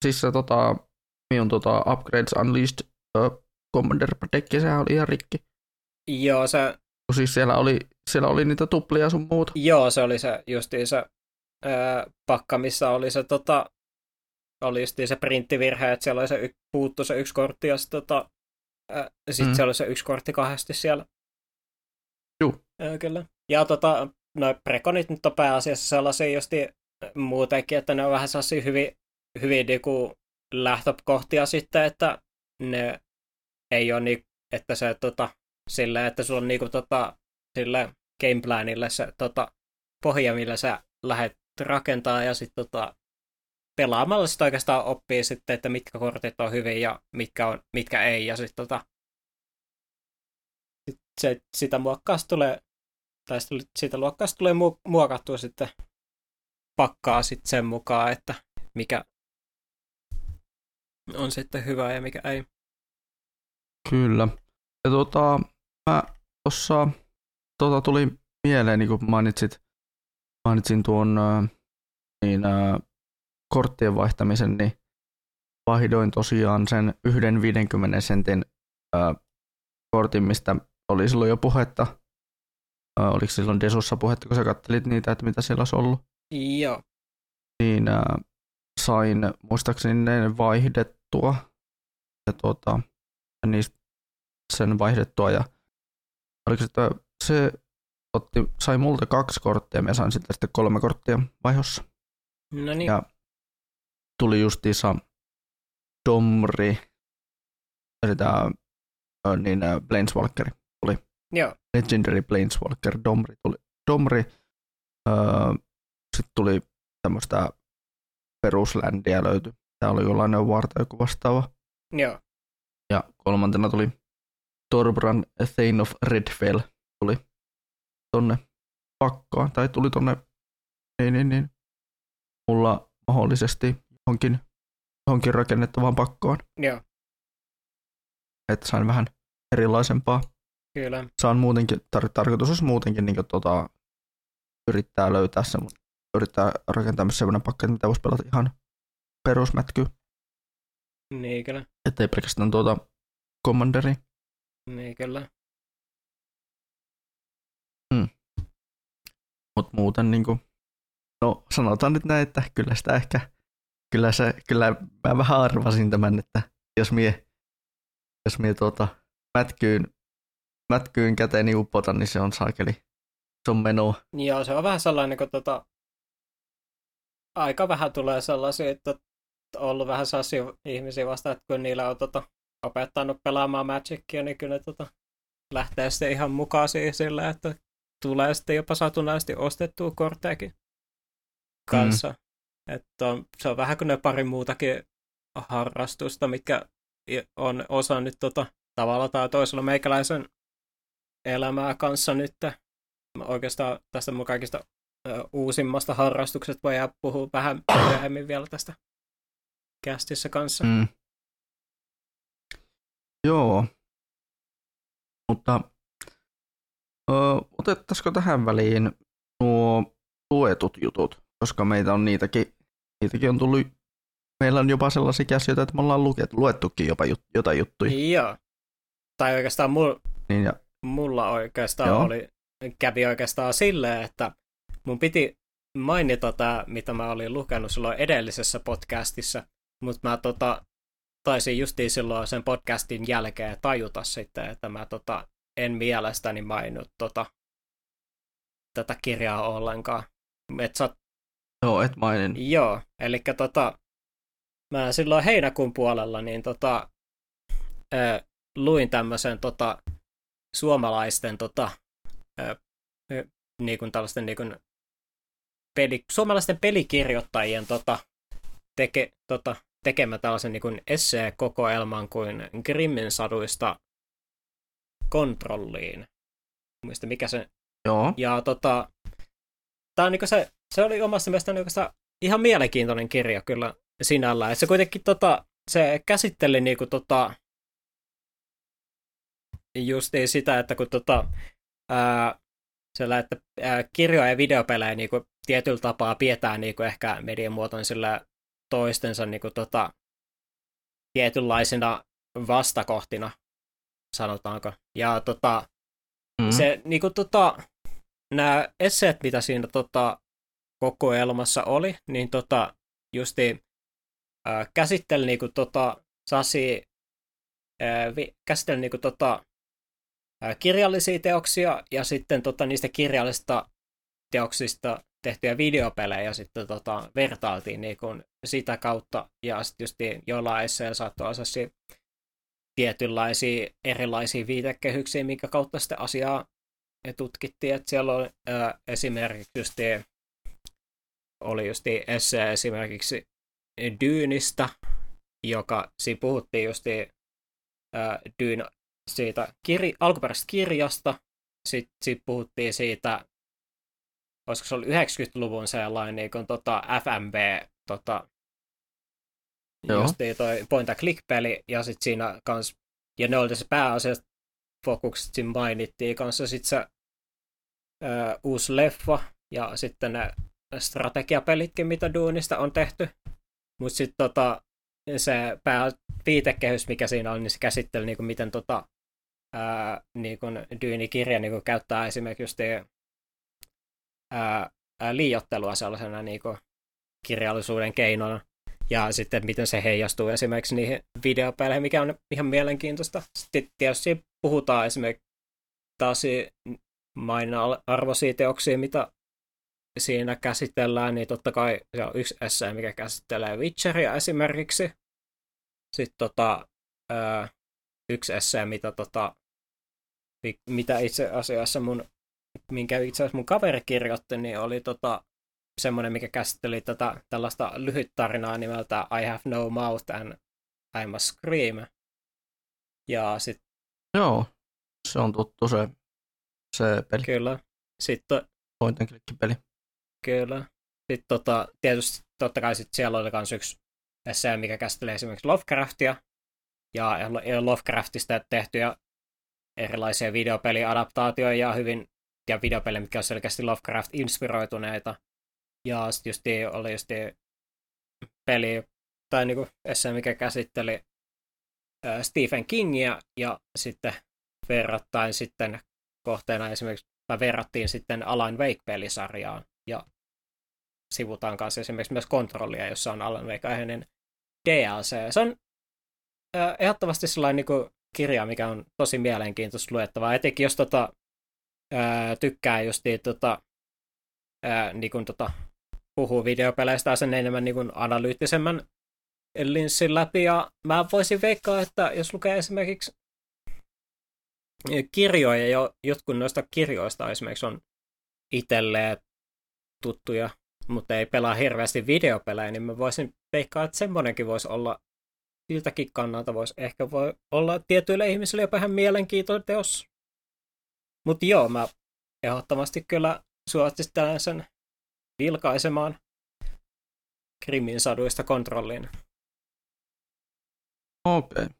siis se tota, minun tota, Upgrades Unleashed uh, Commander-dekki, sehän oli ihan rikki. Joo, se... Siis siellä oli, siellä oli niitä tuplia sun muuta. Joo, se oli se justiin se ää, pakka, missä oli se tota, oli justiin se printtivirhe, että siellä oli se y- puuttu se yksi kortti ja sitten tota, sitten mm. siellä oli se yksi kortti kahdesti siellä. Juu. Ää, kyllä. Ja tota, noi prekonit nyt on pääasiassa sellaisia justiin muutenkin, että ne on vähän sellaisia hyvin, hyvin niinku lähtökohtia sitten, että ne ei ole niin, että se tota, sillä, että sulla on niinku tota, sillä gameplanille se tota, pohja, millä sä lähdet rakentaa ja sitten tota, pelaamalla sitten oikeastaan oppii sitten, että mitkä kortit on hyvin ja mitkä, on, mitkä ei. Ja sitten tota, sit se, sitä muokkaasta tulee, tai siitä luokkaasta tulee muokattua sitten pakkaa sitten sen mukaan, että mikä on sitten hyvä ja mikä ei. Kyllä. Ja tota, mä tossa tota tuli mieleen, niin kun mainitsit, mainitsin tuon niin, korttien vaihtamisen, niin vaihdoin tosiaan sen yhden viidenkymmenen sentin ää, kortin, mistä oli silloin jo puhetta. Ää, oliko silloin Desussa puhetta, kun sä kattelit niitä, että mitä siellä olisi ollut? Joo. Niin ää, sain muistaakseni ne vaihdettua ja tuota, niistä sen vaihdettua ja oliko se, että se otti, sai multa kaksi korttia ja mä sain sitten, sitten kolme korttia vaihossa. No niin. Ja tuli justiinsa Domri, eli tää niin Planeswalkeri tuli. Joo. Legendary Planeswalker, Domri tuli. Domri, öö, sitten tuli tämmöistä perusländiä löytyi. Tää oli jollainen Warta joku vastaava. Joo. Ja kolmantena tuli Torbran Thane of Redfell tuli tonne pakkaan, tai tuli tonne, niin, niin, niin, mulla mahdollisesti johonkin, johonkin rakennettavaan pakkaan. Joo. Että sain vähän erilaisempaa. Kyllä. Saan muutenkin, tar- tarkoitus olisi muutenkin niin kuin, tota, yrittää löytää se, mutta yrittää rakentaa myös sellainen pakka, että mitä voisi pelata ihan perusmätkyä. Niin kyllä. Että ei pelkästään tuota Commanderi. Niin kyllä. Hmm. Mutta muuten niinku, no sanotaan nyt näin, että kyllä sitä ehkä, kyllä se, kyllä mä vähän arvasin tämän, että jos mie, jos mie tuota mätkyyn, mätkyyn käteeni upotan, niin se on saakeli, se on menoa. Joo, se on vähän sellainen, kun tota, aika vähän tulee sellaisia, että on ollut vähän sellaisia ihmisiä vasta, että kun niillä on tota, opettanut pelaamaan Magicia, niin kyllä tota, lähtee sitten ihan mukaan siihen sillä, että tulee sitten jopa satunnaisesti ostettua korttejakin kanssa. Mm. Että on, se on vähän kuin ne pari muutakin harrastusta, mitkä on osa nyt tota, tavalla tai toisella meikäläisen elämää kanssa nyt. Oikeastaan tästä mun kaikista ö, uusimmasta harrastuksesta voidaan puhua vähän myöhemmin vielä tästä kästissä kanssa. Mm. Joo. Mutta ö, otettaisiko tähän väliin nuo luetut jutut, koska meitä on niitäkin, niitäkin on tullut, meillä on jopa sellaisia käsijöitä, että me ollaan luket, luettukin jopa jut, jotain juttuja. Joo. Tai oikeastaan mul, niin ja, mulla oikeastaan joo. oli, kävi oikeastaan silleen, että mun piti mainita tämä, mitä mä olin lukenut silloin edellisessä podcastissa, mutta mä tota, taisin justiin silloin sen podcastin jälkeen tajuta sitten, että mä tota, en mielestäni maininnut tota, tätä kirjaa ollenkaan. Et sä... Joo, et mainin. Joo, eli tota, mä silloin heinäkuun puolella niin tota, äh, luin tämmöisen tota, suomalaisten tota, äh, niin kuin tällaisten niin kuin peli, suomalaisten pelikirjoittajien tota, teke, tota, tekemä tällaisen niin kuin essee-kokoelman kuin Grimmin saduista kontrolliin. Muista mikä se... Joo. Ja tota, tää on niin kuin se, se oli omasta mielestäni oikeastaan ihan mielenkiintoinen kirja kyllä sinällään. Et se kuitenkin tota, se käsitteli niin kuin tota, justiin sitä, että kun tota, ää, sillä, että ää, kirjoja ja videopelejä niin kuin tietyllä tapaa pidetään niin kuin ehkä median muotoon sillä toistensa niin kuin, tota, tietynlaisina vastakohtina, sanotaanko. Ja tota, mm. se, niin kuin, tota, nämä esseet, mitä siinä tota, kokoelmassa oli, niin tota, justi äh, käsitteli niin kuin, tota, Sasi, äh, vi, käsitteli niin kuin, tota, äh, kirjallisia teoksia ja sitten tota, niistä kirjallisista teoksista tehtyjä videopelejä sitten tota, vertailtiin niin kuin sitä kautta, ja sitten just jollain esseellä saattoi olla tietynlaisia erilaisia viitekehyksiä, minkä kautta sitten asiaa tutkittiin, että siellä oli ää, esimerkiksi just, oli just essee esimerkiksi Dyynistä, joka siinä puhuttiin just ää, Dyyn siitä kir- alkuperäisestä kirjasta, sitten sit puhuttiin siitä, olisiko se ollut yhdeksänkymmentäluvun sellainen niin kuin, tota, F M V, tota, justiin toi point and click-peli, ja sitten siinä kans, ja ne oli se pääasiassa fokukset siinä mainittiin kanssa sitten se ö, uusi leffa, ja sitten ne strategiapelitkin, mitä Duunista on tehty, mutta sitten tota, se pääviitekehys, mikä siinä on, niin se käsitteli, niin kuin, miten tota, ää, niin kuin Dyyni-kirja niin kuin käyttää esimerkiksi just Ää, ää, liioittelua sellaisena niin kuin, kirjallisuuden keinona, ja sitten miten se heijastuu esimerkiksi niihin videopeleihin, mikä on ihan mielenkiintoista. Sitten tietysti puhutaan esimerkiksi taas maininnan arvoisia teoksia, mitä siinä käsitellään, niin totta kai se on yksi essee, mikä käsittelee Witcheria esimerkiksi. Sitten tota, ää, yksi essee, mitä, tota, mitä itse asiassa mun minkä itse asiassa mun kaveri kirjoitti, niin oli tota, semmoinen, mikä käsitteli tätä tällaista lyhyttarinaa nimeltä I have no mouth and I must scream. Ja sit... Joo, se on tuttu se, se peli. Kyllä. Sitten... Point and click-peli. Kyllä. Sitten tota, tietysti totta kai sit siellä oli myös yksi essee, mikä käsittelee esimerkiksi Lovecraftia ja Lovecraftista tehtyjä erilaisia videopeliadaptaatioja ja hyvin ja videopelejä, mitkä on selkeästi Lovecraft-inspiroituneita. Ja sitten just oli just peli, tai niinku essee, mikä käsitteli ää, Stephen Kingia, ja sitten verrattain sitten kohteena esimerkiksi, tai verrattiin sitten Alan Wake-pelisarjaan, ja sivutaan kanssa esimerkiksi myös kontrollia, jossa on Alan Wake ja hänen D L C. Se on ää, ehdottomasti sellainen niinku kirja, mikä on tosi mielenkiintoista luettavaa, etenkin jos tota, Ää, tykkää justiin tota, ää, niin kun, tota, puhuu videopeleistä sen enemmän niin kun analyyttisemmän linssin läpi, ja mä voisin veikkaa, että jos lukee esimerkiksi kirjoja, ja jotkut noista kirjoista esimerkiksi on itselleen tuttuja, mutta ei pelaa hirveästi videopelejä, niin mä voisin veikkaa, että semmoinenkin voisi olla, siltäkin kannalta voisi ehkä voi olla tietyille ihmisille jopa ihan mielenkiintoinen teos. Mutta joo, mä ehdottomasti kyllä suosittelen sen vilkaisemaan Grimmin saduista kontrolliin. Okei. Okay.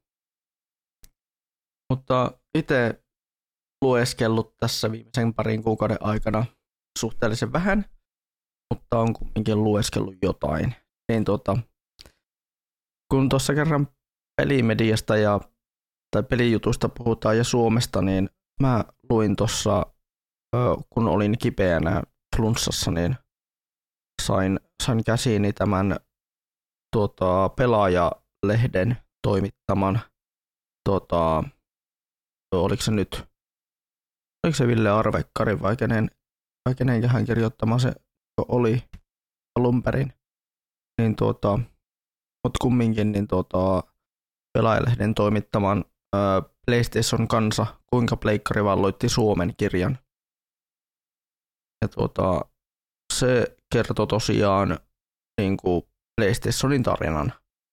Mutta itse lueskellut tässä viimeisen parin kuukauden aikana suhteellisen vähän, mutta on kumminkin lueskellut jotain. Niin tuota, kun tuossa kerran pelimediasta ja tai pelijutuista puhutaan ja Suomesta, niin mä luin tuossa, kun olin kipeänä flunssassa, niin sain, sain käsiini tämän tuota, Pelaajalehden toimittaman, tuota, oliko se nyt, oliko se Ville Arvekkari vai kenen, vai kenenkähän kirjoittama se oli alun perin, niin tuota, mutta kumminkin niin tuota, Pelaajalehden toimittaman ää, PlayStation kansa, kuinka pleikkari valloitti Suomen kirjan. Ja tuota, se kertoo tosiaan niin kuin PlayStationin tarinan.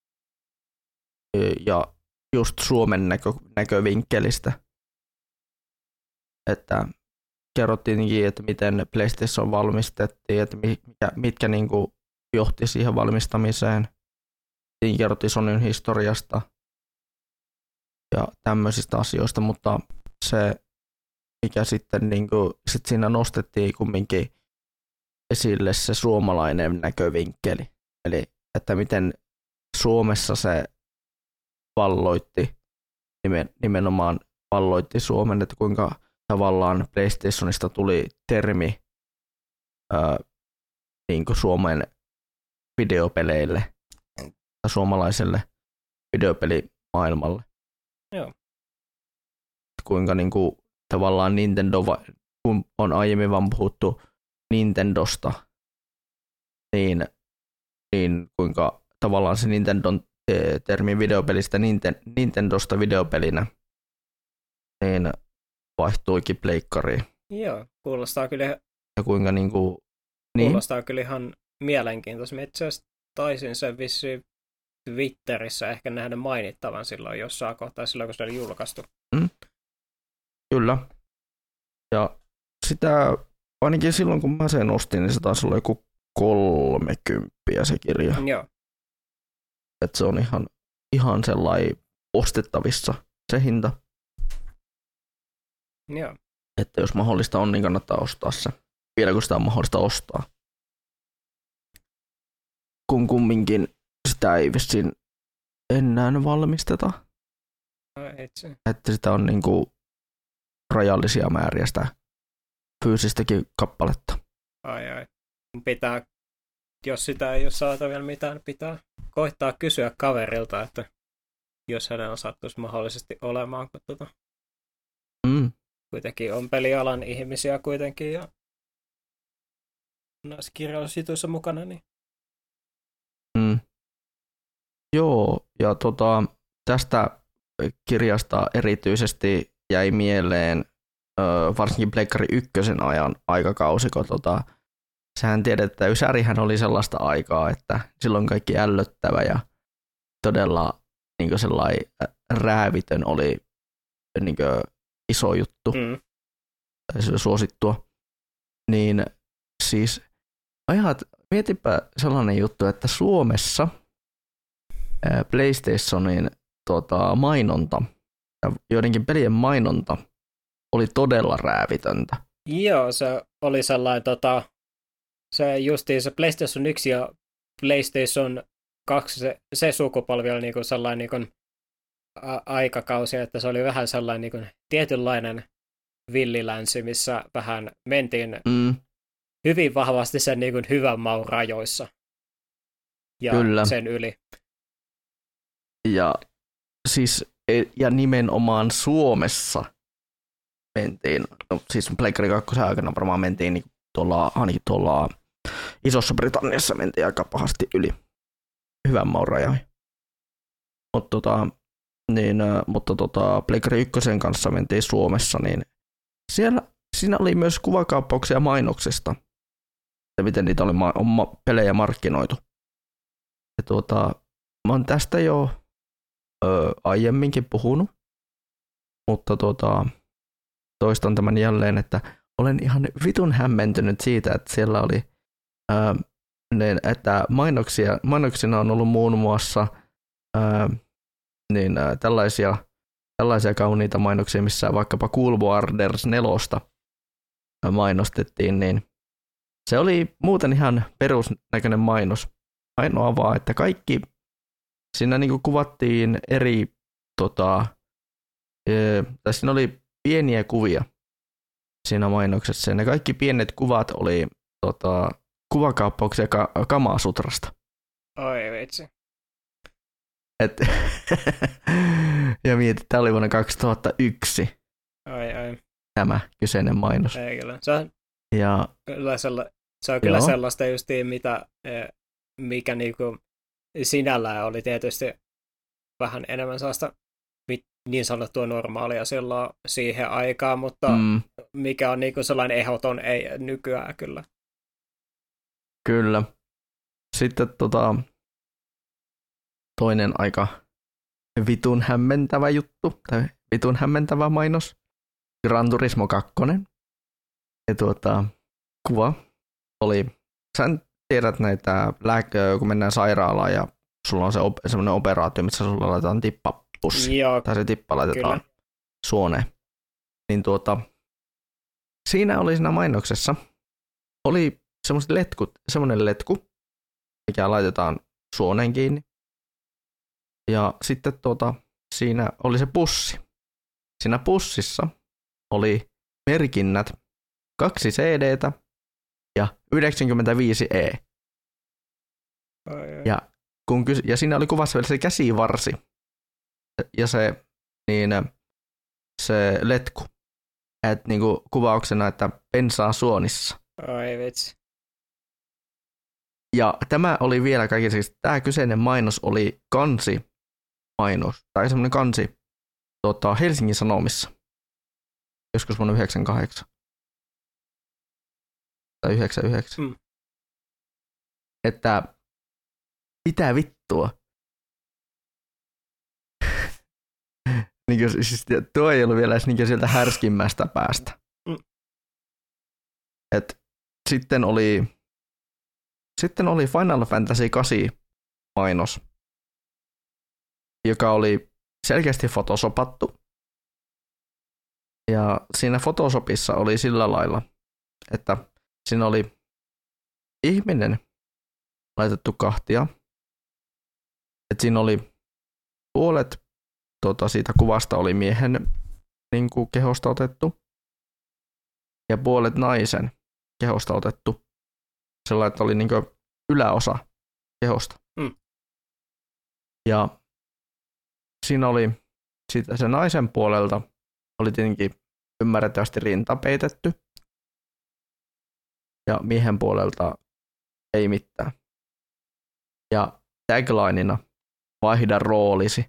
Ja just Suomen näkö, näkövinkkelistä. Että kerrottiinkin, että miten PlayStation valmistettiin, että mitkä, mitkä niin kuin johti siihen valmistamiseen. Siinä kerrottiin Sonyn historiasta ja tämmöisistä asioista, mutta se, mikä sitten niin kuin, sit siinä nostettiin kumminkin esille se suomalainen näkövinkkeli. Eli että miten Suomessa se valloitti, nimenomaan valloitti Suomen, että kuinka tavallaan PlayStationista tuli termi ää, niin kuin Suomen videopeleille tai suomalaiselle videopelimaailmalle. Joo. Kuinka niin kuin, tavallaan Nintendo, kun on aiemmin vaan puhuttu Nintendosta, niin, niin kuinka tavallaan se Nintendon termi videopelistä Nintendosta videopelinä niin vaihtuikin pleikkariin. Joo, kuulostaa kyllä, ja kuinka niin kuin, niin? kuulostaa kyllä ihan mielenkiintoista. Mä itse asiassa taisin sen vissiin Twitterissä ehkä nähdä mainittavan silloin jossain kohtaa, silloin kun se oli julkaistu. Mm. Kyllä. Ja sitä, ainakin silloin kun mä sen ostin, niin se taisi olla joku kolmekymppiä se kirja. Joo. Että se on ihan, ihan sellainen ostettavissa se hinta. Joo. Että jos mahdollista on, niin kannattaa ostaa se. Vielä kun sitä on mahdollista ostaa. Kun kumminkin sitä ei vissiin enää valmisteta. No, itse. Että sitä on niinku rajallisia määriä sitä fyysistäkin kappaletta. Ai ai. Pitää, jos sitä ei ole saatavilla mitään, pitää koittaa kysyä kaverilta, että jos hänellä sattuisi mahdollisesti olemaan, kun tuota, Mm. kuitenkin on pelialan ihmisiä kuitenkin ja näissä kirjallisuutuissa mukana, niin Mm. Joo, ja tota, tästä kirjasta erityisesti jäi mieleen ö, varsinkin Pleikkari ykkösen ajan aikakausi, kun tota, sehän tiedät, että Ysärihän oli sellaista aikaa, että silloin kaikki ällöttävä ja todella niin sellainen räävitön oli niin iso juttu, mm. tai se suosittua. Niin siis ajat, mietipä sellainen juttu, että Suomessa ää, PlayStationin tota, mainonta ja joidenkin pelien mainonta oli todella räävitöntä. Joo, se oli sellainen, tota, se justiin se PlayStation yksi ja PlayStation kaksi, se, se sukupolvi oli niinku sellainen niinku a- aikakausi, että se oli vähän sellainen niinku tietynlainen villilänsi, missä vähän mentiin Mm. hyvin vahvasti sen niinku hyvän maun rajoissa ja Kyllä. sen yli. Ja siis ja nimenomaan Suomessa mentiin, no siis Pleikkari kakkosen aikana varmaan mentiin niin tuolla, ainakin tuolla Isossa Britanniassa mentiin aika pahasti yli hyvän maun rajoihin. Mut tota, niin, mutta tota, Pleikkari ykkösen kanssa mentiin Suomessa, niin siellä, siinä oli myös kuvakaappauksia mainoksista, että miten niitä oli ma- on ma- pelejä markkinoitu. Ja tuota, mä oon tästä jo ö, aiemminkin puhunut, mutta tuota, toistan tämän jälleen, että olen ihan vitun hämmentynyt siitä, että siellä oli, ää, niin, että mainoksia, mainoksina on ollut muun muassa ää, niin, ää, tällaisia, tällaisia kauniita mainoksia, missä vaikkapa Cool Borders nelosta mainostettiin, niin se oli muuten ihan perusnäköinen mainos. Ainoa vaan, että kaikki, siinä niinku kuvattiin eri, tota, e, tai siinä oli pieniä kuvia siinä mainoksessa, ja ne kaikki pienet kuvat oli tota, kuvakaappauksia ka- Kamasutrasta. Oi vitsi. Et ja mietit, tämä oli vuonna kaksituhattayksi Ai ai. tämä kyseinen mainos. Ei kyllä. Se on Ja, kyllä, sella, se on kyllä Joo. sellaista justiin, mitä, eh, mikä niinku sinällään oli tietysti vähän enemmän sellaista mit- niin sanottua normaalia silloin siihen aikaan, mutta mm, mikä on niinku sellainen ehdoton ei nykyään kyllä. kyllä. Sitten tota, toinen aika vitun hämmentävä juttu, tai vitun hämmentävä mainos, Gran Turismo kaksi. Ja tuota, kuva oli, sä tiedät näitä lääkkeitä, kun mennään sairaalaan ja sulla on se op- semmoinen operaatio, missä sulla laitetaan tippapussi, Joo, tai se tippa laitetaan kyllä. suoneen. Niin tuota, siinä oli siinä mainoksessa, oli semmoiset letkut, semmoinen letku, mikä laitetaan suoneen kiinni. Ja sitten tuota, siinä oli se pussi. Siinä pussissa oli merkinnät kaksi C D:tä ja yhdeksänkymmentäviisi E. Ai, ai. Ja, kun kys- ja siinä oli kuvassa vielä se käsivarsi ja se, niin, se letku. Et, niinku, kuvauksena, että bensaa suonissa. Ai vitsi. Ja tämä oli vielä kaikki, siis tämä kyseinen mainos oli kansi-mainos, tai semmoinen kansi tota, Helsingin Sanomissa, joskus vuonna yhdeksänkymmentäkahdeksan. Tai yhdeksänkymmentäyhdeksän. Mm. Että mitä vittua? niin kuin, siis, tuo ei ollut vielä edes niin sieltä härskimmästä päästä. Mm. Et, sitten oli Sitten oli Final Fantasy kahdeksan mainos, joka oli selkeästi photosopattu. Ja siinä Photoshopissa oli sillä lailla, että siinä oli ihminen laitettu kahtia. Että siinä oli puolet tota, siitä kuvasta oli miehen niin kuin, kehosta otettu ja puolet naisen kehosta otettu. Sellainen, että oli niin kuin yläosa kehosta. Mm. Ja siinä oli siitä se naisen puolelta oli tietenkin ymmärrettävästi rinta peitetty. Ja miehen puolelta ei mitään. Ja taglineina vaihda roolisi.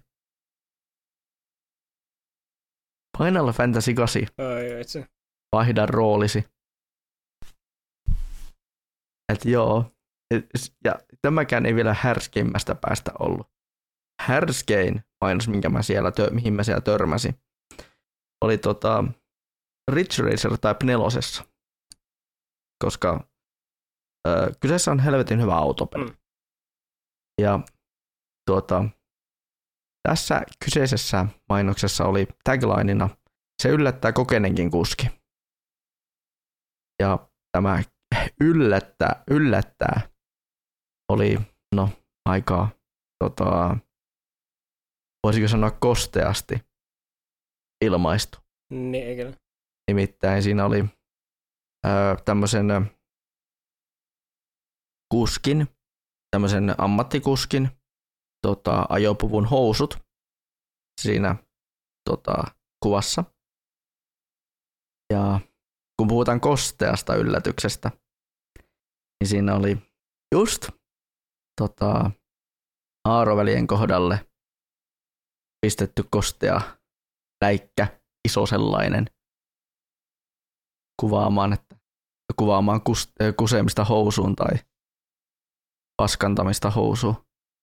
Final Fantasy kahdeksan. Ai vitsi. Vaihda roolisi. Et joo. Et, ja tämäkään ei vielä härskeimmästä päästä ollut. Härskein mainos, minkä mä siellä, mihin mä siellä törmäsin, oli tota Ridge Racer Type nelosessa. Koska ö, kyseessä on helvetin hyvä autopeli. Mm. Ja tuota, tässä kyseisessä mainoksessa oli taglineina se yllättää kokenenkin kuski. Ja tämä yllättää, yllättää oli no aika tota, voisiko sanoa kosteasti ilmaistu. Niin, kyllä. Nimittäin siinä oli ö, tämmöisen kuskin, tämmöisen ammattikuskin tota, ajopuvun housut siinä tota, kuvassa. Ja kun puhutaan kosteasta yllätyksestä, niin siinä oli just tota, Aarovälien kohdalle pistetty kostea läikkä, iso sellainen, kuvaamaan, että, kuvaamaan kus, kuseemista housuun tai paskantamista housuun.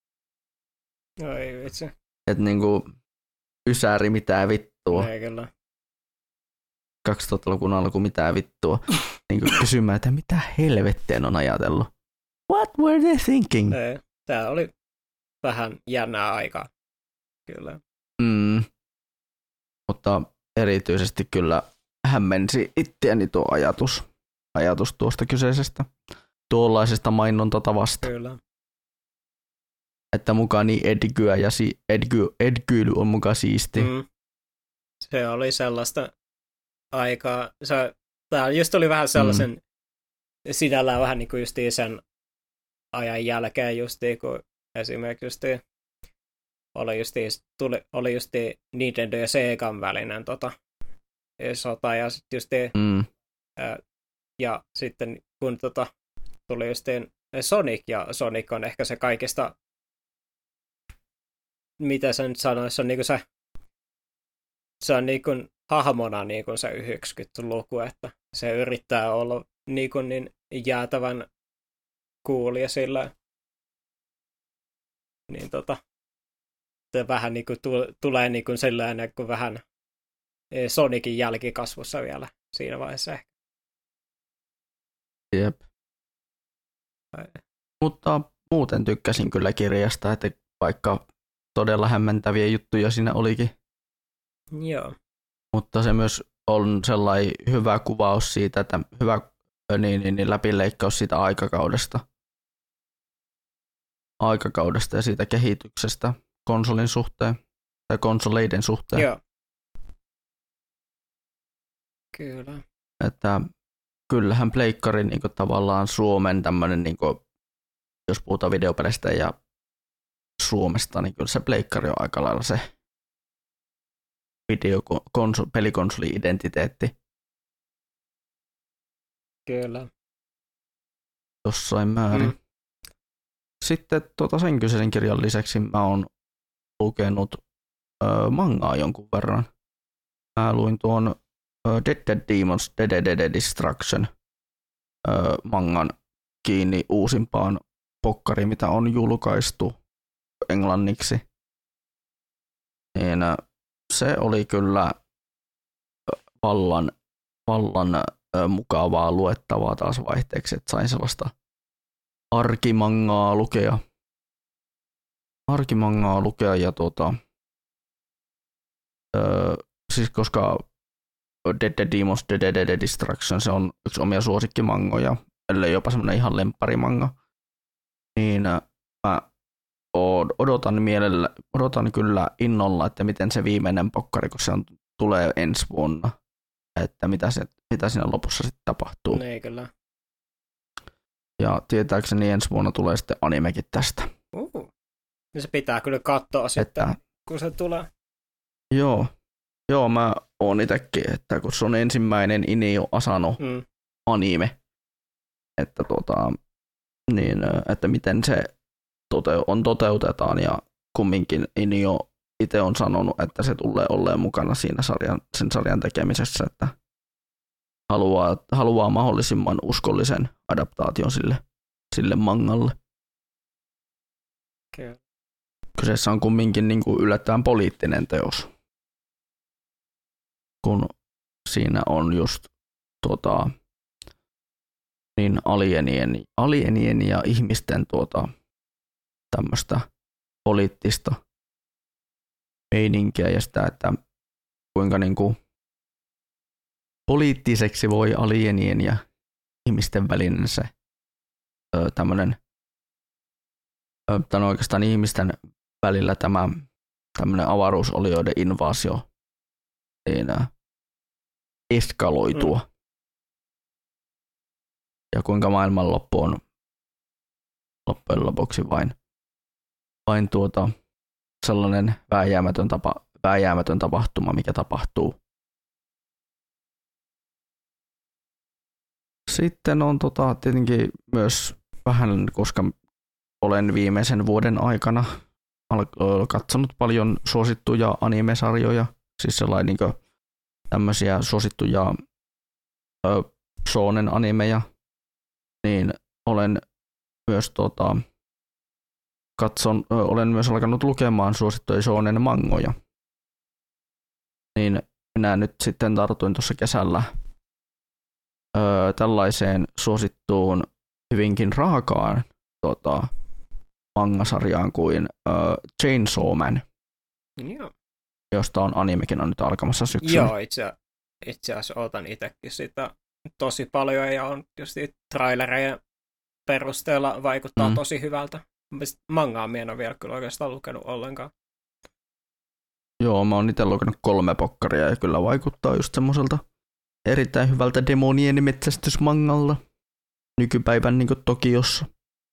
Ai vitsi. Että niinku ysäri mitään vittua. Ei kyllä. kaksituhattaluvun alku mitään vittua. Niinku kysymään, että mitä helvetteen on ajatellut. What were they thinking? Ei. Tää oli vähän jännää aikaa. Kyllä. Mm. Mutta erityisesti kyllä hämmensi itseäni tuo ajatus, ajatus tuosta kyseisestä tuollaisesta mainontatavasta. Kyllä. Että mukaan niin edgyä ja si- edgy- edgyily on mukaan siisti. Mm. Se oli sellaista aikaa. Se, tää just oli vähän sellaisen mm. sinällään vähän niin kuin justiin sen ajan jälkeen justiin, kun esimerkiksi justiin oli justiin, tuli, oli justiin Nintendo ja Segan välinen tota, sota ja sitten justiin Mm. ää, ja sitten kun tota, tuli justiin Sonic ja Sonic on ehkä se kaikista, mitä sä nyt sanois, se on niinku se se on niinku hahmona niinku se yhdeksänkymmentäluku, että se yrittää olla niinku niin jäätävän cool ja sillä niin tota se vähän niinku tu- tulee niinku sellainen kuin vähän Sonicin jälkikasvussa vielä siinä vaiheessa ehkä. Jep. Mutta muuten tykkäsin kyllä kirjasta, että vaikka todella hämmentäviä juttuja siinä olikin. Joo. Mutta se myös on sellainen hyvä kuvaus siitä, että hyvä niin, niin, niin läpileikkaus siitä aikakaudesta. aikakaudesta ja siitä kehityksestä konsolin suhteen tai konsoleiden suhteen. Joo. Kyllä. Että kyllähän pleikkari niin kuin, tavallaan Suomen tämmöinen, niin kuin, jos puhutaan videopeleistä ja Suomesta, niin kyllä se pleikkari on aika lailla se videokonsoli, pelikonsoli-identiteetti. Kyllä. Jossain määrin. Mm. Sitten tota, sen kyseisen kirjan lisäksi mä oon lukenut ö, mangaa jonkun verran. Mä luin tuon ö, Dead Dead Demons Dead Dead Dead Destruction ö, mangan kiinni uusimpaan pokkariin, mitä on julkaistu englanniksi. Niin, se oli kyllä vallan, vallan ö, mukavaa luettavaa taas vaihteeksi, että sain sellaista arkimangaa lukea. Arkimangaa lukea ja tuota, ö, siis koska Dead Dead Demons Dead Dead Dead Destruction, se on yksi omia suosikkimangoja, ellei jopa semmoinen ihan lempparimanga, niin mä odotan mielellä, odotan kyllä innolla, että miten se viimeinen pokkari, kun se on, tulee ensi vuonna, että mitä, se, mitä siinä lopussa sitten tapahtuu. Ei kyllä. Ja tietääkseni ensi vuonna tulee sitten animekin tästä. Uh. Niin se pitää kyllä katsoa sitten, että, kun se tulee. Joo, joo mä oon itsekin, että kun se on ensimmäinen Inio Asano mm. anime, että, tota, niin, että miten se tote- on toteutetaan ja kumminkin Inio itse on sanonut, että se tulee olleen mukana siinä sarjan, sen sarjan tekemisessä, että haluaa, haluaa mahdollisimman uskollisen adaptaation sille, sille mangalle. Okay. Kyseessä on kumminkin niin kuin yllättävän poliittinen teos, kun siinä on just tuota, niin alienien, alienien ja ihmisten tuota, tämmöistä poliittista meininkiä ja sitä, että kuinka niin kuin poliittiseksi voi alienien ja ihmisten välinen se ö, tämmöinen, ö, tämän oikeastaan ihmisten välillä tämä tämmöinen avaruusolioiden invaasio niin, ö, eskaloitua. Mm. Ja kuinka maailmanloppu on loppujen lopuksi vain, vain tuota, sellainen vääjäämätön, tapa, vääjäämätön tapahtuma, mikä tapahtuu. Sitten on tota, tietenkin myös vähän, koska olen viimeisen vuoden aikana katsonut paljon suosittuja anime-sarjoja, siis sellainen niin kuin tämmöisiä suosittuja ö, shounen animeja, niin olen myös tota, katson, ö, olen myös alkanut lukemaan suosittuja shounen mangoja. Niin minä nyt sitten tartuin tuossa kesällä ö, tällaiseen suosittuun hyvinkin raakaan tota, mangasarjaan kuin ö, Chainsaw Man, Joo. josta on animekin on nyt alkamassa syksyllä. Joo, itse, itse asiassa otan itsekin sitä tosi paljon ja on just trailereiden perusteella vaikuttaa mm. tosi hyvältä. Mangaa minä en ole vielä kyllä oikeastaan lukenut ollenkaan. Joo, mä oon itse lukenut kolme pokkaria ja kyllä vaikuttaa just semmoiselta erittäin hyvältä demonien metsästysmangalla nykypäivän niin kuin Tokiossa.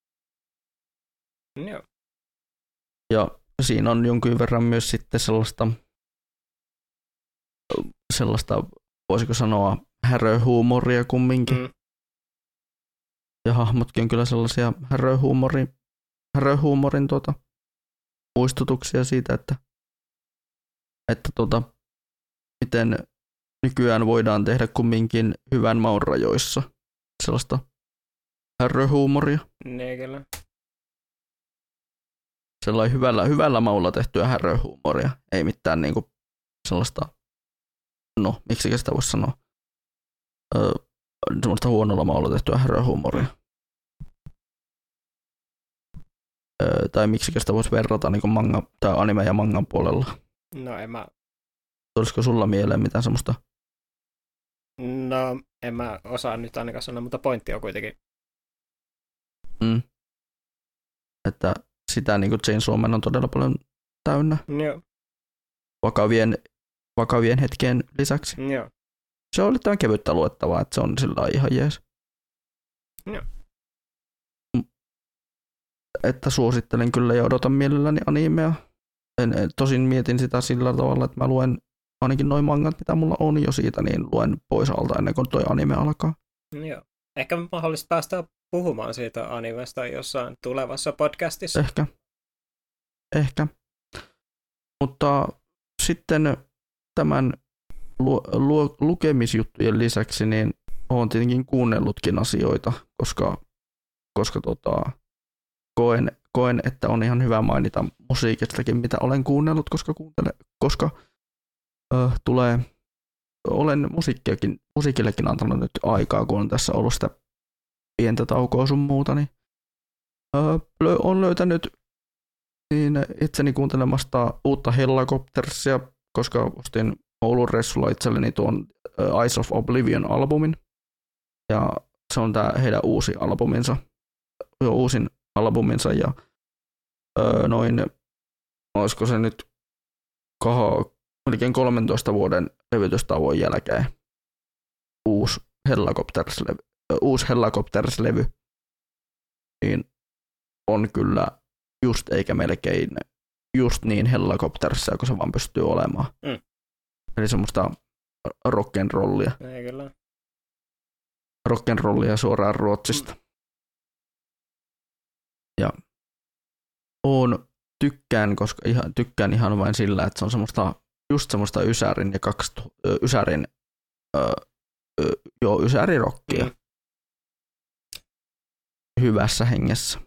Joo. Ja siinä on jonkin verran myös sitten sellaista, sellaista voisiko sanoa, häröhuumoria kumminkin. Mm. Ja hahmotkin on kyllä sellaisia häröhuumorin, häröhuumorin tuota, muistutuksia siitä, että, että tuota, miten nykyään voidaan tehdä kumminkin hyvän maun rajoissa sellaista häröhuumoria. Ne kyllä. Sellainen hyvällä, hyvällä maulla tehtyä häröhuumoria, ei mitään niinku sellaista, no miksi sitä voisi sanoa, öö, semmoista huonolla maulla tehtyä häröhuumoria. Öö, tai miksi sitä voisi verrata niinku manga, tai anime ja mangan puolella. No en mä... Tulisiko sulla mieleen mitään semmoista? No en mä osaa nyt ainakaan sanoa, mutta pointti on kuitenkin. Mm. Että sitä niin kuin Chainsaw Man on todella paljon täynnä. Joo. Vakavien, vakavien hetkien lisäksi. Joo. Se on yllättävän kevyttä luettavaa, että se on sillä lailla ihan jees. Joo. Että suosittelen kyllä ja odotan mielelläni animea. En, tosin mietin sitä sillä tavalla, että mä luen ainakin noin mangat, mitä mulla on jo siitä, niin luen pois alta ennen kuin toi anime alkaa. Joo. Ehkä mahdollisesti päästään puhumaan siitä animesta jossain tulevassa podcastissa. Ehkä. Ehkä. Mutta sitten tämän lu- lu- lukemisjuttujen lisäksi niin olen tietenkin kuunnellutkin asioita, koska, koska tota, koen, koen, että on ihan hyvä mainita musiikistakin, mitä olen kuunnellut, koska, kuuntele, koska ö, tulee, olen musiikkiakin, musiikillekin antanut nyt aikaa, kun on tässä ollut sitä pientä taukoa sun muuta, niin ö, on löytänyt niin itseni kuuntelemasta uutta Hellacoptersia, koska ostin Oulun reissulla itselleni tuon Eyes of Oblivion-albumin. Ja se on tää heidän uusi albuminsa, jo uusin albuminsa ja öö, noin, olisiko se nyt kaho, melkein kolmentoista vuoden levytystauon jälkeen uusi Hellacopters-levy, uusi Hellacopters-levy, niin on kyllä just eikä melkein just niin Hellacoptersia, kun se vaan pystyy olemaan. Mm. Eli semmoista rock'n'rollia. Ei kyllä. Rock'n'rollia suoraan Ruotsista. Mm. Ja on tykkään, koska ihan, tykkään ihan vain sillä, että se on semmoista, just semmoista Ysärin ja kaksi, ö, Ysärin, ö, ö, joo, Ysärirockia. Mm. Hyvässä hengessä.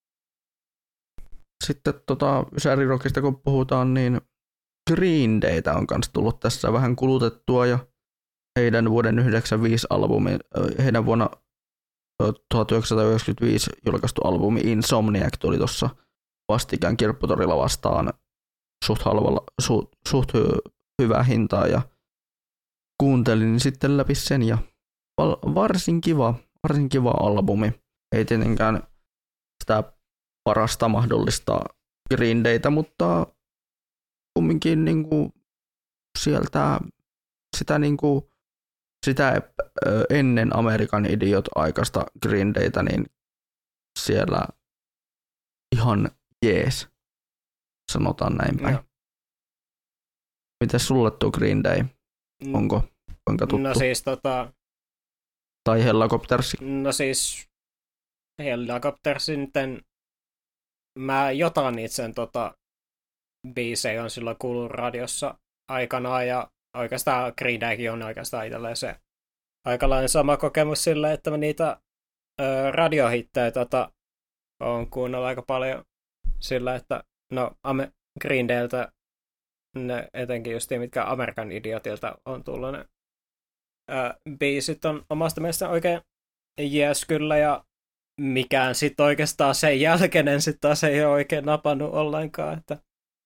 Sitten tota, Ysärirockista kun puhutaan, niin Green Daytä on kanssa tullut tässä vähän kulutettua ja heidän vuoden yhdeksänkymmentäviisi albumi, heidän vuonna tuhatyhdeksänsataayhdeksänkymmentäviisi julkaistu albumi Insomniac tuli tuossa vastikään Kirpputorilla vastaan suht halvalla, su, suht hy, hyvää hintaa ja kuuntelin sitten läpi sen ja varsin kiva, varsin kiva albumi. Ei tietenkään sitä parasta mahdollista Green Daytä, mutta kumminkin niinku sieltä sitä, niinku, sitä ennen American Idiot-aikaista Green Daytä, niin siellä ihan jees, sanotaan näin päin. No. Miten sulle tuo Green Day? Onko kuinka tuttu? No siis tota... Tai Hellacoptersi? No siis Hellacoptersi nyt mä jotain itsen tota biisejä on silloin kuullut radiossa aikanaan ja oikeastaan Green Daykin on oikeastaan itselleen se aikalainen sama kokemus sille, että mä niitä ö, radiohittejä tota, on kuunnellut aika paljon sillä, että no Ame- Green Dayltä ne etenkin just mitkä American Idiotilta on tullut ne ö, biisit on omasta mielestä oikein jees kyllä ja mikään sitten oikeastaan sen jälkeinen sitten taas ei ole oikein napannut ollenkaan, että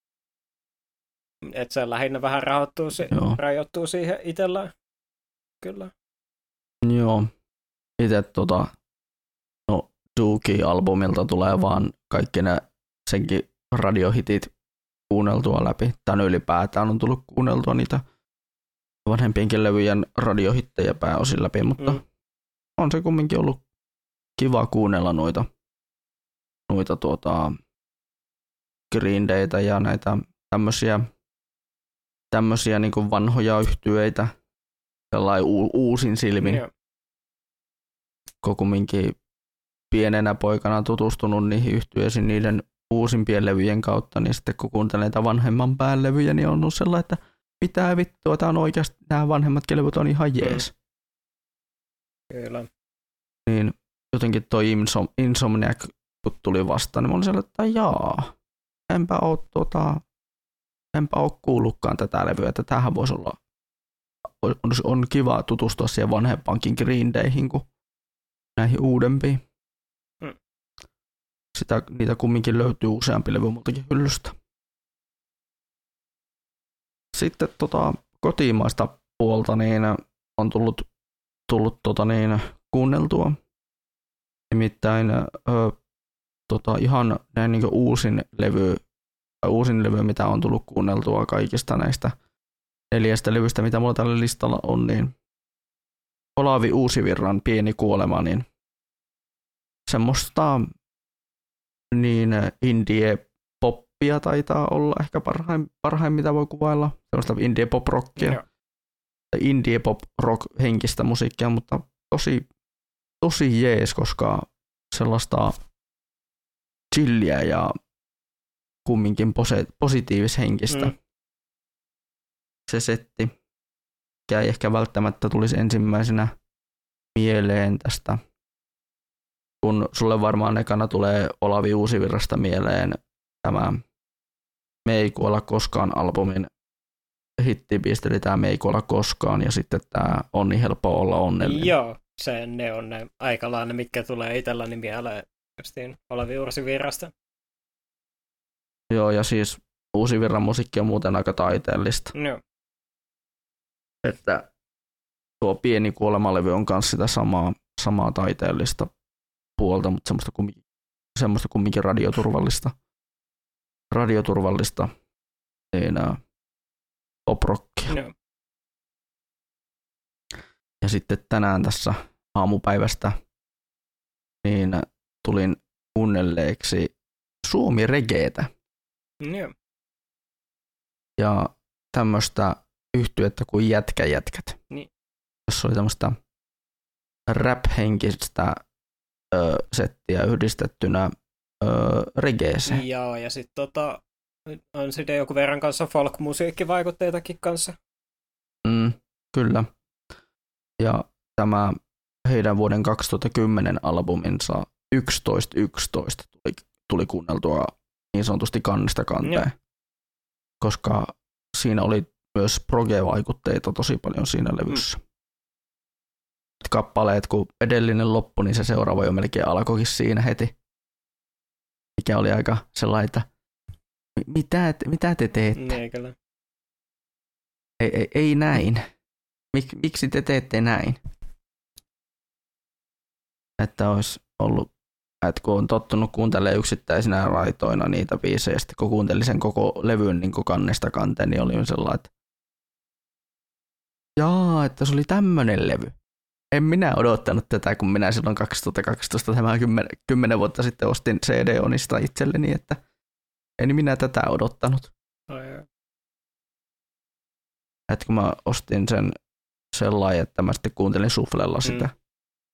et se lähinnä vähän rajoittuu, si- rajoittuu siihen itsellään. Kyllä. Joo. Itse tota, no Dookie-albumilta tulee vaan kaikki ne senkin radiohitit kuunneltua läpi. Tän ylipäätään on tullut kuunneltua niitä vanhempienkin levyjen radiohittejä pääosin läpi, mutta mm. on se kumminkin ollut kiva kuunnella noita, noita tuota Green Daytä ja näitä tämmöisiä tämmöisiä niin kuin vanhoja yhtyeitä sellainen u- uusin silmin. Yeah. Kun kumminkin pienenä poikana tutustunut niihin yhtyeisiin niiden uusimpien levyjen kautta, niin sitten kun kuuntelee näitä vanhemman pään levyjä, niin on ollut sellainen, että mitä vittua, tämä on oikeasti, nämä vanhemmat levyt on ihan jees. Kyllä. Niin jotenkin toi Insom- Insomniac, kun tuli vastaan, niin mä olin sellainen, että jaa, enpä ole, tota, enpä ole kuullutkaan tätä levyä, että tämähän voisi olla, on, on kiva tutustua siihen vanhempaankin Green Dayhin kuin näihin uudempiin. Mm. Sitä, niitä kumminkin löytyy useampi levy multakin hyllystä. Sitten tota, kotimaista puolta niin on tullut, tullut tota, niin, kuunneltua. Nimittäin ö, tota, ihan näin niin uusin levy, uusin levy, mitä on tullut kuunneltua kaikista näistä neljästä levystä, mitä mulla tällä listalla on, niin Olavi Uusivirran Pieni kuolema, niin semmoista niin indie-poppia taitaa olla ehkä parhain, parhain mitä voi kuvailla. Semmoista indie-pop-rockia. No. Indie-pop-rock henkistä musiikkia, mutta tosi, tosi jees, koska sellaista chilliä ja kumminkin pose- positiivishenkistä mm. se setti, mikä ei ehkä välttämättä tulisi ensimmäisenä mieleen tästä, kun sulle varmaan ekana tulee Olavi Uusivirrasta mieleen tämä Me ei kuolla koskaan -albumin hittibiisti, eli tämä Me ei kuolla koskaan, ja sitten tämä On niin helppo olla onnellinen. Joo, se, ne on ne aika lailla ne, mitkä tulee itselläni mieleen justiin Olavi Uusivirrasta. Joo, ja siis Uusivirran musiikki on muuten aika taiteellista. Joo. Että tuo Pieni kuolemalevy on myös sitä samaa, samaa taiteellista puolta, mutta semmoista kumminkin, semmoista kumminkin radioturvallista, radioturvallista niin, uh, pop-rockia. No. Ja sitten tänään tässä aamupäivästä niin tulin kuunnelleeksi suomi-regeetä. No. Ja tämmöistä yhtyettä kuin Jätkäjätkät. Niin. Jossa oli tämmöistä rap-henkistä ö, settiä yhdistettynä ö, regeeseen. Joo, ja sitten tota, on sitten joku verran kanssa folk-musiikkivaikutteitakin kanssa. Mm, kyllä. Ja tämä heidän vuoden kaksituhattakymmenen albuminsa yksitoista yksitoista tuli, tuli kuunneltua niin sanotusti kannesta kanteen. Mm. Koska siinä oli myös proge-vaikutteita tosi paljon siinä levyssä. Mm. Kappaleet, kun edellinen loppu, niin se seuraava jo melkein alkoikin siinä heti. Mikä oli aika sellainen, että mitä te, mitä te teette? Niin, kyllä. Ei, ei, ei näin. Mik, miksi te teette näin? Että olisi ollut, että kun on tottunut kuuntelemaan yksittäisinä raitoina niitä biisejä, sitten kun kuuntelin sen koko levyn niin kannesta kanteen, niin oli sellainen, että jaa, että se oli tämmöinen levy. En minä odottanut tätä, kun minä silloin kaksituhattakaksitoista, tämä kymmenen vuotta sitten ostin C D-onista itselleni, että en minä tätä odottanut. Oh, yeah. Että kun mä ostin sen sellainen, että mä sitten kuuntelin suflella sitä, mm.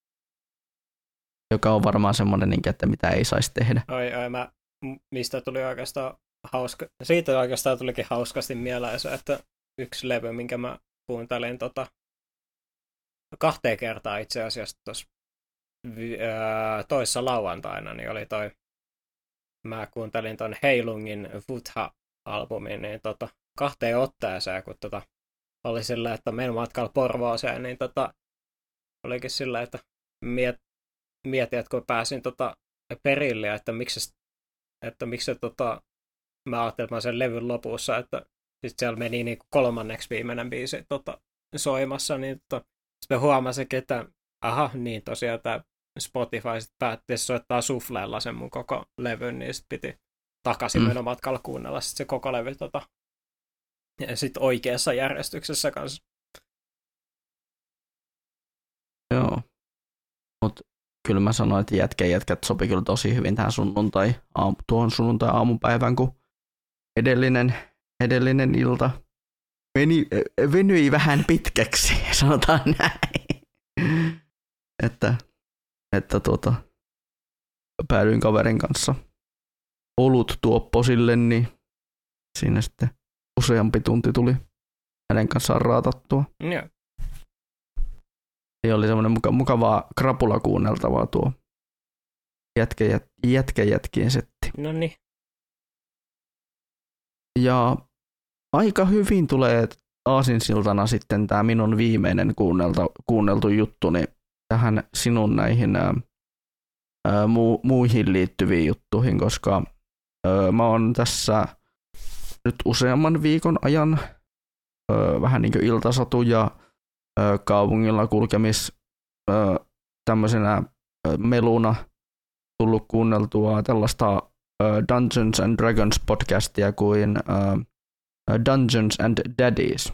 joka on varmaan semmoinen, että mitä ei saisi tehdä. Oi, oi, mä, mistä tuli oikeastaan hauska, siitä oikeastaan tulikin hauskasti mieleen se, että yksi levy, minkä mä kuuntelin tota, kahteen kertaa itse asiassa tuossa toissa lauantaina, niin oli toi, mä kuuntelin ton Heilungin Futha-albumin, niin tota, kahteen otteeseen, kun tota, oli sillä, että menin matkalla Porvooseen, niin tota, olikin sillä, että miet, mietin, että kun pääsin tota perille, että miksi, että miksi tota, mä ajattelin sen levyn lopussa, että sit siellä meni niin kolmanneksi viimeinen biisi tota, soimassa, niin tota, sitten huomasinkin, että aha, niin tosiaan tämä Spotify sitten päätti soittaa sufleella sen mun koko levyn, niin sitten piti takaisin mm. menomatkalla kuunnella sit se koko levy tota, ja sitten oikeassa järjestyksessä kanssa. Joo, mutta kyllä mä sanoin, että jätkä-jätkät sopi kyllä tosi hyvin tähän sunnuntai, aamu, tuohon sunnuntai-aamupäivän, kun edellinen, edellinen ilta meni, venyi vähän pitkäksi, sanotaan näin. että että tuota, päädyin kaverin kanssa olut tuopposille, niin siinä sitten useampi tunti tuli hänen kanssaan raatattua. Joo. Ja oli semmoinen muka, mukavaa krapula kuunneltavaa tuo jätkä, jätkä jätkien setti. No niin. Ja aika hyvin tulee aasinsiltana sitten tämä minun viimeinen kuunnelta, kuunneltu juttuni tähän sinun näihin ää, ää, mu, muihin liittyviin juttuihin, koska ää, mä oon tässä nyt useamman viikon ajan ää, vähän niin kuin iltasatu ja ää, kaupungilla kulkemis ää, tämmöisenä ää, meluna tullut kuunneltua tällaista uh, Dungeons and Dragons podcastia kuin uh, Dungeons and Daddies.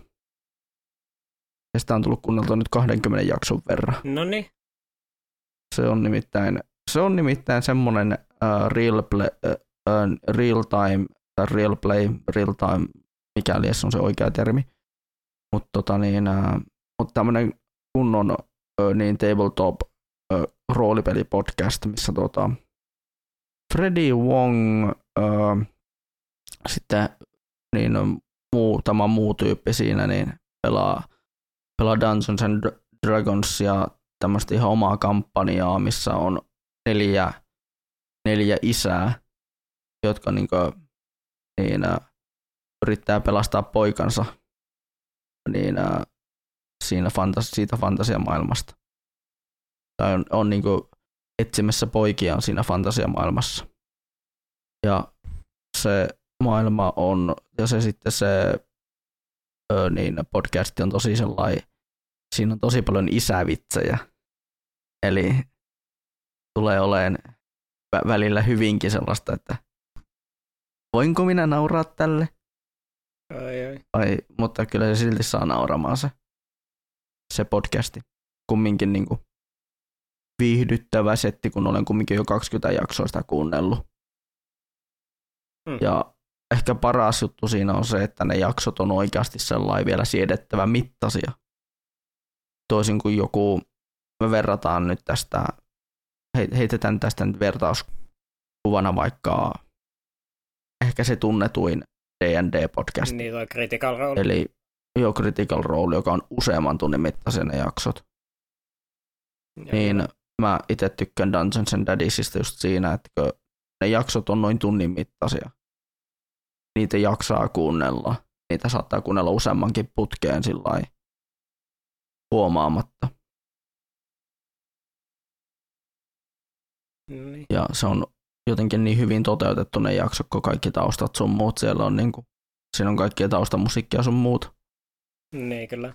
Ja sitä on tullut kuunneltua nyt kaksikymmentä jakson verran. Noniin. Se on nimittäin, se on nimittäin semmoinen uh, real, play, uh, real time, tai real play, real time, mikäli se on se oikea termi. Mutta tota niin, uh, mut tämmöinen kunnon uh, niin tabletop uh, roolipelipodcast, missä tota Freddie Wong, uh, sitten niin muutama muu tyyppi siinä niin pelaa, pelaa Dungeons and Dragonsia, tämmöistä ihan omaa kampanjaa, missä on neljä, neljä isää, jotka niin kuin, niin, yrittää pelastaa poikansa niin, siinä fantas- siitä fantasiamaailmasta. Tai on, on niin kuin etsimässä poikiaan siinä fantasiamaailmassa. Ja se maailma on, ja se sitten se ö, niin podcasti on tosi sellainen, siinä on tosi paljon isävitsejä. Eli tulee olemaan välillä hyvinkin sellaista, että voinko minä nauraa tälle? Ai, ai. Ai, mutta kyllä se silti saa nauramaan se, se podcasti. Kumminkin niin kuin viihdyttävä setti, kun olen kumminkin jo kaksikymmentä jaksoa sitä kuunnellut. Hmm. Ja ehkä paras juttu siinä on se, että ne jaksot on oikeasti sellainen vielä siedettävä mittaisia. Toisin kuin joku, me verrataan nyt tästä, heitetään tästä nyt vertauskuvana vaikka ehkä se tunnetuin D and D-podcast. Niin, toi Critical Role. Eli jo Critical Role, joka on useamman tunnin mittaisia ne jaksot. Ja niin ja. Mä itse tykkään Dungeons and Daddiesista just siinä, että ne jaksot on noin tunnin mittaisia. Niitä jaksaa kuunnella. Niitä saattaa kuunnella useammankin putkeen sillai huomaamatta. Niin. Ja se on jotenkin niin hyvin toteutettu ne jaksot, kun kaikki taustat sun muut. Siellä on niinku, siinä on kaikkia taustamusiikkia sun muut. Niin kyllä.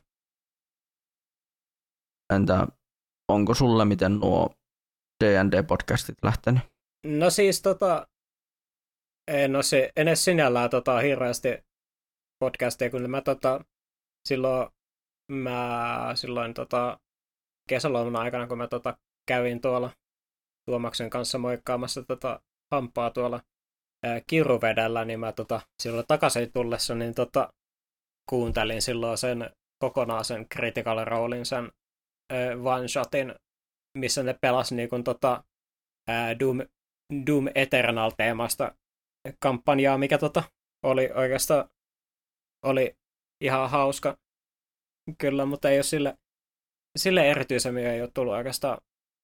Entä onko sulle miten nuo D and D-podcastit lähtenyt? No siis tota, en ole se, en edes sinällään tota, hirveästi podcasteja, kun mä tota, silloin, mä, silloin tota, kesäloman aikana, kun mä tota, kävin tuolla Tuomaksen kanssa moikkaamassa tota, hampaa tuolla ää, Kiruvedellä, niin mä tota, silloin takaisin tullessa niin tota, kuuntelin silloin sen kokonaan sen Critical Rolein, sen ää, one-shotin, missä ne pelasi niin kun, tota, ää, Doom, Doom Eternal-teemasta kampanjaa, mikä tota, oli oikeastaan oli ihan hauska. Kyllä, mutta ei ole sille, sille erityisemmin ei ole tullut oikeastaan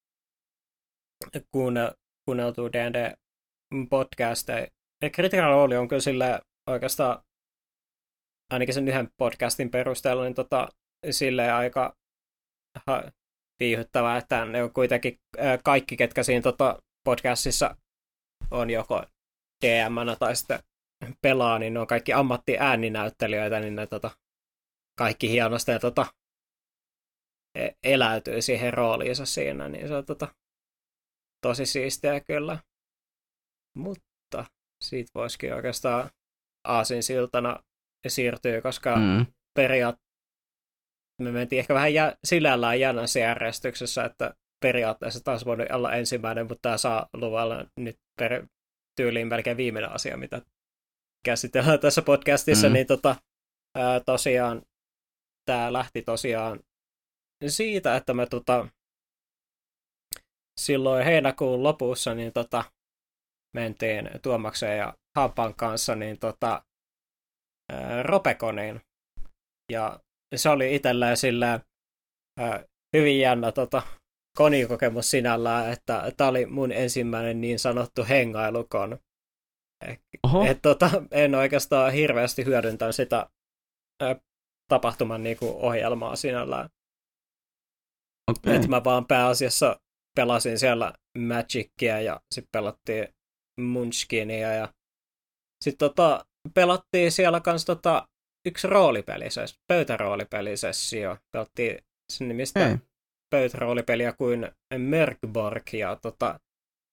kuunneltua D and D-podcasteja. Critical Role on kyllä sille oikeastaan, ainakin sen yhden podcastin perusteella, niin tota, silleen aika viihyttävää, että ne on kuitenkin kaikki, ketkä siinä tota, podcastissa on joko D M-nä tai sitten pelaa, niin ne on kaikki ammattiääninäyttelijöitä, niin ne tota, kaikki hienosti ja tota, eläytyy siihen rooliinsa siinä, niin se on tota, tosi siistiä kyllä. Mutta siitä voisikin oikeastaan aasinsiltana siirtyä, koska mm. periaatteessa me mentiin ehkä vähän jä, silällään jännässä järjestyksessä, että periaatteessa taas voinut olla ensimmäinen, mutta tämä saa luvalla nyt per, tyyliin melkein viimeinen asia, mitä käsitellään tässä podcastissa, mm. niin tota, ää, tosiaan tämä lähti tosiaan siitä, että me tota, silloin heinäkuun lopussa niin tota, mentiin Tuomaksen ja Hampan kanssa niin tota, ää, Ropekoniin. Ja se oli itselleen silleen ää, hyvin jännä tota, konikokemus sinällään, että tämä oli mun ensimmäinen niin sanottu hengailukon. Et, tota, en oikeastaan hirveästi hyödyntänyt sitä ää, tapahtuman niinku, ohjelmaa sinällään. Okay. Et mä vaan pääasiassa pelasin siellä Magicia ja sitten pelattiin Munchkinia ja sitten tota, pelattiin siellä kans tota, yksi roolipelisessio, pöytäroolipelisessio. Pelattiin sen nimistä hey. pöytäroolipeliä kuin Merkborg ja tota,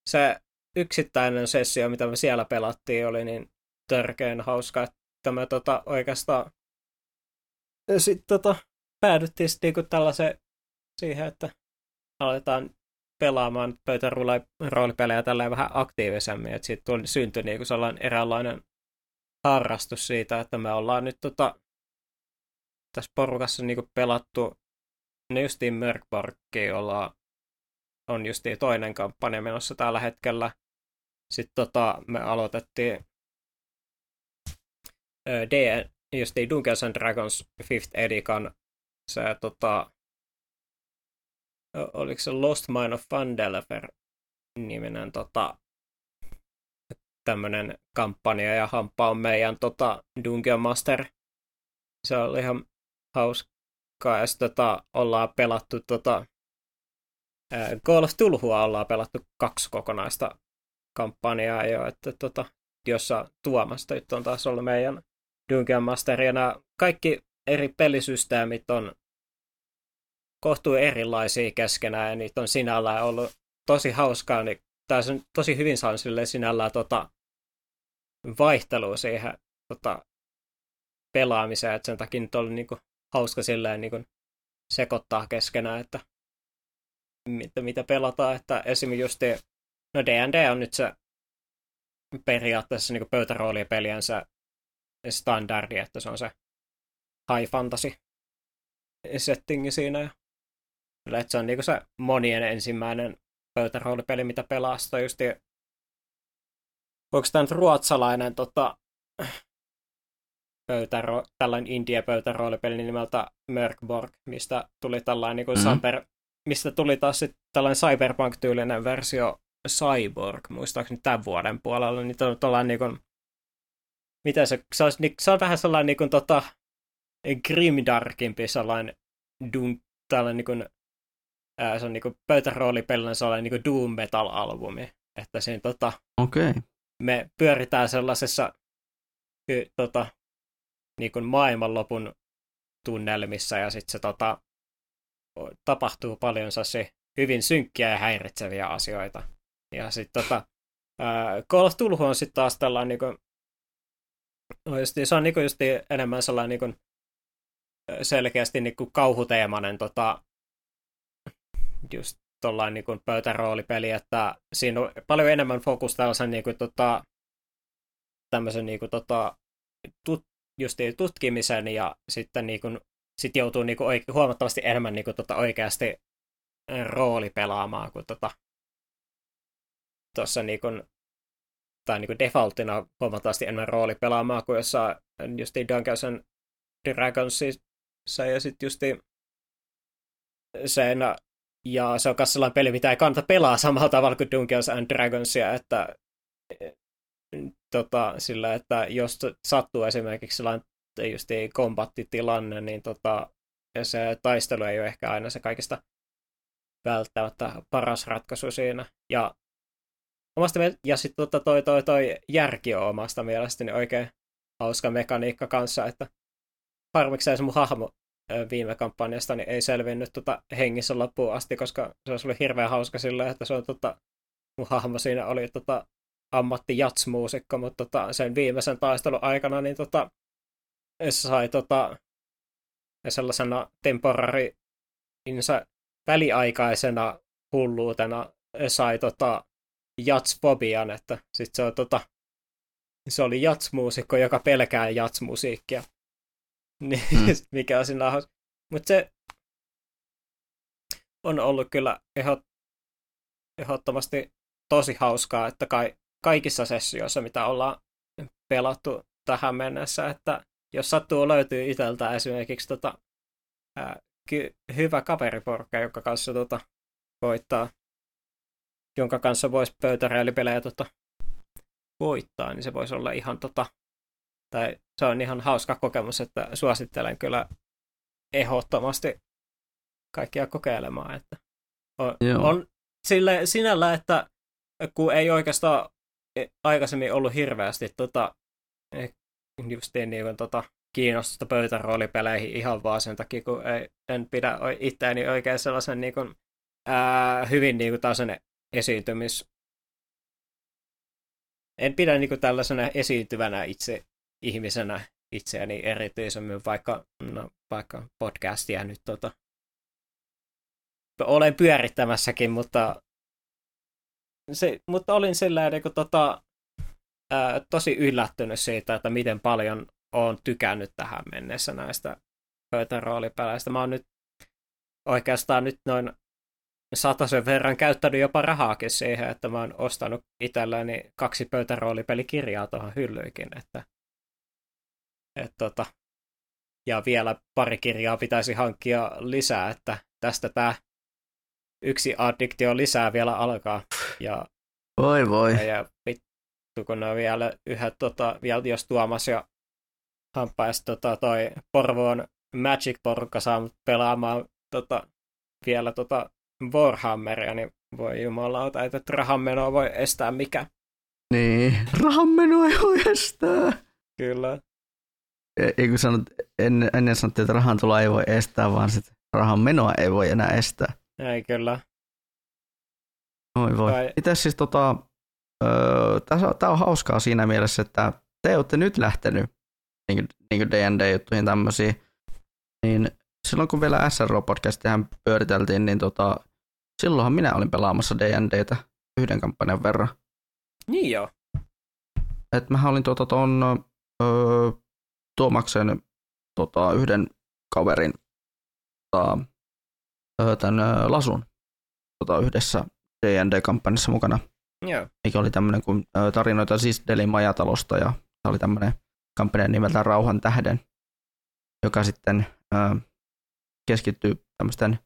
se yksittäinen sessio, mitä me siellä pelattiin, oli niin törkeän hauska, että me tota, oikeastaan sitten tota, päädyttiin sitten niinku tällaiseen siihen, että aletaan pelaamaan pöytäroolipelejä tälleen vähän aktiivisemmin, että siitä tuli, syntyi niinku sellainen eräänlainen harrastus siitä, että me ollaan nyt tota, tässä porukassa niinku pelattu, ne justiin Mörkborgia ollaan, on justiin toinen kampanja menossa tällä hetkellä. Sitten tota, me aloitettiin D, justiin Dungeons and Dragons Fifth Edican, se tota, oliko se Lost Mine of Phandelver niminen tota, tämmönen kampanja, ja Hamppa on meidän tota, Dungeon Master. Se oli ihan hauskaa, ja sitten tota, ollaan pelattu tota, Call of Tulhua ollaan pelattu kaksi kokonaista kampanjaa jo, että tota, jossa Tuomas nyt on taas ollut meidän Dungeon Master, ja nämä kaikki eri pelisysteemit on kohtuu erilaisia keskenään, ja niitä on sinällään ollut tosi hauskaa, niin tässä on tosi hyvin saanut sinällään tota, vaihtelua siihen tota, pelaamiseen, että sen takia nyt on niinku hauska silleen niinku sekoittaa keskenään, että mitä, mitä pelataan, että esimerkiksi justi, no D and D on nyt se periaatteessa niinku pöytäroolipeliensä standardi, että se on se high fantasy settingi siinä, ja että se on niinku se monien ensimmäinen pöytäroolipeli, mitä pelaa, sitä justi, onko tämä nyt ruotsalainen tota, pöytäro, tällainen indie-pöytäroolipeli nimeltä Mörkborg, mistä tuli tällainen niinku mm-hmm. Cyber, mistä tuli taas sitten tällainen cyberpunk-tyylinen versio Cyborg, muistaakseni tämän vuoden puolella, niin on tällainen niinku, miten se, se on, se on vähän sellainen niinku tota grimdarkimpi sellainen dun, tällainen niinku, ää, se on niinku pöytäroolipelinen sellainen niinku doom metal-albumi, että siinä tota okay. me pyöritään sellaisessa y, tota niinku maailmanlopun tunnelmissa, ja sitten se tota tapahtuu paljon sellaisia hyvin synkkiä ja häiritseviä asioita. Ja sitten tota, Call of Tulhu on sitten taas tällainen, niinku, justi, se on niinku justi enemmän sellainen niinku, selkeästi niinku kauhuteemainen tota, just tollainen niinku pöytäroolipeli, että siinä on paljon enemmän fokus tällaisen niinku, tota, tämmöisen niinku, tota, tut, justi tutkimisen, ja sitten niinku, sit joutuu niinku oike- huomattavasti enemmän niinku, tota, oikeasti roolipelaamaan kuin tota, tuossa niinku, tai niinku defaultina huomattavasti enemmän roolipelaamaan kuin jossain justi Dungeons and Dragonsissa, ja sitten justi sen, ja se on myös sellainen peli, mitä ei kannata pelaa samalla tavalla kuin Dungeons and Dragonsia, että tota, sillä, että jos sattuu esimerkiksi sellainen justi kombattitilanne, niin tota, se taistelu ei ole ehkä aina se kaikista välttämättä paras ratkaisu siinä. Ja, omasta, ja sitten tota, toi, toi, toi järki on omasta mielestäni oikein hauska mekaniikka kanssa, että harmikseen se mun hahmo viime kampanjasta niin ei selvinnyt tota hengissä loppuun asti, koska se olisi ollut hirveän hauska silleen, että se on, tota, mun hahmo siinä oli tota, ammatti-jatsmuusikko, mutta tota, sen viimeisen taistelun aikana niin tota, se sai tota, sellaisena temporariinsa väliaikaisena hulluutena sai tota, jatsfobian, että sit se, on, tota, se oli jatsmuusikko, joka pelkää jatsmusiikkia. Niin, mm. mikä on siinä hauska. Mutta se on ollut kyllä ehdot, ehdottomasti tosi hauskaa, että ka- kaikissa sessioissa, mitä ollaan pelattu tähän mennessä, että jos sattuu löytyy itseltä esimerkiksi tota, ää, ky- hyvä kaveriporukka, jonka kanssa tota, voittaa, jonka kanssa voisi pöytäreilipelejä tota, voittaa, niin se voisi olla ihan tota, tai se on ihan hauska kokemus, että suosittelen kyllä ehdottomasti kaikkia kokeilemaan. Että on, on sille, sinällä, että kun ei oikeastaan aikaisemmin ollut hirveästi tota, justiin niin kuin, tota, kiinnostusta pöytäroolipeleihin ihan vaan sen takia, kun ei, en pidä itseäni oikein sellaisen niin kuin, ää, hyvin niin kuin, esiintymis en pidä niin kuin tällaisena esiintyvänä itse ihmisenä itseäni erityisemmin, vaikka, no, vaikka podcastia nyt tota, olen pyörittämässäkin, mutta, se, mutta olin sillä niin kuin, tota, ää, tosi yllättynyt siitä, että miten paljon olen tykännyt tähän mennessä näistä pöytäroolipeleistä. Mä oon nyt oikeastaan nyt noin satasen verran käyttänyt jopa rahaakin siihen, että mä oon ostanut itselläni kaksi pöytäroolipelikirjaa tuohon hyllyikin, että et, tota, ja vielä pari kirjaa pitäisi hankkia lisää, että tästä tää yksi addiktio lisää vielä alkaa. Ja, voi voi. Ja, ja vittu, kun on vielä yhä, tota, vielä jos Tuomas ja Hampais tota, toi Porvoon Magic-porukka saa mut pelaamaan tota, vielä tota Warhammeria, niin voi jumalauta, että rahanmenoa voi estää mikä. Niin, rahanmenoa ei voi estää. Kyllä. Ei kun sanot, ennen, ennen sanottiin, että rahan tuloa ei voi estää, vaan sit rahan menoa ei voi enää estää. Ei kyllä. Oi voi. Tai... Mitäs siis tota, öö, tää on hauskaa siinä mielessä, että te olette nyt lähtenyt niin kuin, niin kuin D and D-juttuihin tämmöisiin, niin silloin kun vielä S R O-podcastihan pyöriteltiin, niin tota, silloinhan minä olin pelaamassa D and D:tä yhden kampanjan verran. Niin joo. Et mähän olin tota ton öö, Tuomaksen tota, yhden kaverin tota, öö, tän öö, Lasun tota, yhdessä D and D-kampanjassa mukana. Joo. Mikä oli tämmönen kuin öö, tarinoita siis Delin majatalosta, ja se oli tämmönen kampanja nimeltä Rauhan tähden, joka sitten öö, keskittyy tämmöisten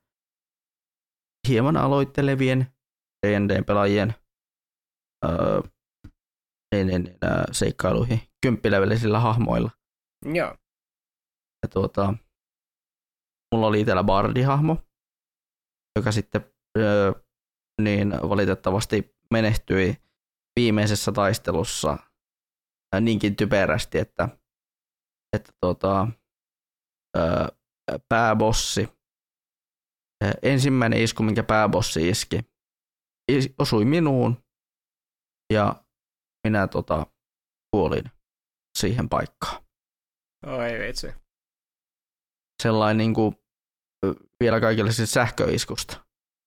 hieman aloittelevien D and D-pelaajien öö, niin, niin, niin, seikkailuihin kymppilevelisillä hahmoilla. Joo. Ja tuota, mulla oli itsellä Bardi-hahmo, joka sitten öö, niin valitettavasti menehtyi viimeisessä taistelussa ää, niinkin typerästi, että, että tuota, öö, pääbossi, ää, ensimmäinen isku, minkä pääbossi iski, is, osui minuun ja minä tota, kuolin siihen paikkaan. Oi vitsi. Sellainen niin kuin, vielä kaikille siis sähköiskusta.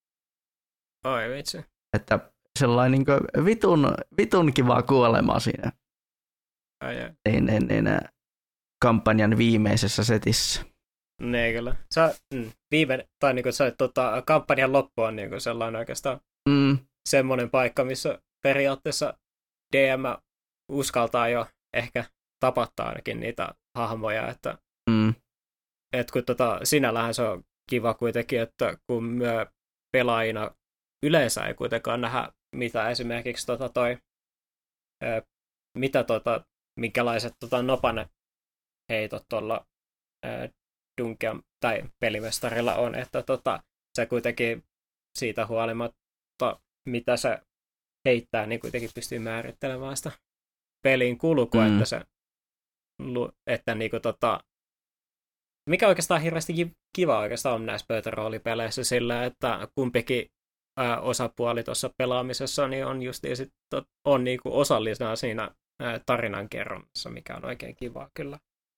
Oi vitsi. Että sellainen niin kuin, vitun, vitun kiva kuolema siinä. Ai ai. Niin, niin, niin, kampanjan viimeisessä setissä. Ne kyllä. Sä, mm, viime, tai niin kuin sä, tota, kampanjan loppu on niin kuin sellainen oikeastaan Mm. semmoinen paikka, missä periaatteessa D M uskaltaa jo ehkä tapattaa ainakin niitä hahmoja, että Mm. et kun tota, sinällähän se on kiva kuitenkin, että kun myö pelaajina yleensä ei kuitenkaan nähdä, mitä esimerkiksi tota toi, ää, mitä tota, minkälaiset tota nopan heitot tuolla Dunkean tai pelimestarilla on, että tota, se kuitenkin siitä huolimatta, mitä se heittää, niin kuitenkin pystyy määrittelemään sitä pelin kulkua, mm. että se, että niinku tota, mikä oikeastaan hirveästi kiva oikeastaan on näissä pöytäroolipeleissä sillä, että kumpikin ää, osapuoli tuossa pelaamisessa niin on just sit, on niinku osallisena siinä ää, tarinankerronnassa, mikä on oikein kiva kyllä.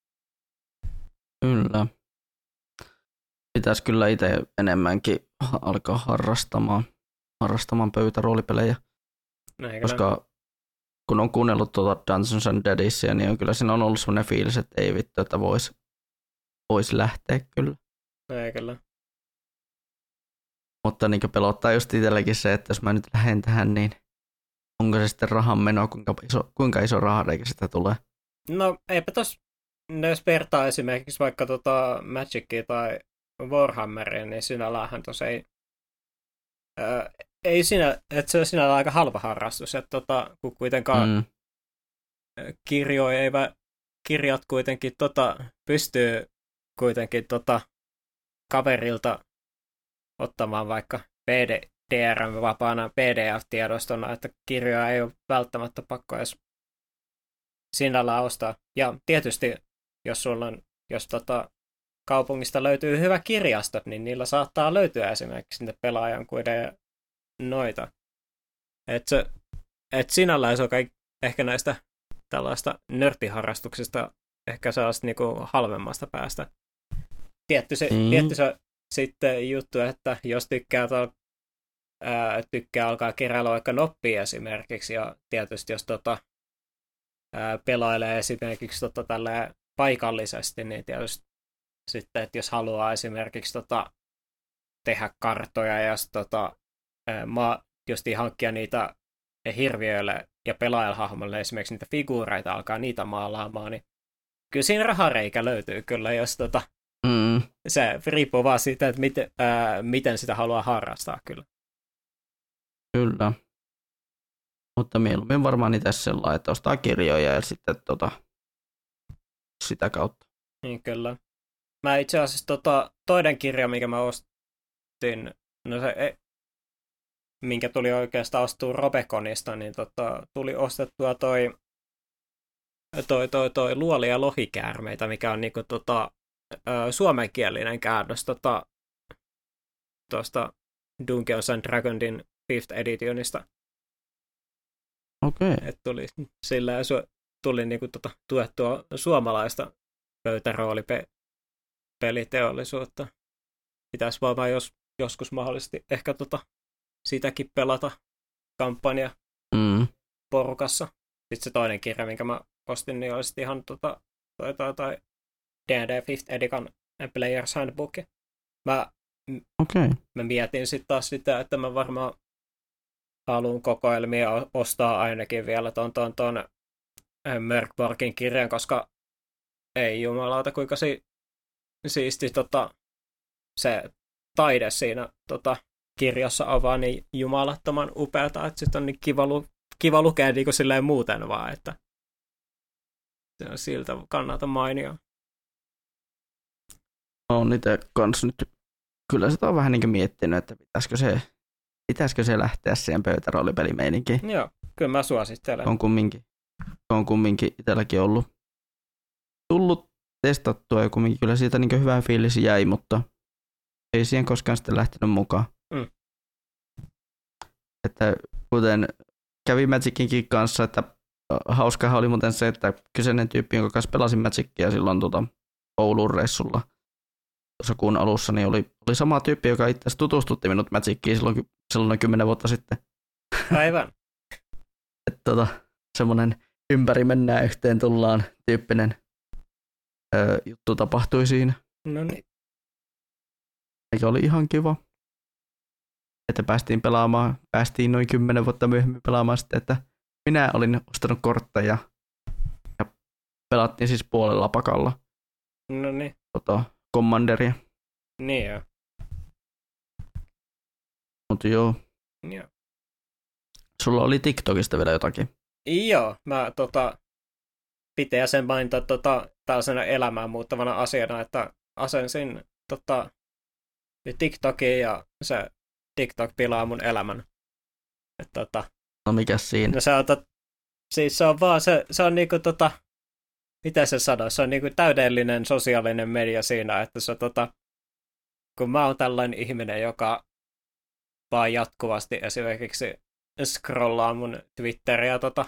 Kyllä. Pitäisi kyllä itse enemmänkin alkaa harrastamaan, harrastamaan pöytäroolipelejä. Näin, koska kun on kuunnellut tuota Dungeons and Daddysia, niin on kyllä siinä on ollut sellainen fiilis, että ei vittu, että voisi vois lähteä kyllä. Ei kyllä. Mutta niin pelottaa just itselläkin se, että jos mä nyt lähden tähän, niin onko se sitten rahan menoa, kuinka iso, kuinka iso rahareikä sitä tulee? No eipä tos, jos vertaa esimerkiksi vaikka tota Magicia tai Warhammeria, niin sinällähän tos ei, ää, ei siinä, että se on sinällä aika halpa harrastus, että tota, kun kuitenkaan mm. kirjoja eivät, kirjat kuitenkin tota, pystyy kuitenkin tota, kaverilta ottamaan vaikka P D R-vapaana P D F-tiedostona, että kirjoja ei ole välttämättä pakko edes sinällään ostaa. Ja tietysti, jos sulla on, jos tota, kaupungista löytyy hyvä kirjasto, niin niillä saattaa löytyä esimerkiksi niitä pelaajan kuideja noita. Että et sinällään se on kaik, ehkä näistä tällaista nörttiharrastuksista ehkä sellaista niinku halvemmasta päästä. Tietty se, mm. tietty se sitten juttu, että jos tykkää, tal, ää, tykkää alkaa keräillä vaikka noppia esimerkiksi, ja tietysti jos tota, ää, pelailee esimerkiksi tota, tällä paikallisesti, niin tietysti sitten, että jos haluaa esimerkiksi tota, tehdä karttoja ja tota, ää, maa, justiin hankkia niitä hirviöille ja pelaajahahmolle esimerkiksi niitä figuureita, alkaa niitä maalaamaan, niin kyllä siinä rahareikä löytyy kyllä, jos tota, mm. se riippuu vaan siitä, että miten, ää, miten sitä haluaa harrastaa kyllä. Kyllä. Mutta mieluummin varmaan itse sellainen, että ostaa kirjoja ja sitten tota, sitä kautta. Niin kyllä. Mä itse asiassa tota, toinen kirja, minkä mä ostin, no se, minkä tuli oikeastaan ostua Robeconista, niin tota, tuli ostettua toi, toi, toi, toi Luoli ja lohikäärmeitä, mikä on niinku tota, ö, suomenkielinen käännös tota, tuosta Dungeons and Dragonsin Fifth Editionista. Okei. Okay. Et tuli sillä su- tuli niinku tota, tuettua suomalaista pöytäroolipeliteollisuutta. Pitäisi vaan jos, joskus mahdollisesti ehkä tota, sitäkin pelata kampanja mm. porukassa. Sitten se toinen kirja, minkä mä ostin, niin olisi ihan tota, toi, toi, toi D and D Fifth Edition Player's Handbook. Mä, okay. mä mietin sitten taas sitä, että mä varmaan haluan kokoelmia ostaa ainakin vielä ton, ton, ton Mörkborgin kirjan, koska ei jumalauta kuinka si- siisti tota, se taide siinä tota, kirjassa on vaan niin jumalattoman upeata, että sitten on niin kiva, lu- kiva lukea niin kuin silleen muuten vaan, että se on siltä kannalta mainio. On itse kans nyt, kyllä sitä on vähän niin kuin miettinyt, että pitäisikö se, pitäisikö se lähteä siihen pöytäroolipelimeininkiin. Joo, kyllä mä suosittelen. On kumminkin, on kumminkin itselläkin ollut tullut testattua ja kumminkin kyllä siitä niin kuin hyvä fiilis jäi, mutta ei siihen koskaan sitten lähtenyt mukaan. Mm. Että kuten kävi Magicinkin kanssa, että hauskaa oli muuten se, että kyseinen tyyppi, jonka kanssa pelasin Magicia silloin tuota, Oulun reissulla tuossa kuun alussa, niin oli, oli sama tyyppi, joka itse asiassa tutustutti minut Magiciin silloin, silloin kymmenen vuotta sitten. Aivan. Että tota, semmoinen ympäri mennään yhteen tullaan tyyppinen ö, juttu tapahtui siinä. No niin. Eikä oli ihan kiva. Että päästiin pelaamaan, päästiin noin kymmenen vuotta myöhemmin pelaamaan sitten, että minä olin ostanut kortteja ja pelattiin siis puolella pakalla. No niin. Tota, Commanderia. Niin joo. Mutta joo. Joo. Sulla oli TikTokista vielä jotakin. Joo, mä tota, pitää sen mainita tota, tällaisena elämään muuttavana asiana, että asensin tota, TikTokiin ja se TikTok pilaa mun elämän. Et, tota, no mikäs siinä? No se on, tot, siis se on vaan, se, se on niinku tota, mitä se sanoo, se on niinku täydellinen sosiaalinen media siinä, että se tota, kun mä oon tällainen ihminen, joka vaan jatkuvasti esimerkiksi scrollaa mun Twitteriä tota,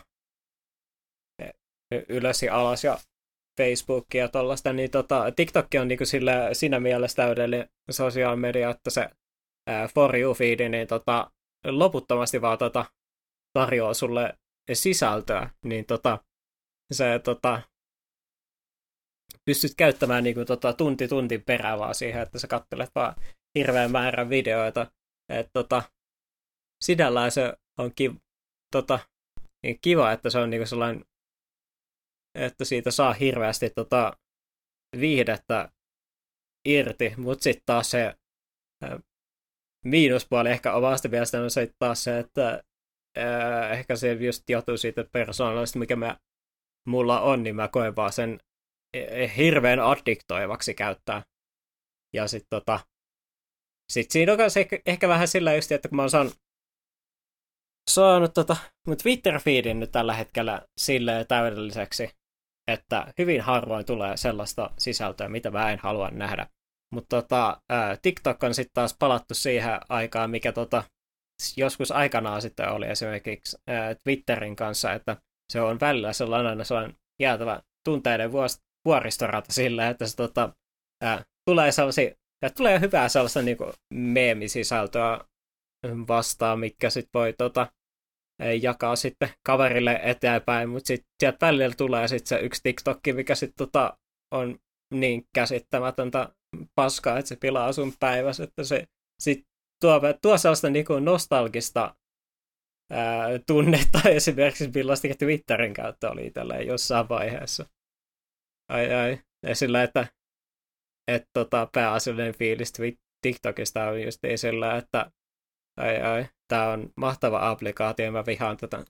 ylös ja alas ja Facebookia ja tollaista, niin tota, TikTok on niinku sillä, siinä mielessä täydellinen sosiaalinen media, että se ää, For You-feedi niin tota, loputtomasti vaan tota, tarjoaa sulle sisältöä, niin tota, se tota, pystyt käyttämään niinku, tota, tunti tuntin perään vaan siihen, että sä katselet vaan hirveän määrän videoita. Et, tota, sinällään se on kiv- tota, niin kiva, että se on niinku sellainen, että siitä saa hirveästi tota, viihdettä irti, mutta sitten taas se äh, miinuspuoli ehkä omasta mielestäni on se taas se, että äh, ehkä se just johtuu siitä persoonallisesti, mikä mä, mulla on, niin mä koen vaan sen hirveän addiktoivaksi käyttää. Ja sitten tota, sit siinä on ehkä, ehkä vähän sillä just, että kun mä oon saanut, saanut tota, mun Twitter-feedin nyt tällä hetkellä silleen täydelliseksi, että hyvin harvoin tulee sellaista sisältöä, mitä mä en halua nähdä. Mutta tota, TikTok on sitten taas palattu siihen aikaan, mikä tota, joskus aikanaan sitten oli esimerkiksi ää, Twitterin kanssa, että se on välillä sellainen aina sellainen jäätävä tunteiden vuoristorata sillä, että se tota, ää, tulee sellaisia, tulee hyvää sellaista niin kuin meemisisältöä vastaan, mikä sit voi tota, jakaa sitten kaverille eteenpäin, mutta sitten sieltä välillä tulee sitten se yksi TikTokki, mikä sitten tota, on niin käsittämätöntä paskaa, että se pilaa sun päivässä, että se sit tuo, tuo sellaista niin kuin nostalgista ää, tunnetta esimerkiksi millaista Twitterin käyttö oli itselleen jossain vaiheessa. Ai ai, ja sillä, että et, tota, pääasiallinen fiilis TikTokista on just sillä, että ai ai, tää on mahtava applikaatio ja mä vihaan tätä.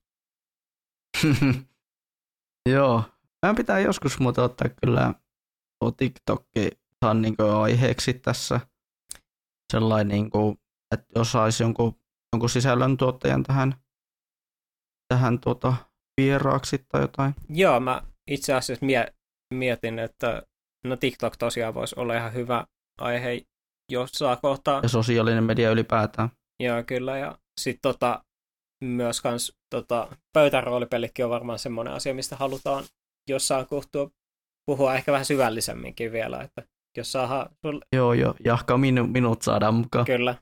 Joo, mä pitää joskus muuta ottaa kyllä tuo TikTokki ihan niin kuin aiheeksi tässä. Sellainen, niin kuin, että jos saisi jonkun, jonkun sisällöntuottajan tähän, tähän tuota, vieraaksi tai jotain. Joo, mä itse asiassa mie- mietin, että no TikTok tosiaan voisi olla ihan hyvä aihe jossain kohtaa. Ja sosiaalinen media ylipäätään. Joo, kyllä. Ja sitten tota, myös kans, tota, pöytäroolipelikin on varmaan semmoinen asia, mistä halutaan jossain kohtaa puhua ehkä vähän syvällisemminkin vielä, että jos saadaan... Sulle... Joo, joo. Jahka minu, minut saadaan mukaan. Kyllä.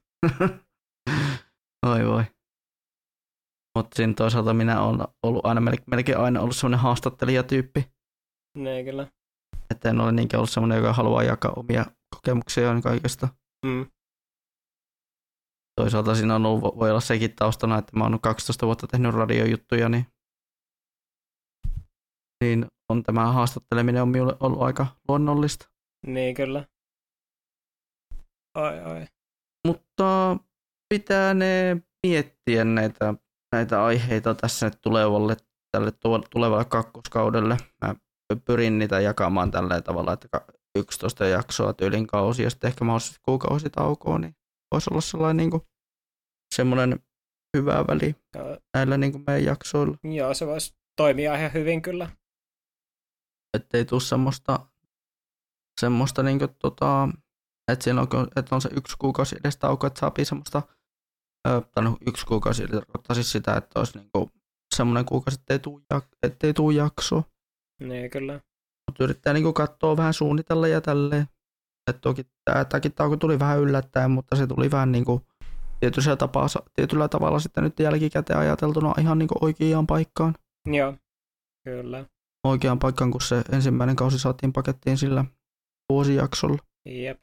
Oi voi. Mutta siinä toisaalta minä olen ollut aina, melkein aina ollut semmoinen haastattelijatyyppi. Ne, kyllä. Että en ole niinkään ollut semmoinen, joka haluaa jakaa omia kokemuksiaan kaikesta. Mm. Toisaalta siinä on ollut, voi olla sekin taustana, että mä oon kaksitoista vuotta tehnyt radiojuttuja, niin, niin on tämä haastatteleminen on minulle ollut aika luonnollista. Niin, kyllä. Ai, ai. Mutta pitää ne miettiä näitä, näitä aiheita tässä tulevalle, tälle tulevalle kakkoskaudelle. Mä pyrin niitä jakamaan tällä tavalla, että yksitoista jaksoa tyylin kausi ja sitten ehkä mahdollisesti kuukausitaukoa, niin voisi olla sellainen niin kuin, semmoinen hyvä väli ja näillä niin kuin meidän jaksoilla. Joo, se voisi toimia ihan hyvin kyllä. Että ei tule semmoista, semmoista niin kuin, tota, että, siinä on, että on se yksi kuukausi edes tauko, että saapii semmoista, tai no, yksi kuukausi tarkoittaa siis sitä, että olisi niin kuin, semmoinen kuukausi, ettei tule, ettei tule jaksoa. Niin, kyllä. Mutta yrittää niin kuin, katsoa vähän suunnitella ja tälleen. Että toki tämäkin tauko tuli vähän yllättäen, mutta se tuli vähän niin kuin tietyllä, tapaa, tietyllä tavalla sitten nyt jälkikäteen ajateltuna ihan niin kuin oikeaan paikkaan. Joo, kyllä. Oikeaan paikkaan, kun se ensimmäinen kausi saatiin pakettiin sillä vuosijaksolla. Jep.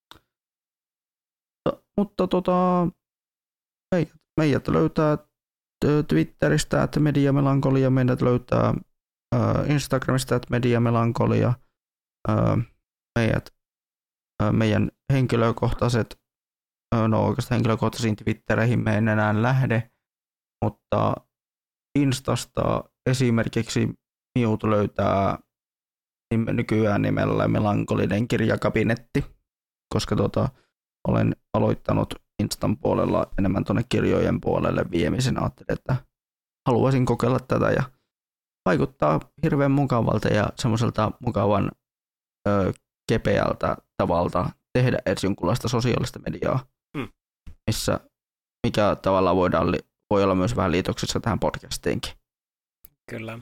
Mutta, mutta tota, meidät, meidät löytää Twitteristä, että Mediamelankolia, meidät löytää äh, Instagramista, että Mediamelankolia, äh, meidät, äh, meidän henkilökohtaiset, äh, no oikeastaan henkilökohtaisiin Twittereihin me en enää lähde, mutta Instasta esimerkiksi minut löytää nykyään nimellä Melankolinen kirjakabinetti, koska tota, olen aloittanut Instan puolella enemmän tuonne kirjojen puolelle viemisen. Ajattelin, että haluaisin kokeilla tätä ja vaikuttaa hirveän mukavalta ja semmoiselta mukavan ö, kepeältä tavalta tehdä edes jonkunlaista sosiaalista mediaa, mm. missä mikä tavallaan voidaan, voi olla myös vähän liitoksissa tähän podcastiinkin. Kyllä.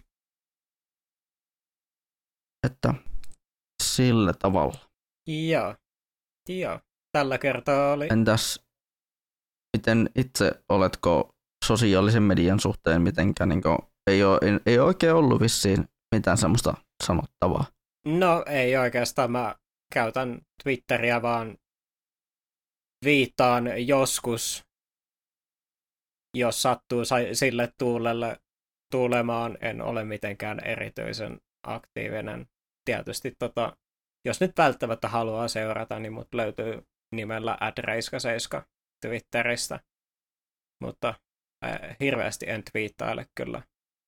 Että sillä tavalla. Joo. Joo. Tällä kertaa oli. Entäs miten itse oletko sosiaalisen median suhteen mitenkään, niin kuin, ei, ole, ei ole oikein ollut vissiin mitään semmoista sanottavaa? No ei oikeastaan. Mä käytän Twitteriä vaan viittaan joskus, jos sattuu sille tuulelle tuulemaan. En ole mitenkään erityisen aktiivinen. Tietysti tota, jos nyt välttämättä haluaa seurata, niin mut löytyy nimellä at reiskaseiskä Twitteristä, mutta äh, hirveästi en twiittaile kyllä.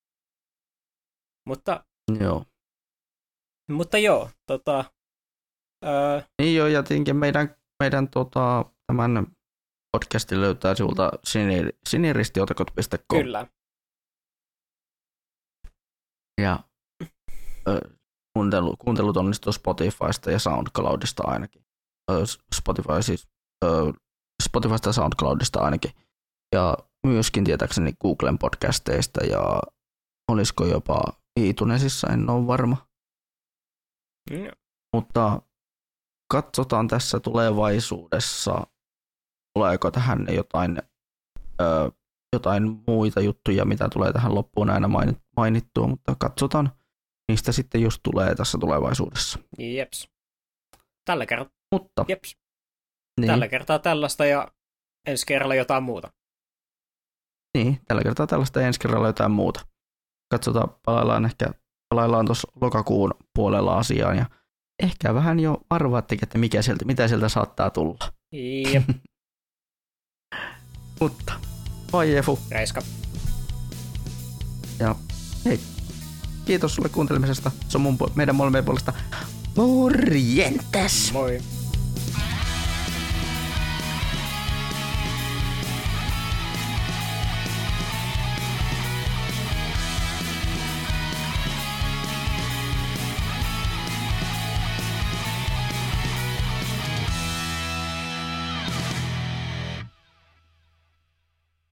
Mutta joo, mutta joo tota, äh, niin joo, ja tietenkin meidän, meidän tota, tämän podcastin löytää sivulta siniristiotakot piste com. Kyllä. Ja ö, kuuntelu, kuuntelut onnistuu Spotifysta ja SoundCloudista ainakin. Ö, Spotify siis, ö, Spotifysta ja SoundCloudista ainakin. Ja myöskin tietääkseni Googlen podcasteista ja olisiko jopa Iitunesissa, en ole varma. Mm. Mutta katsotaan tässä tulevaisuudessa, tuleeko tähän jotain, ö, jotain muita juttuja, mitä tulee tähän loppuun aina mainittua, mutta katsotaan, niistä sitten just tulee tässä tulevaisuudessa. Jeps. Tällä kertaa. Mutta. Jeps. Niin. Tällä kertaa tällaista ja ensi kerralla jotain muuta. Niin, tällä kertaa tällaista ja ensi kerralla jotain muuta. Katsotaan, palaillaan ehkä, palaillaan tuossa lokakuun puolella asiaan ja ehkä vähän jo arvaattekin, että mikä sieltä, mitä sieltä saattaa tulla. Jep. Mutta, vai Jefu. Reiska. Ja hei, kiitos sulle kuuntelemisesta. Se on mun, meidän molemmien puolesta. Morjentes! Moi.